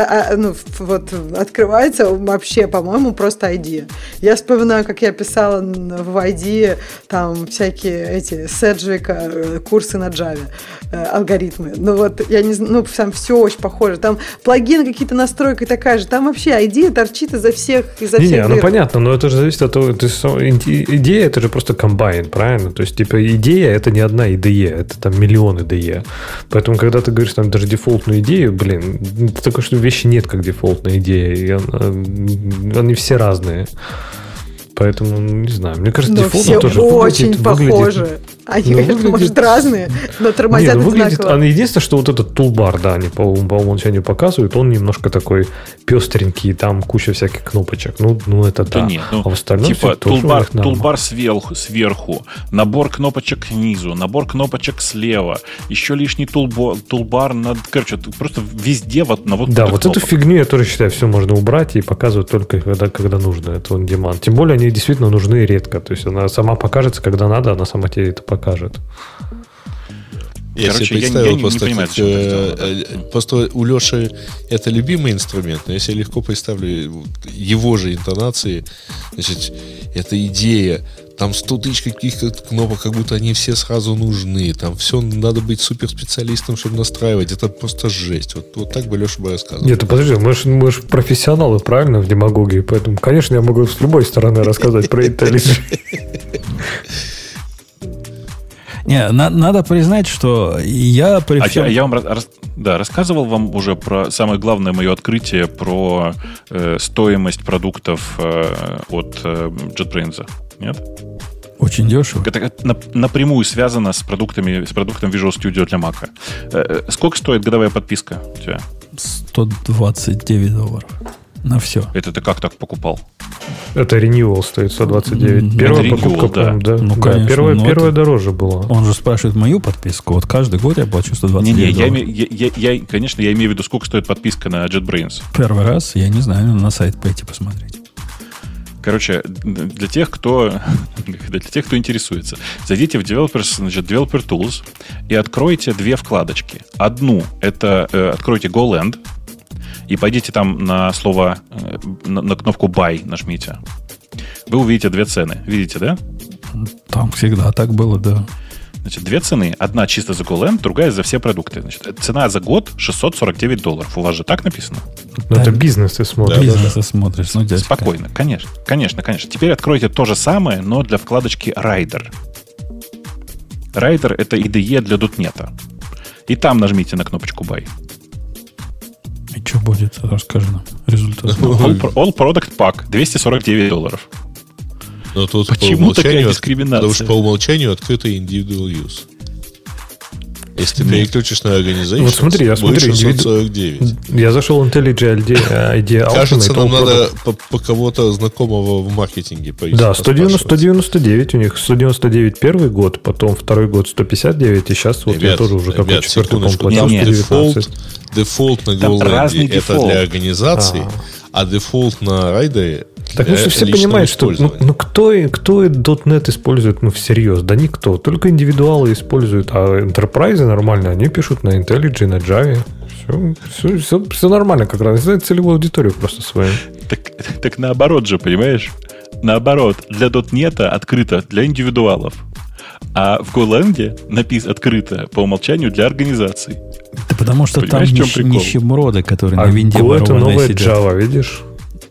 открывается, вообще, по-моему, просто IDEO. Я вспоминаю, как я писала в IDEO там всякие эти Седжвика курсы на Java, алгоритмы. Ну, вот, я не знаю, там все очень похоже. Там плагины какие-то, настройка такая же. Там вообще IDEO торчит изо всех дыр. Ну, понятно, но это же зависит от того, идея это же просто комбайн, правильно? То есть, типа, идея это не одна IDE, это там миллионы IDE. Поэтому, когда ты говоришь там даже дефолтную идею, такое, что вещи нет как дефолтная идея. Они все разные. Поэтому, не знаю, мне кажется, дефолтно тоже очень похожи. Они, конечно, может, разные, но тормозят одинаково. Единственное, что вот этот тулбар, да, они по умолчанию показывают, он немножко такой пестренький, там куча всяких кнопочек. Ну это да. Нет, а в остальном типа тулбар сверху, набор кнопочек снизу, набор кнопочек слева, еще лишний тулбар короче, просто везде вот на вот. Да, вот эту фигню я тоже считаю, все можно убрать и показывать только когда нужно. Это on demand. Тем более они действительно нужны редко. То есть она сама покажется, когда надо, она сама тебе это покажет. Я себе представил просто у Леши это любимый инструмент, но я себе легко представлю его же интонации. Значит, это идея. Там 100 тысяч каких-то кнопок, как будто они все сразу нужны. Там все надо быть суперспециалистом, чтобы настраивать. Это просто жесть. Вот так бы Леша бы рассказывал. Нет, подожди, мы же профессионалы, правильно, в демагогии. Поэтому, конечно, я могу с любой стороны рассказать про IntelliJ. Не, надо признать, что я при всем... Я вам рассказывал вам уже про самое главное мое открытие про стоимость продуктов от JetBrains. Нет? Очень дешево. Это напрямую связано с продуктом Visual Studio для Mac. Сколько стоит годовая подписка у тебя? $129 на все. Это ты как так покупал? Это renewal стоит 129. Первая это покупка, renewal, да. Да. Ну, Да, конечно, первая дороже была. Он же спрашивает мою подписку. Вот каждый год я плачу $129. Конечно, я имею в виду, сколько стоит подписка на JetBrains. Первый раз, я не знаю, на сайт пойти посмотреть. Короче, для тех, кто интересуется, зайдите в Developer Tools и откройте две вкладочки. Одну – это откройте GoLand и пойдите там на слово, на кнопку Buy нажмите. Вы увидите две цены. Видите, да? Там всегда так было, да. Значит, две цены. Одна чисто за GoLand, другая за все продукты. Значит, цена за год $649. У вас же так написано? Ну, это бизнес ты смотришь. Бизнеса смотришь. Ну, дядька. Спокойно, конечно. Теперь откройте то же самое, но для вкладочки Rider. Rider — это IDE для .NET. И там нажмите на кнопочку Buy. И что будет? Расскажи нам результат. All Product Pack $249. Но тут почему такая дискриминация? Потому что по умолчанию открытый individual use. Если ты переключишь на Organization, вот смотри, будет 649. Я зашел в IntelliJ IDEA. Кажется, нам надо по кого-то знакомого в маркетинге поискать. Да, 199 у них. 199 первый год, потом второй год 159, и сейчас вот я тоже уже какой четвертый, по-моему, платил 119. Дефолт на GoLand это для организации, а дефолт на Rider. Так ну что все понимают, что кто .NET использует всерьез? Да никто. Только индивидуалы используют, а enterprise нормально, они пишут на IntelliJ, на Java. Все нормально, как раз. Знают целевую аудиторию просто свою. Так наоборот же, понимаешь? Наоборот, для .NET открыто для индивидуалов. А в GoLand открыто по умолчанию для организаций. Да потому что понимаешь, там нищеброды, которые на винде ворованные сидят. А Go — это новая Java, видишь?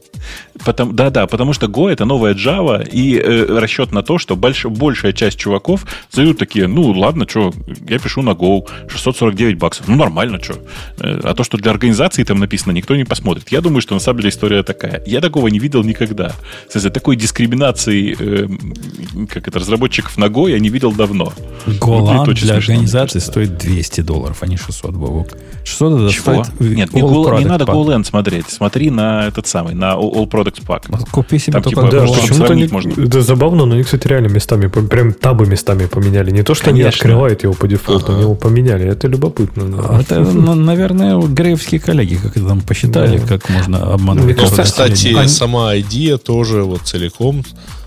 Потому что Go — это новая Java, и расчет на то, что большая часть чуваков зайдут такие, ладно, что, я пишу на Go, $649. Нормально, что. А то, что для организации там написано, никто не посмотрит. Я думаю, что на самом деле история такая. Я такого не видел никогда. Кстати, такой дискриминации разработчиков на Go я не видел давно. GoLand для организации стоит $200, а не 600, Бобок. 600 это чего? стоит... Нет, не надо GoLand смотреть. Смотри на на All Product Pack. Купи себе там, только почему-то можно. Это забавно, но они, кстати, реально местами, прям табы местами поменяли. Не то, что они открывают его по дефолту, они его поменяли. Это любопытно. Это, наверное, греевские коллеги как это там посчитали, как можно обманывать. Кстати, сама идея тоже вот целиком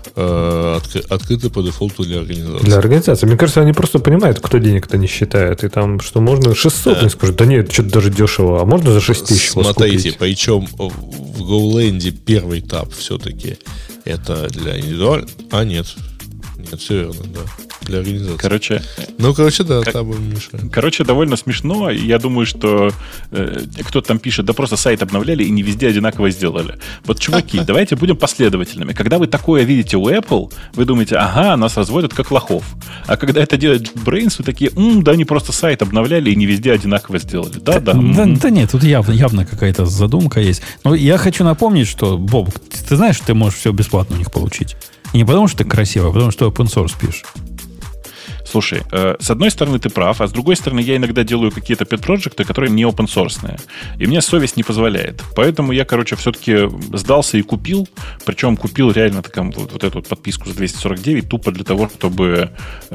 открыты по дефолту для организации. Для организации. Мне кажется, они просто понимают, кто денег-то не считает. И там, что можно 600, не скажут, да нет, что-то даже дешево. А можно за 6000 смотрите, причем в GoLand первый этап все-таки это для индивидуальных. А нет, все верно, да. Для организации. Короче, да, табы мешают. Короче, довольно смешно. Я думаю, что кто-то там пишет, да просто сайт обновляли и не везде одинаково сделали. Вот, чуваки, давайте будем последовательными. Когда вы такое видите у Apple, вы думаете, ага, нас разводят как лохов. А когда это делает JetBrains, вы такие, да они просто сайт обновляли и не везде одинаково сделали. Да. Да нет, тут явно какая-то задумка есть. Но я хочу напомнить, что, Боб, ты знаешь, что ты можешь все бесплатно у них получить. И не потому, что ты красиво, а потому, что open source пишешь. Слушай, с одной стороны ты прав, а с другой стороны я иногда делаю какие-то pet-проджекты, которые не open-source. И мне совесть не позволяет. Поэтому я, все-таки сдался и купил. Причем купил реально вот эту подписку за 249 тупо для того, чтобы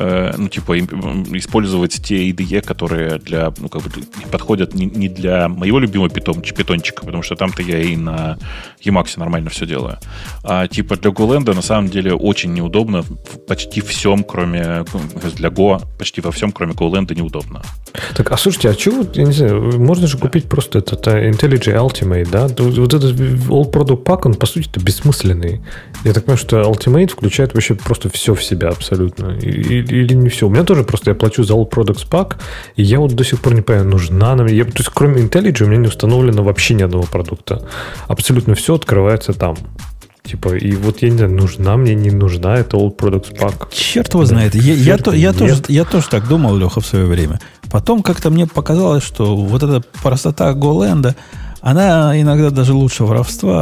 использовать те IDE, которые подходят не для моего любимого питончика, потому что там-то я и на Emacs нормально все делаю. А для GoLand на самом деле очень неудобно почти всем, кроме... Для Go почти во всем, кроме GoLand, неудобно. Так, а слушайте, а чего, я не знаю, можно же купить просто этот IntelliJ Ultimate, да? Вот этот All Product Pack, он, по сути-то, бессмысленный. Я так понимаю, что Ultimate включает вообще просто все в себя абсолютно. Или не все. У меня тоже просто, я плачу за All Products Pack, и я вот до сих пор не понимаю, нужна нам... То есть, кроме IntelliJ, у меня не установлено вообще ни одного продукта. Абсолютно все открывается там. И вот я не знаю, нужна мне, не нужна, это All Products Pack. Черт его знает. Я тоже так думал, Леха, в свое время. Потом как-то мне показалось, что вот эта простота GoLand, она иногда даже лучше воровства.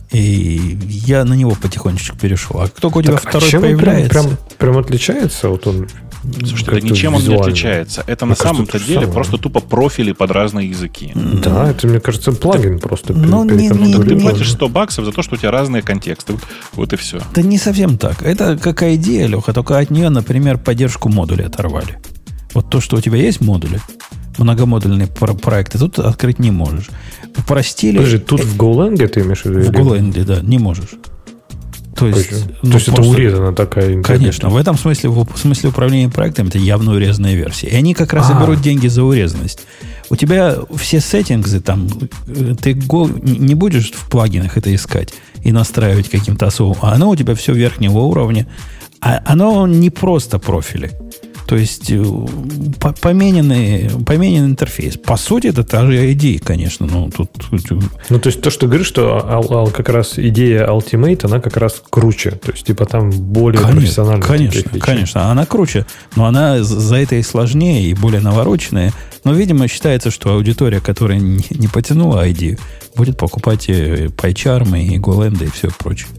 И я на него потихонечку перешел. А как только у тебя второй появляется... Прям отличается? Вот он... Слушайте, да ничем он не отличается. Это на самом-то деле просто тупо профили под разные языки. Да, это, мне кажется, плагин просто. Ты платишь $100 за то, что у тебя разные контексты. Вот и все. Да не совсем так. Это какая идея, Леха, только от нее, например, поддержку модулей оторвали. Вот то, что у тебя есть модули, многомодульные проекты, тут открыть не можешь. Упростили... Подожди, тут в GoLang ты имеешь в виду? В GoLang, да, не можешь. То есть это урезана такая интерфейс. Конечно, в этом смысле, в смысле управления проектом, это явно урезанная версия. И они как раз и берут деньги за урезанность. У тебя все сеттингсы там, ты не будешь в плагинах это искать и настраивать каким-то особым, а оно у тебя все верхнего уровня. А оно не просто профили. То есть помененный интерфейс. По сути, это та же идея, конечно. Ну, то есть то, что ты говоришь, что как раз идея Ultimate, она как раз круче. То есть, типа, там более профессиональная. Конечно, она круче. Но она за это и сложнее, и более навороченная. Но, видимо, считается, что аудитория, которая не потянула идею, будет покупать PyCharm и GoLand и все прочее.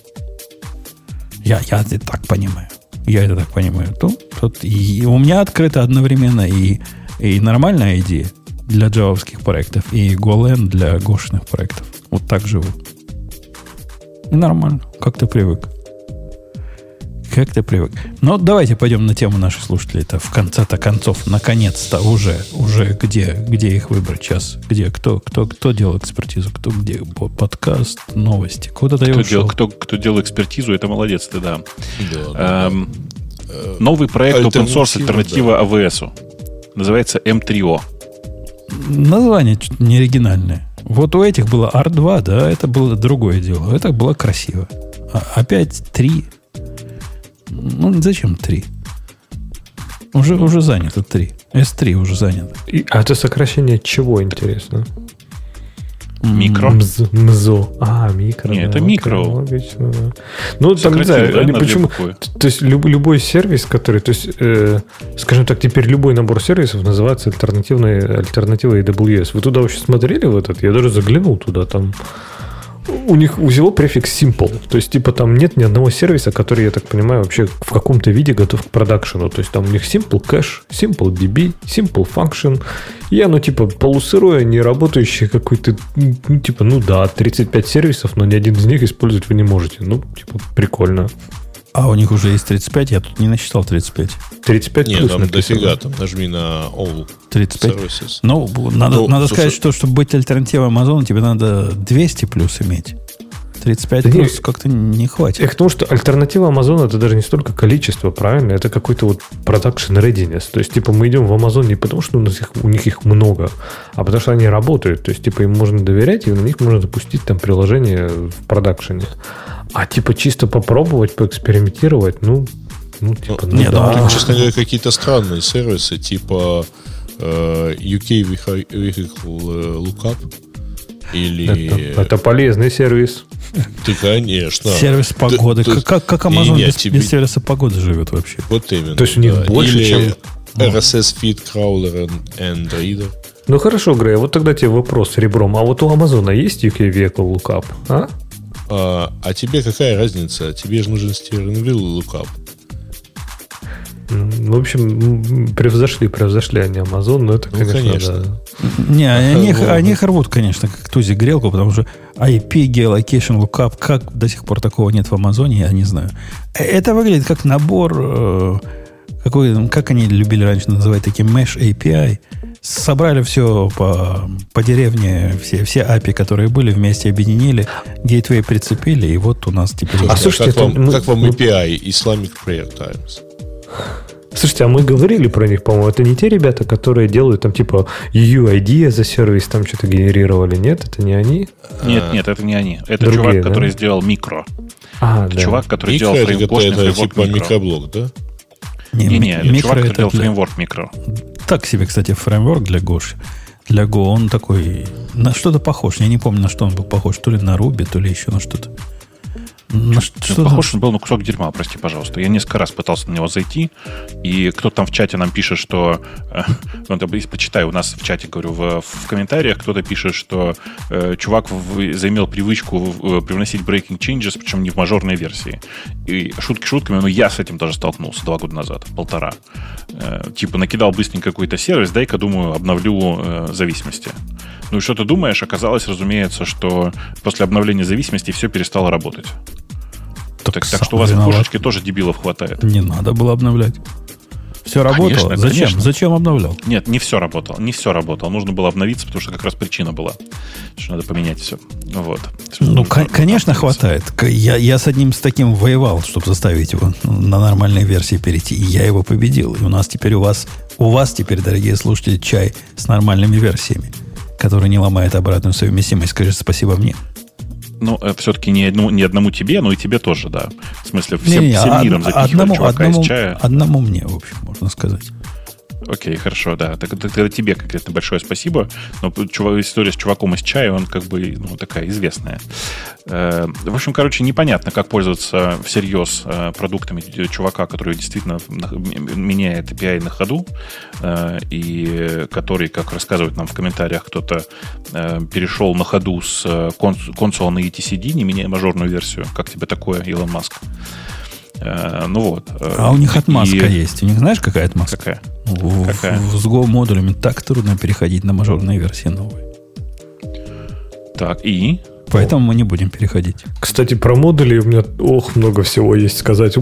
Я это так понимаю. Тут и у меня открыта одновременно и нормальная идея для джавовских проектов, и GoLand для гошных проектов. Вот так живу. И нормально. Как ты привык. Но давайте пойдем на тему наших слушателей. Это в конце-то концов, наконец-то уже где их выбрать сейчас? Где? Кто делал экспертизу? Кто где? Подкаст, новости. Куда-то я ушел. Кто делал экспертизу, это молодец ты, да. Новый проект open source альтернатива AWS. Называется M3O. Название что-то не оригинальное. Вот у этих было R2, да, это было другое дело. Это было красиво. Опять 3. Ну, зачем 3? Уже занято 3. S3 уже занято. А это сокращение чего, интересно? Микро. МЗО. Микро. Нет, это микро. Логично, да. Ну, там, не знаю, они почему... То есть, любой сервис, который... То есть, скажем так, теперь любой набор сервисов называется альтернативой AWS. Вы туда вообще смотрели в этот? Я даже заглянул туда, там... У них всего префикс simple. То есть, типа, там нет ни одного сервиса, который, я так понимаю, вообще в каком-то виде готов к продакшену. То есть, там у них simple cache, simple DB, simple function. И оно, типа, полусырое, не работающее какой-то, 35 сервисов, но ни один из них использовать вы не можете. Ну, типа, прикольно. А у них уже есть 35? Я тут не насчитал 35. 35 Нет, там дофига. Там нажми на All 35. Services. Ну, надо сказать, что чтобы быть альтернативой Amazon, тебе надо 200 плюс иметь. 35 плюс как-то не хватит. Я к тому, что альтернатива Amazon это даже не столько количество, правильно? Это какой-то вот production readiness. То есть, типа, мы идем в Amazon не потому, что у них их много, а потому что они работают. То есть, типа, им можно доверять, и на них можно запустить там приложение в продакшене. А типа чисто попробовать, поэкспериментировать, Там, честно говоря, какие-то странные сервисы, типа UK Vehicle Lookup. Или... Это полезный сервис. Ты, конечно. Сервис погоды. Как Amazon без сервиса погоды живет вообще? Вот именно. То есть у них больше, чем... RSS Feed Crawler and Reader. Ну хорошо, Грей, вот тогда тебе вопрос с ребром. А вот у Амазона есть UK Vehicle Lookup? А тебе какая разница? Тебе же нужен steering wheel lookup. В общем, превзошли они Amazon, но это, конечно. Да. Не, они их рвут, конечно, как тузик грелку, потому что IP Geolocation Lookup, как до сих пор такого нет в Амазоне, я не знаю. Это выглядит как набор, как они любили раньше называть, таким Mesh API. Собрали все по деревне, все API, которые были, вместе объединили, гейтвей прицепили, и вот у нас теперь... Слушайте, как вам API Islamic Prayer Times? Слушайте, а мы говорили про них, по-моему. Это не те ребята, которые делают там типа UID за сервис, там что-то генерировали, нет? Это не они? Нет, это не они. Это другие, чувак, который сделал микро. Это чувак, который делал фреймворк типа микроблок, да? Не, это чувак, который делал фреймворк микро. Так себе, кстати, фреймворк для Gosh. Для Go он такой... На что-то похож. Я не помню, на что он был похож. То ли на Ruby, то ли еще на что-то. Похож он был на кусок дерьма, прости, пожалуйста. Я несколько раз пытался на него зайти, и кто-то там в чате нам пишет, что... Почитай, у нас в чате, говорю, в комментариях кто-то пишет, что чувак заимел привычку привносить breaking changes, причем не в мажорной версии. И шутки шутками, но я с этим даже столкнулся 2 года назад, 1,5. Типа накидал быстренько какой-то сервис, дай-ка, думаю, обновлю зависимости. Ну и что ты думаешь? Оказалось, разумеется, что после обновления зависимости все перестало работать. Так что у вас в кошечке тоже дебилов хватает. Не надо было обновлять. Все работало? Конечно, Зачем? Конечно. Зачем обновлял? Нет, не все работало. Не все работало. Нужно было обновиться, потому что как раз причина была, что надо поменять все. Вот. Ну, конечно, хватает. Я с одним с таким воевал, чтобы заставить его на нормальной версии перейти. И я его победил. И у вас теперь, дорогие слушатели, чай с нормальными версиями, который не ломает обратную совместимость. Скажи спасибо мне. Ну, все-таки не одному тебе, но и тебе тоже, да. В смысле, всем миром запихивали чувака из чая. Одному мне, в общем, можно сказать. Окей, хорошо, да. Тогда тебе конкретно большое спасибо. Но история с чуваком из чая, он как бы, такая известная. В общем, короче, непонятно, как пользоваться всерьез продуктами чувака, который действительно меняет API на ходу, и который, как рассказывают нам в комментариях, кто-то перешел на ходу с консола на etcd, не меняя мажорную версию. Как тебе такое, Илон Маск? Ну вот. А у них отмазка есть. У них знаешь, какая отмазка? Какая? С Go-модулями так трудно переходить на мажорные версии новые. Так, и? Поэтому мы не будем переходить. Кстати, про модули у меня много всего есть сказать.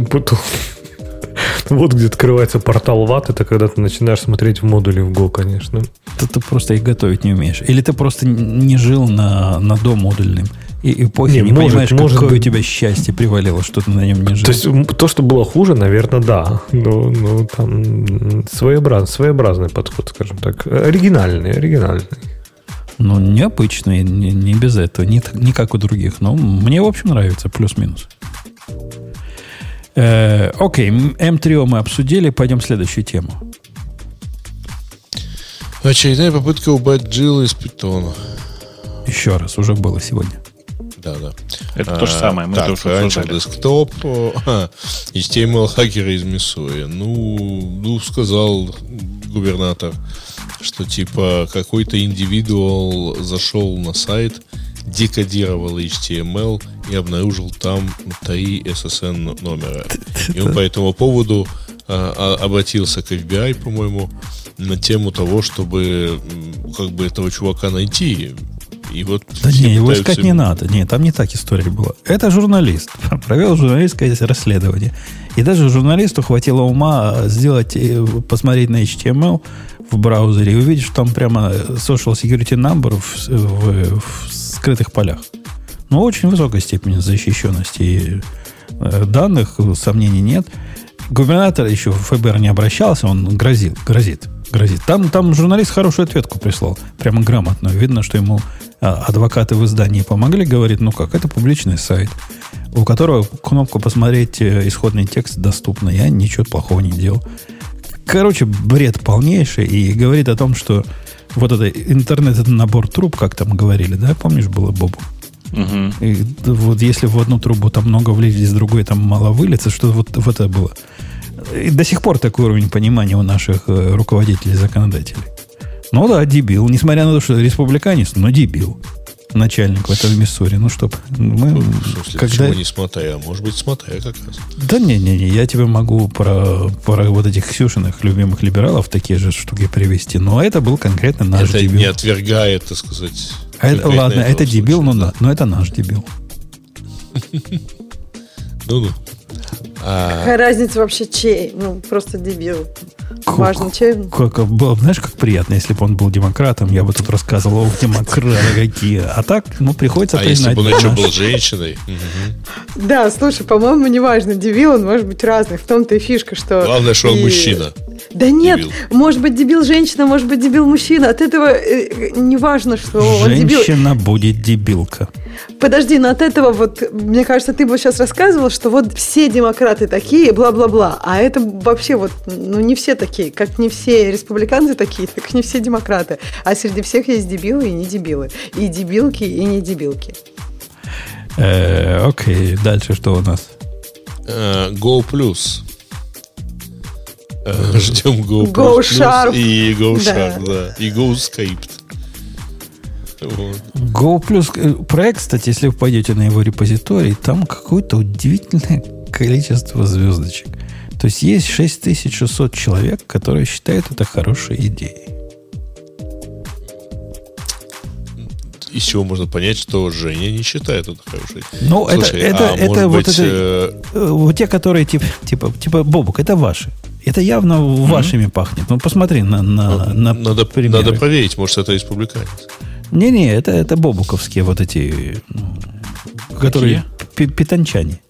Вот где открывается портал ват, это когда ты начинаешь смотреть в модули в Go, конечно. Ты просто их готовить не умеешь. Или ты просто не жил на до-модульном и эпохе, не понимаешь, какое у тебя счастье привалило, что ты на нем не жил. То есть, то, что было хуже, наверное, да. Но там своеобразный подход, скажем так. Оригинальный. Ну, необычный, не без этого, не как у других. Но мне, в общем, нравится, плюс-минус. Окей, M3O мы обсудили, пойдем в следующую тему. Очередная попытка убрать Джил из питона. Еще раз, уже было сегодня. Да. Это то же самое. Мы так, раньше десктоп, HTML-хакеры из Миссури. Ну, сказал губернатор, что типа какой-то индивидуал зашел на сайт, декодировал HTML и обнаружил там 3 SSN номера. И он по этому поводу обратился к FBI, по-моему, на тему того, чтобы как бы этого чувака найти. И вот да не, его искать не надо. Нет, там не так история была. Это журналист. Провел журналистское расследование. И даже журналисту хватило ума посмотреть на HTML в браузере и увидеть, что там прямо social security number в скрытых полях. Но очень высокой степени защищенности данных, сомнений нет. Губернатор еще в ФБР не обращался, он грозит. Там журналист хорошую ответку прислал, прямо грамотную. Видно, что ему адвокаты в издании помогли, говорит, это публичный сайт, у которого кнопку «Посмотреть исходный текст» доступна. Я ничего плохого не делал. Короче, бред полнейший. И говорит о том, что вот это интернет, это набор труб, как там говорили, да? Помнишь, было, Бобу? Угу. И вот если в одну трубу там много влезет, из другой там мало выльется, что вот это было. И до сих пор такой уровень понимания у наших руководителей, законодателей. Ну да, дебил. Несмотря на то, что республиканец, но дебил. Начальник в этом Миссури. Ну, чтоб мы... В смысле, почему не смотря? Может быть, смотря как раз. Да не, я тебе могу про вот этих Ксюшиных любимых либералов такие же штуки привести. Но это был конкретно наш это дебил. Это не отвергает, так сказать... Ладно, это дебил, но это наш дебил. Ну. Какая разница вообще чей? Просто дебил. Важно, чей. Было, знаешь, как приятно, если бы он был демократом, я бы тут рассказывал, демократы какие. А так, приходится признать. А если бы он еще был женщиной? Да, слушай, по-моему, неважно, дебил, он может быть разный. В том-то и фишка, что... Главное, что он мужчина. Да нет, дебил. Может быть дебил женщина, может быть дебил мужчина. От этого не важно, что он дебил. Женщина будет дебилка. Подожди, но от этого мне кажется, ты бы сейчас рассказывал, что все демократы такие, бла-бла-бла. А это вообще не все такие. Как не все республиканцы такие, так не все демократы. А среди всех есть дебилы и не дебилы. И дебилки, и не дебилки. Окей, дальше что у нас? Go Plus. Ждем Go Sharp. И Go Sharp, да. И Go Script. Вот. Go Plus проект, кстати, если вы пойдете на его репозиторий, там какое-то удивительное количество звездочек. То есть 6600 человек, которые считают это хорошей идеей. Из чего можно понять, что Женя не считает это хорошей. Ну, это вот вот те, которые типа Бобук, это ваши. Это явно вашими пахнет. Ну, посмотри надо проверить, может, это республиканец. Не, это бобуковские вот эти, которые питончане.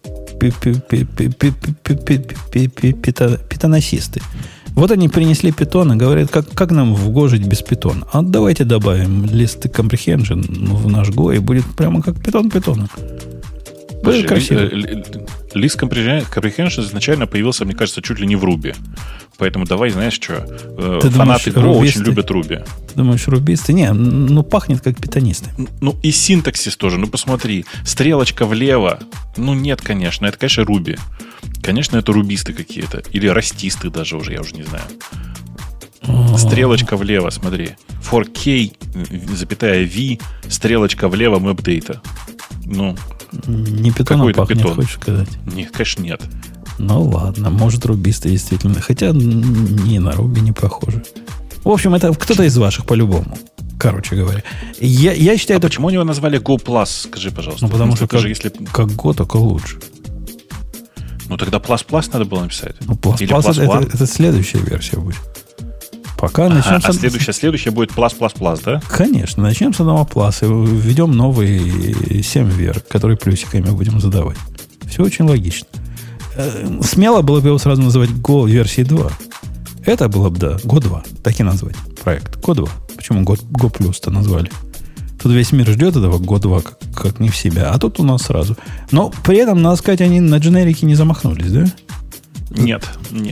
Питоносисты. Вот они принесли питон и говорят, как нам в Go жить без питона. А давайте добавим лист comprehension в наш Go, и будет прямо как питон питона. Будет красиво. Лист comprehension изначально появился, мне кажется, чуть ли не в Ruby. Поэтому давай, знаешь что, фанаты Go очень любят Ruby. Ты думаешь, рубисты? Не, пахнет как питонисты. Ну и синтаксис тоже, посмотри. Стрелочка влево. Нет, конечно, это, конечно, Ruby. Конечно, это рубисты какие-то. Или растисты даже уже, я уже не знаю. Стрелочка влево, смотри. 4K, запятая V, стрелочка влево, мэпдейта. Не питоном пахнет, питон. Хочешь сказать? Нет, конечно, нет. Ну ладно, может рубисты действительно. Хотя не на Руби не похоже. В общем, это кто-то из ваших по-любому. Короче говоря. Я считаю, это... почему его назвали Go Plus, скажи, пожалуйста. Потому что как Go, только лучше. Тогда Plus надо было написать. Plus или Plus это следующая версия будет. Пока начнем следующая будет Plus, да? Конечно. Начнем с одного Plus и введем новый 7 вверх, который плюсиками будем задавать. Все очень логично. Смело было бы его сразу называть Go версии 2. Это было бы, да, Go 2. Так и назвать проект. Go 2. Почему Go Plus-то назвали? Тут весь мир ждет этого Go 2 как не в себя. А тут у нас сразу. Но при этом, надо сказать, они на дженерики не замахнулись, да? Нет.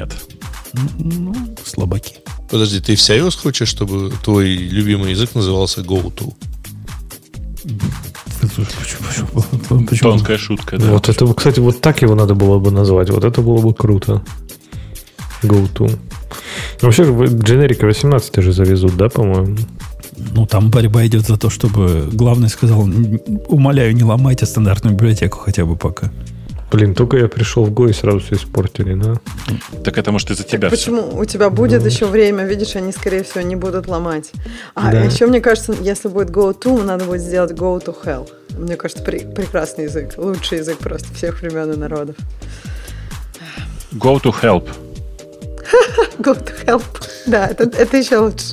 Слабаки. Подожди, ты всерьез хочешь, чтобы твой любимый язык назывался GoTo? Почему? Тонкая шутка, да. Вот это, кстати, вот так его надо было бы назвать. Вот это было бы круто. GoTo. Вообще, дженерика 18 же завезут, да, по-моему? Там борьба идет за то, чтобы главный сказал, умоляю, не ломайте стандартную библиотеку хотя бы пока. Блин, только я пришел в Go и сразу все испортили, да? Так это может из-за тебя. Почему? У тебя будет еще время, видишь, они, скорее всего, не будут ломать. Еще, мне кажется, если будет GoTo, надо будет сделать Go to Hell. Мне кажется, прекрасный язык. Лучший язык просто всех времен и народов. Go to Help. Go to Help. Да, это еще лучше.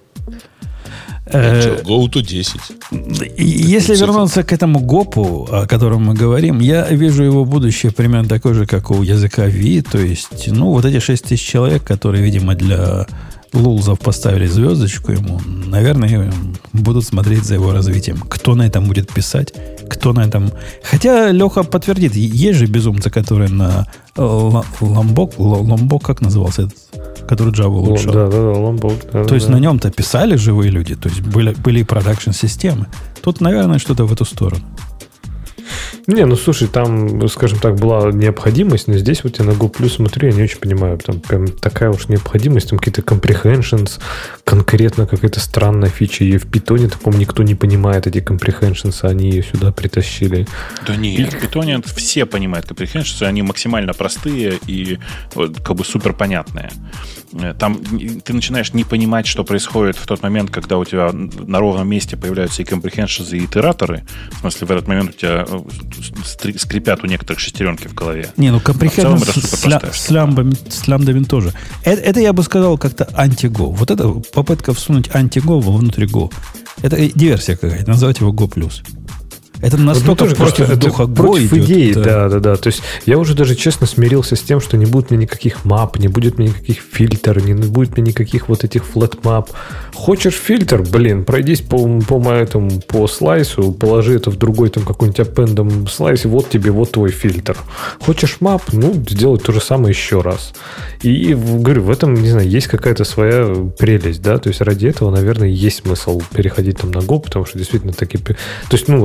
Go to 10. Если вернуться к этому ГОПу, о котором мы говорим, я вижу его будущее примерно такое же, как у языка V. То есть, вот эти 6000 человек, которые, видимо, для лулзов поставили звездочку ему, наверное, будут смотреть за его развитием. Кто на этом будет писать, кто на этом... Хотя Леха подтвердит, есть же безумцы, которые на Lombok, как назывался этот, который Java улучшал? Да, Lombok. То есть на нем-то писали живые люди, то есть были и продакшн-системы. Тут, наверное, что-то в эту сторону. Не, слушай, там, скажем так, была необходимость, но здесь вот я на Go Plus смотрю, я не очень понимаю, там прям такая уж необходимость, там какие-то comprehensions, конкретно какая-то странная фича, ее в питоне таком никто не понимает, эти comprehensions, они ее сюда притащили. Да нет, в питоне все понимают comprehensions, они максимально простые и как бы супер понятные. Там ты начинаешь не понимать, что происходит в тот момент, когда у тебя на ровном месте появляются и comprehensions, и итераторы. В смысле, в этот момент у тебя скрипят у некоторых шестеренки в голове. comprehensions с лямбдами тоже. Это я бы сказал как-то анти-Go. Вот это попытка всунуть анти-Go внутрь Go. Это диверсия какая-то. Называть его Go+. Это настолько против духа Go против идеи, да. То есть я уже даже честно смирился с тем, что не будет мне никаких мап, не будет мне никаких фильтров, не будет мне никаких вот этих flat map. Хочешь фильтр? Пройдись по слайсу, положи это в другой там какой-нибудь appendом слайс, и вот тебе вот твой фильтр. Хочешь мап? Сделай то же самое еще раз. И говорю, в этом, не знаю, есть какая-то своя прелесть, да, то есть ради этого, наверное, есть смысл переходить там на Go, потому что действительно такие... То есть, вот этой главной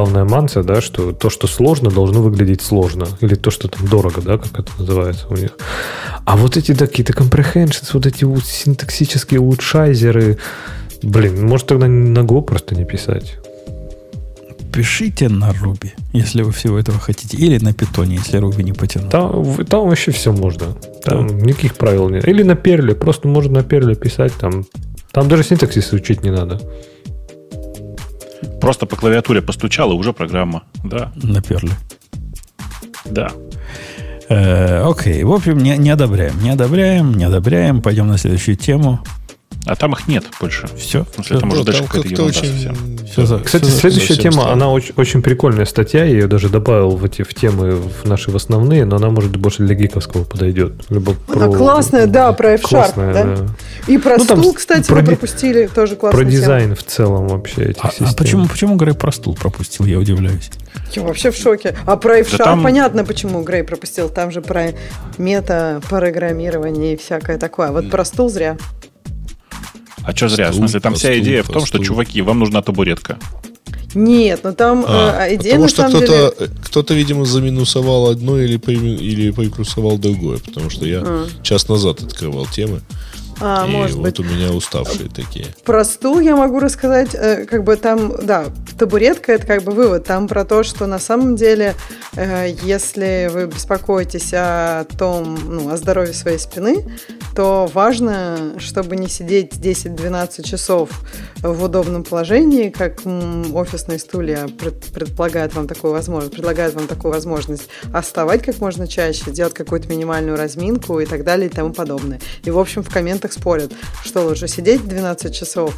главная манция, да, что то, что сложно, должно выглядеть сложно. Или то, что там дорого, да, как это называется у них. А вот эти да, какие-то comprehensions, вот эти вот синтаксические улучшайзеры, блин, может тогда на Go просто не писать. Пишите на Ruby, если вы всего этого хотите. Или на Python, если Ruby не потянул. Там вообще все можно. Там никаких правил нет. Или на Perl. Просто можно на Perl писать. Там даже синтаксис учить не надо. Просто по клавиатуре постучал, и уже программа. Да. На Perl. Да. Окей. В общем, не одобряем. Пойдем на следующую тему. А там их нет больше. Все. В смысле, там уже дальше какая-то ерунда совсем. Кстати, следующая тема, она очень прикольная статья. Я ее даже добавил в темы в наши основные, но она, может, больше для гиковского подойдет. Она классная, да, про F-Sharp. Да? И про стул, кстати, вы пропустили. Тоже классная про дизайн в целом вообще этих систем. А почему Грей про стул пропустил? Я удивляюсь. Я вообще в шоке. А про F-Sharp понятно, почему Грей пропустил. Там же про метапрограммирование и всякое такое. Вот про стул зря. А что зря? В смысле, там вся идея в том, что, чуваки, вам нужна табуретка. Нет, ну там идея на самом деле... Кто-то, видимо, заминусовал одно или приплюсовал другое, потому что я час назад открывал темы. И может вот быть. У меня уставшие такие. Про стул я могу рассказать, как бы там, да, табуретка — это как бы вывод. Там про то, что на самом деле, если вы беспокоитесь о том, о здоровье своей спины, то важно, чтобы не сидеть 10-12 часов в удобном положении, как офисные стулья предлагают вам такую возможность, а вставать как можно чаще, делать какую-то минимальную разминку и так далее и тому подобное. И, в общем, в комментах спорят, что лучше сидеть 12 часов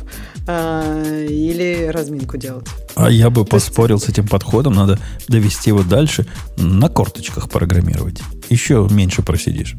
или разминку делать. А я бы поспорил с этим подходом. Надо довести его дальше. На корточках программировать. Еще меньше просидишь.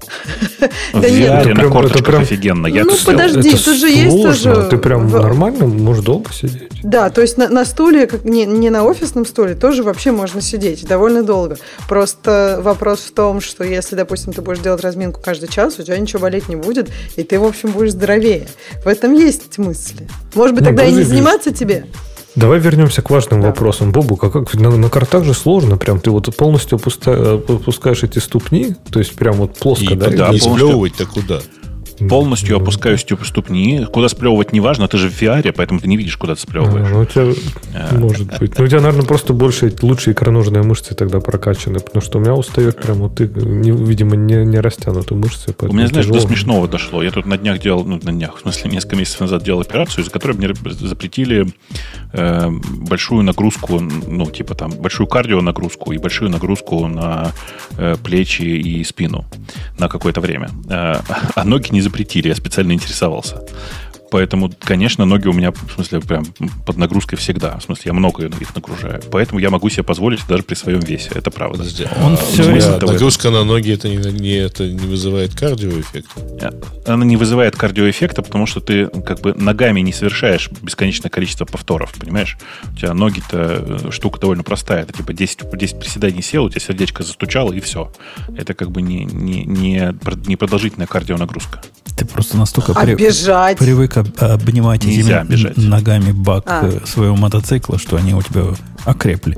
В VR на корточках офигенно. Подожди, тут же есть тоже... Ты прям нормально можешь долго сидеть. Да, то есть на стуле, не на офисном стуле, тоже вообще можно сидеть довольно долго. Просто вопрос в том, что если, допустим, ты будешь делать разминку каждый час, у тебя ничего болеть не будет, и ты, в общем, будешь здоровее. В этом есть мысли. Может быть, тогда и не заниматься тебе? Давай вернемся к важным вопросам. Бобук, а как на картах же сложно, прям ты вот полностью опускаешь эти ступни, то есть прям вот плоско, да? И сплевывать-то куда? Полностью опускаю ступни. Куда сплевывать не важно, ты же в VR, поэтому ты не видишь, куда ты сплевываешь. У тебя, может быть. У тебя, наверное, просто лучше икроножные мышцы тогда прокачаны, потому что у меня устает прям вот ты, видимо, не растянуты мышцы. У меня, знаешь, до смешного дошло. Я тут на днях делал, в смысле, несколько месяцев назад делал операцию, из-за которой мне запретили большую нагрузку, большую кардионагрузку и большую нагрузку на плечи и спину на какое-то время. А ноги не запретили, я специально интересовался. Поэтому, конечно, ноги у меня, в смысле, прям под нагрузкой всегда. В смысле, я много их нагружаю. Поэтому я могу себе позволить даже при своем весе. Это правда. Нагрузка на ноги это не вызывает кардиоэффекта? Она не вызывает кардиоэффекта, потому что ты как бы ногами не совершаешь бесконечное количество повторов, понимаешь? У тебя ноги-то штука довольно простая. Это типа 10 приседаний сел, у тебя сердечко застучало, и все. Это как бы не продолжительная кардионагрузка. Ты просто настолько привык обнимать этими ногами бак своего мотоцикла, что они у тебя окрепли.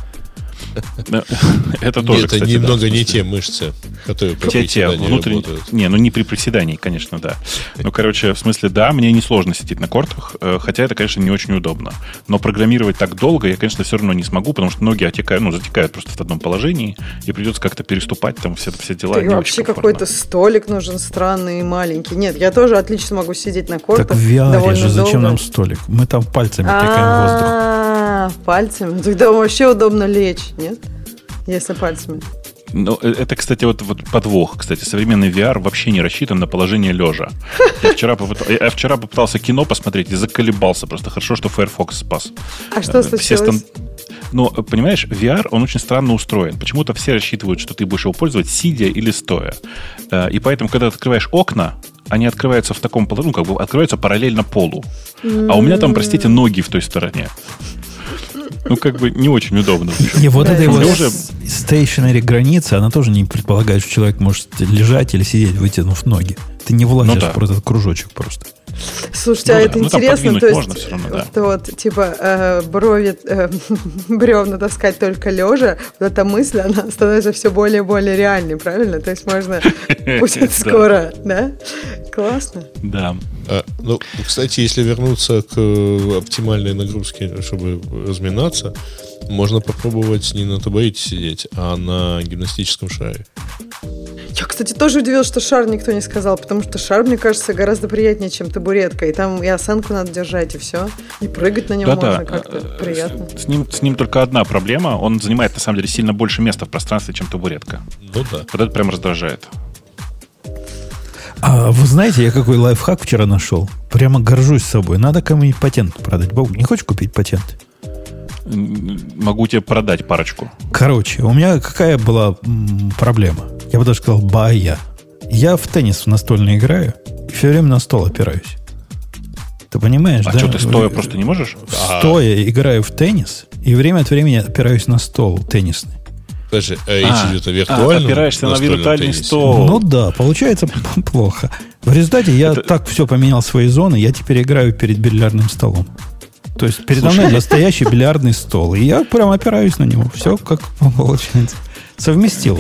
Это тоже, это кстати, немного не те мышцы, которые при приседании работают. Не при приседании, конечно, да. В смысле, да, мне несложно сидеть на кортах, хотя это, конечно, не очень удобно. Но программировать так долго я, конечно, все равно не смогу, потому что ноги затекают просто в одном положении, и придется как-то переступать там все дела. И вообще какой-то столик нужен странный и маленький. Нет, я тоже отлично могу сидеть на кортах. Так в VR же зачем нам столик? Мы там пальцами тыкаем воздух. Пальцами? Тогда вообще удобно лечь, нет? Если пальцами. Это, кстати, вот подвох. Кстати, современный VR вообще не рассчитан на положение лежа. Я вчера попытался кино посмотреть и заколебался. Просто хорошо, что Firefox спас. А что случилось? Понимаешь, VR, он очень странно устроен. Почему-то все рассчитывают, что ты будешь его пользовать сидя или стоя. И поэтому, когда ты открываешь окна, они открываются в таком положении, открываются параллельно полу. А у меня там, простите, ноги в той стороне. Не очень удобно. И вот эта его stationary граница, она тоже не предполагает, что человек может лежать или сидеть, вытянув ноги. ты не влазишь в этот кружочек просто. Слушайте, это интересно, то есть, вот, типа, брови, бревна таскать только лежа, вот эта мысль, она становится все более и более реальной, правильно? То есть можно, будет скоро, да? Классно. Да. Ну, кстати, если вернуться к оптимальной нагрузке, чтобы разминаться, можно попробовать не на табурете сидеть, а на гимнастическом шаре. Я, кстати, тоже удивилась, что шар никто не сказал, потому что шар, мне кажется, гораздо приятнее, чем табуретка. И там и осанку надо держать, и все. И прыгать на нем можно как-то приятно. С ним только одна проблема. Он занимает, на самом деле, сильно больше места в пространстве, чем табуретка. Ну да. Вот это прям раздражает. А вы знаете, я какой лайфхак вчера нашел? Прямо горжусь собой. Надо кому-нибудь патент продать. Бог, не хочешь купить патент? Могу тебе продать парочку. Короче, у меня какая была проблема? Я бы даже сказал, Я в теннис в настольный играю и все время на стол опираюсь. Ты понимаешь, да? А что, ты стоя просто не можешь? Стоя играю в теннис и время от времени опираюсь на стол теннисный. Подожди, речь идет о виртуальном опираешься на виртуальный теннисе. стол. Ну да, получается плохо. В результате я так все поменял свои зоны, я теперь играю перед бильярдным столом. То есть передо мной настоящий бильярдный стол. И я прям опираюсь на него. Все как получается. Совместил.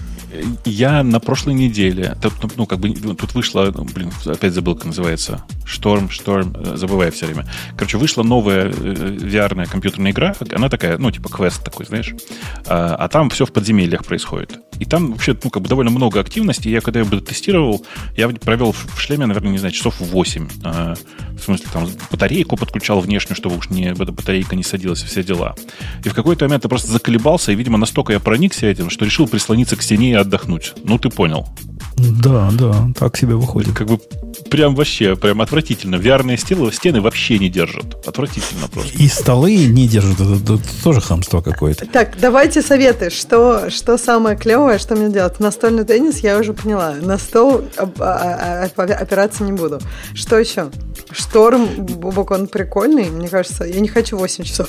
Я на прошлой неделе, ну, как бы, тут вышла, опять забыл, как называется, Шторм, забываю все время. Короче, вышла новая VR-ная компьютерная игра, она такая, ну, типа квест такой, знаешь, а там все в подземельях происходит. И там вообще, ну, как бы довольно много активности. Я когда ее тестировал, я провел в шлеме, наверное, не знаю, часов 8. В смысле, там, батарейку подключал внешнюю, чтобы уж батарейка не садилась, все дела. И в какой-то момент я просто заколебался, и, видимо, настолько я проникся этим, что решил прислониться к стене и отдохнуть. Ну, ты понял. Да, так себе выходит. Как бы прям вообще, прям отвратительно. VR-ные стены вообще не держат. Отвратительно просто. И столы не держат. Это тоже хамство какое-то. Так, давайте советы. Что самое клевое, что мне делать? Настольный теннис я уже поняла. На стол опираться не буду. Что еще? Шторм, Бобок, он прикольный. Мне кажется, я не хочу 8 часов.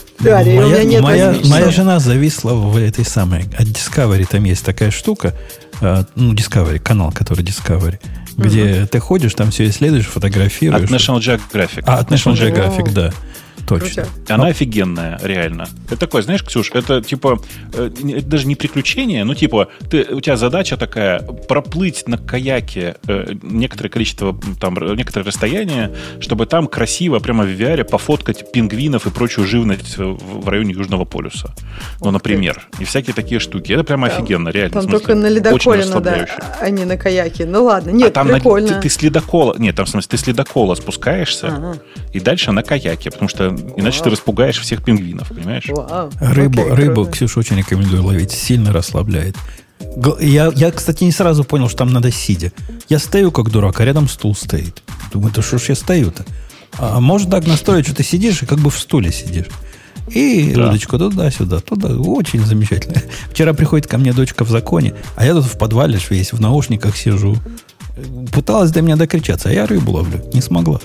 Моя жена зависла в этой самой. От Discovery там есть такая штука. Ну, Discovery, канал, который Discovery, где ты ходишь, там все исследуешь, фотографируешь. От National Geographic. От National Geographic, да. Точно. Она офигенная, реально. Это такое, знаешь, Ксюш, это типа, это даже не приключение, но типа, у тебя задача такая, проплыть на каяке некоторое количество, там, некоторое расстояние, чтобы там красиво, прямо в VR пофоткать пингвинов и прочую живность в районе Южного полюса. Ну, например. И всякие такие штуки. Это прямо офигенно, реально. Там только на ледоколе надо, а не на каяке. Ну ладно, нет, там прикольно. Ты с ледокола, нет, там в смысле, ты с ледокола спускаешься и дальше на каяке, потому что иначе ты распугаешь всех пингвинов, понимаешь? Рыбу, Ксюша, очень рекомендую ловить. Сильно расслабляет. Я, кстати, не сразу понял, что там надо сидя. Я стою как дурак, а рядом стул стоит. Думаю, да что ж я стою-то? А может так настроить, что ты сидишь и как бы в стуле сидишь. И удочку туда-сюда, туда. Очень замечательно. Вчера приходит ко мне дочка в законе, а я тут в подвале весь в наушниках сижу. Пыталась до меня докричаться, а я рыбу ловлю. Не смогла.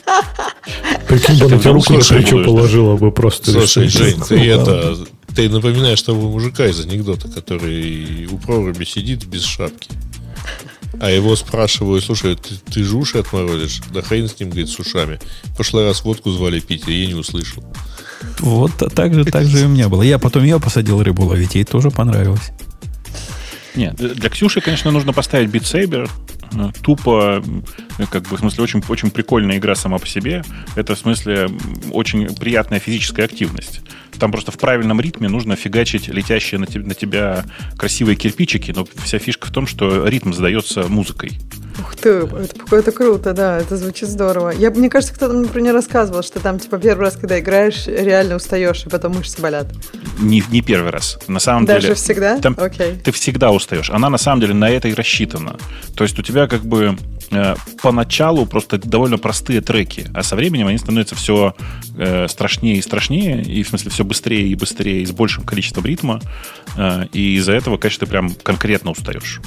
Прикинь, бы на тебя руку на плечо положила бы просто. Слушай, Жень, ты напоминаешь того мужика из анекдота, который у проруби сидит без шапки. А его спрашиваю, слушай, ты же уши отморозишь? Да хрен с ним, говорит, с ушами. В прошлый раз водку звали пить, а я не услышал. Вот так же и у меня было. Я потом ее посадил рыбу ловить, ей тоже понравилось. Нет, для Ксюши, конечно, нужно поставить Beat Saber. Тупо, как бы, в смысле, очень, очень прикольная игра сама по себе. Это, в смысле, очень приятная физическая активность. Там просто в правильном ритме нужно фигачить летящие на тебя красивые кирпичики, но вся фишка в том, что ритм задается музыкой. Ух ты, это круто, да, это звучит здорово. Мне кажется, кто-то мне про нее рассказывал, что там, типа, первый раз, когда играешь, реально устаешь, и потом мышцы болят. Не первый раз. На самом Даже деле... всегда? Там, Окей. Ты всегда устаешь. Она, на самом деле, на это и рассчитана. То есть у тебя, как бы, поначалу просто довольно простые треки, а со временем они становятся все страшнее и страшнее, и, в смысле, все быстрее и быстрее, и с большим количеством ритма, и из-за этого, конечно, ты прям конкретно устаешь.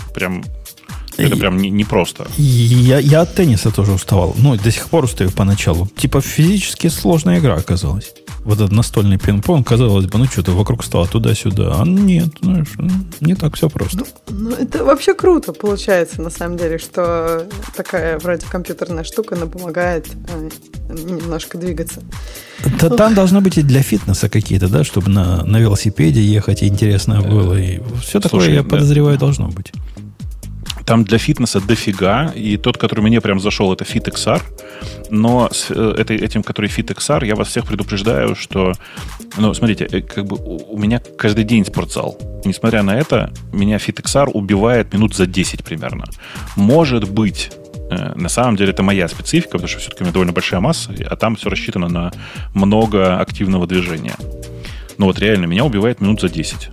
Это прям непросто. Я от тенниса тоже уставал. Ну, до сих пор устаю поначалу. Типа физически сложная игра оказалась. вот этот настольный пинг-понг, казалось бы, ну что-то вокруг стола туда-сюда. А нет, знаешь, не так все просто. Ну, это вообще круто получается, на самом деле, что такая вроде компьютерная штука, она помогает немножко двигаться. Там должны быть и для фитнеса какие-то, да, чтобы на велосипеде ехать, и интересно было. И все такое, я подозреваю, должно быть. Там для фитнеса дофига, и тот, который мне прям зашел, это FitXR, но с этим, который FitXR, я вас всех предупреждаю, что, ну, смотрите, как бы у меня каждый день спортзал. Несмотря на это, меня FitXR убивает минут за 10 примерно. Может быть, на самом деле это моя специфика, потому что все-таки у меня довольно большая масса, а там все рассчитано на много активного движения. Но вот реально меня убивает минут за 10.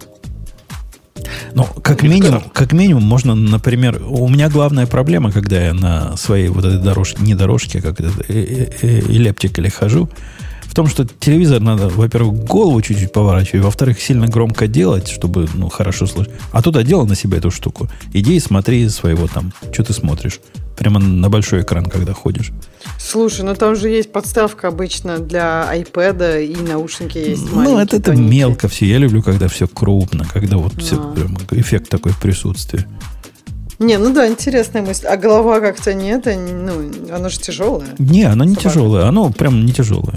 Ну, как минимум, можно, например, у меня главная проблема, когда я на своей вот этой дорожке, не дорожке, а как это, эллиптикале хожу, в том, что телевизор надо, во-первых, голову чуть-чуть поворачивать, во-вторых, сильно громко делать, чтобы, ну, хорошо слышать. А тут одел на себя эту штуку. Иди и смотри своего там, что ты смотришь. Прямо на большой экран, когда ходишь. Слушай, ну там же есть подставка обычно для iPad, и наушники есть маленькие. Ну, это мелко все. Я люблю, когда все крупно, когда вот все, прям, эффект такой присутствия. Не, ну да, интересная мысль. А голова как-то нет, ну, оно же тяжелое. Не, оно не тяжелое, оно прям не тяжелое.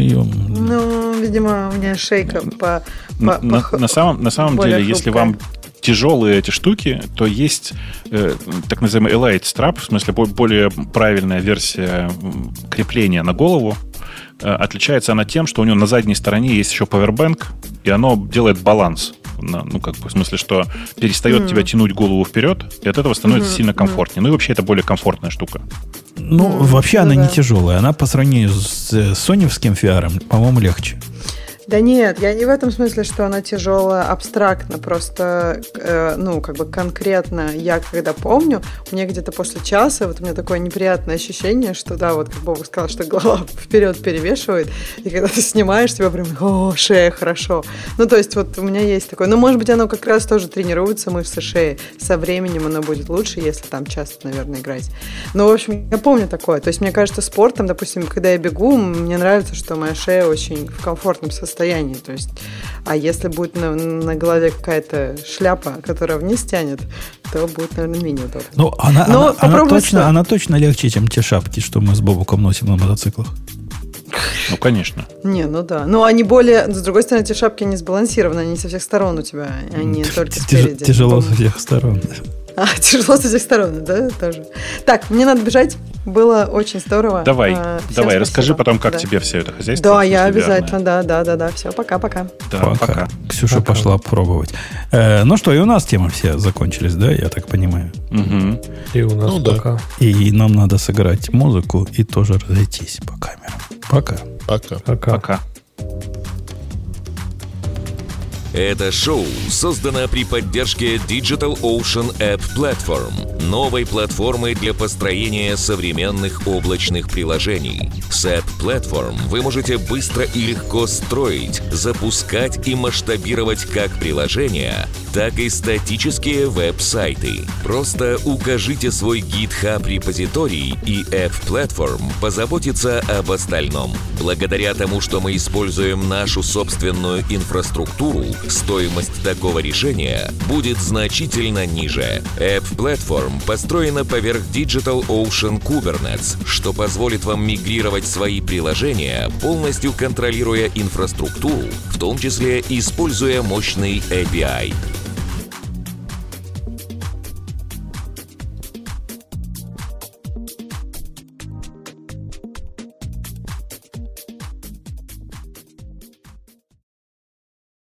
Ну, видимо, у меня шейка на самом деле, если вам тяжелые эти штуки, то есть так называемый Elite Strap, в смысле более правильная версия крепления на голову. Отличается она тем, что у него на задней стороне есть еще powerbank, и оно делает баланс. Ну, как бы, в смысле, что перестает тебя тянуть голову вперед, и от этого становится сильно комфортнее. Ну и вообще это более комфортная штука. Ну, вообще она не тяжелая. Она по сравнению с соневским VR, по-моему, легче. Да нет, я не в этом смысле, что она тяжелая абстрактно, просто, ну, как бы конкретно я когда помню, у меня где-то после часа вот у меня такое неприятное ощущение, что, да, вот как Бобок сказал, что голова вперед перевешивает, и когда ты снимаешь, тебя прям, о, шея, хорошо. Ну, то есть вот у меня есть такое, ну, может быть, оно как раз тоже тренируется, мышцы шеи, со временем оно будет лучше, если там часто, наверное, играть. Но, в общем, я помню такое, то есть мне кажется, спортом, допустим, когда я бегу, мне нравится, что моя шея очень в комфортном состоянии, то есть, а если будет на голове какая-то шляпа, которая вниз тянет, то будет, наверное, менее удобно. Ну, она точно легче, чем те шапки, что мы с Бобуком носим на мотоциклах. Ну, конечно. Не, ну да. Но они более... С другой стороны, эти шапки не сбалансированы, они со всех сторон у тебя, они только спереди. Тяжело со всех сторон. Тяжело с этих сторон, да, тоже. Так, мне надо бежать. Было очень здорово. Давай, расскажи потом, как тебе все это хозяйство. Да, я обязательно, да. Все, пока-пока. Да, пока. Ксюша пошла пробовать. Ну что, и у нас темы все закончились, да, я так понимаю? Угу. И у нас пока. И нам надо сыграть музыку и тоже разойтись по камерам. Пока. Это шоу создано при поддержке Digital Ocean App Platform, новой платформы для построения современных облачных приложений. С App Platform вы можете быстро и легко строить, запускать и масштабировать как приложения, так и статические веб-сайты. Просто укажите свой GitHub репозиторий, и App Platform позаботится об остальном. Благодаря тому, что мы используем нашу собственную инфраструктуру, стоимость такого решения будет значительно ниже. App Platform построена поверх Digital Ocean Kubernetes, что позволит вам мигрировать свои приложения, полностью контролируя инфраструктуру, в том числе используя мощный API.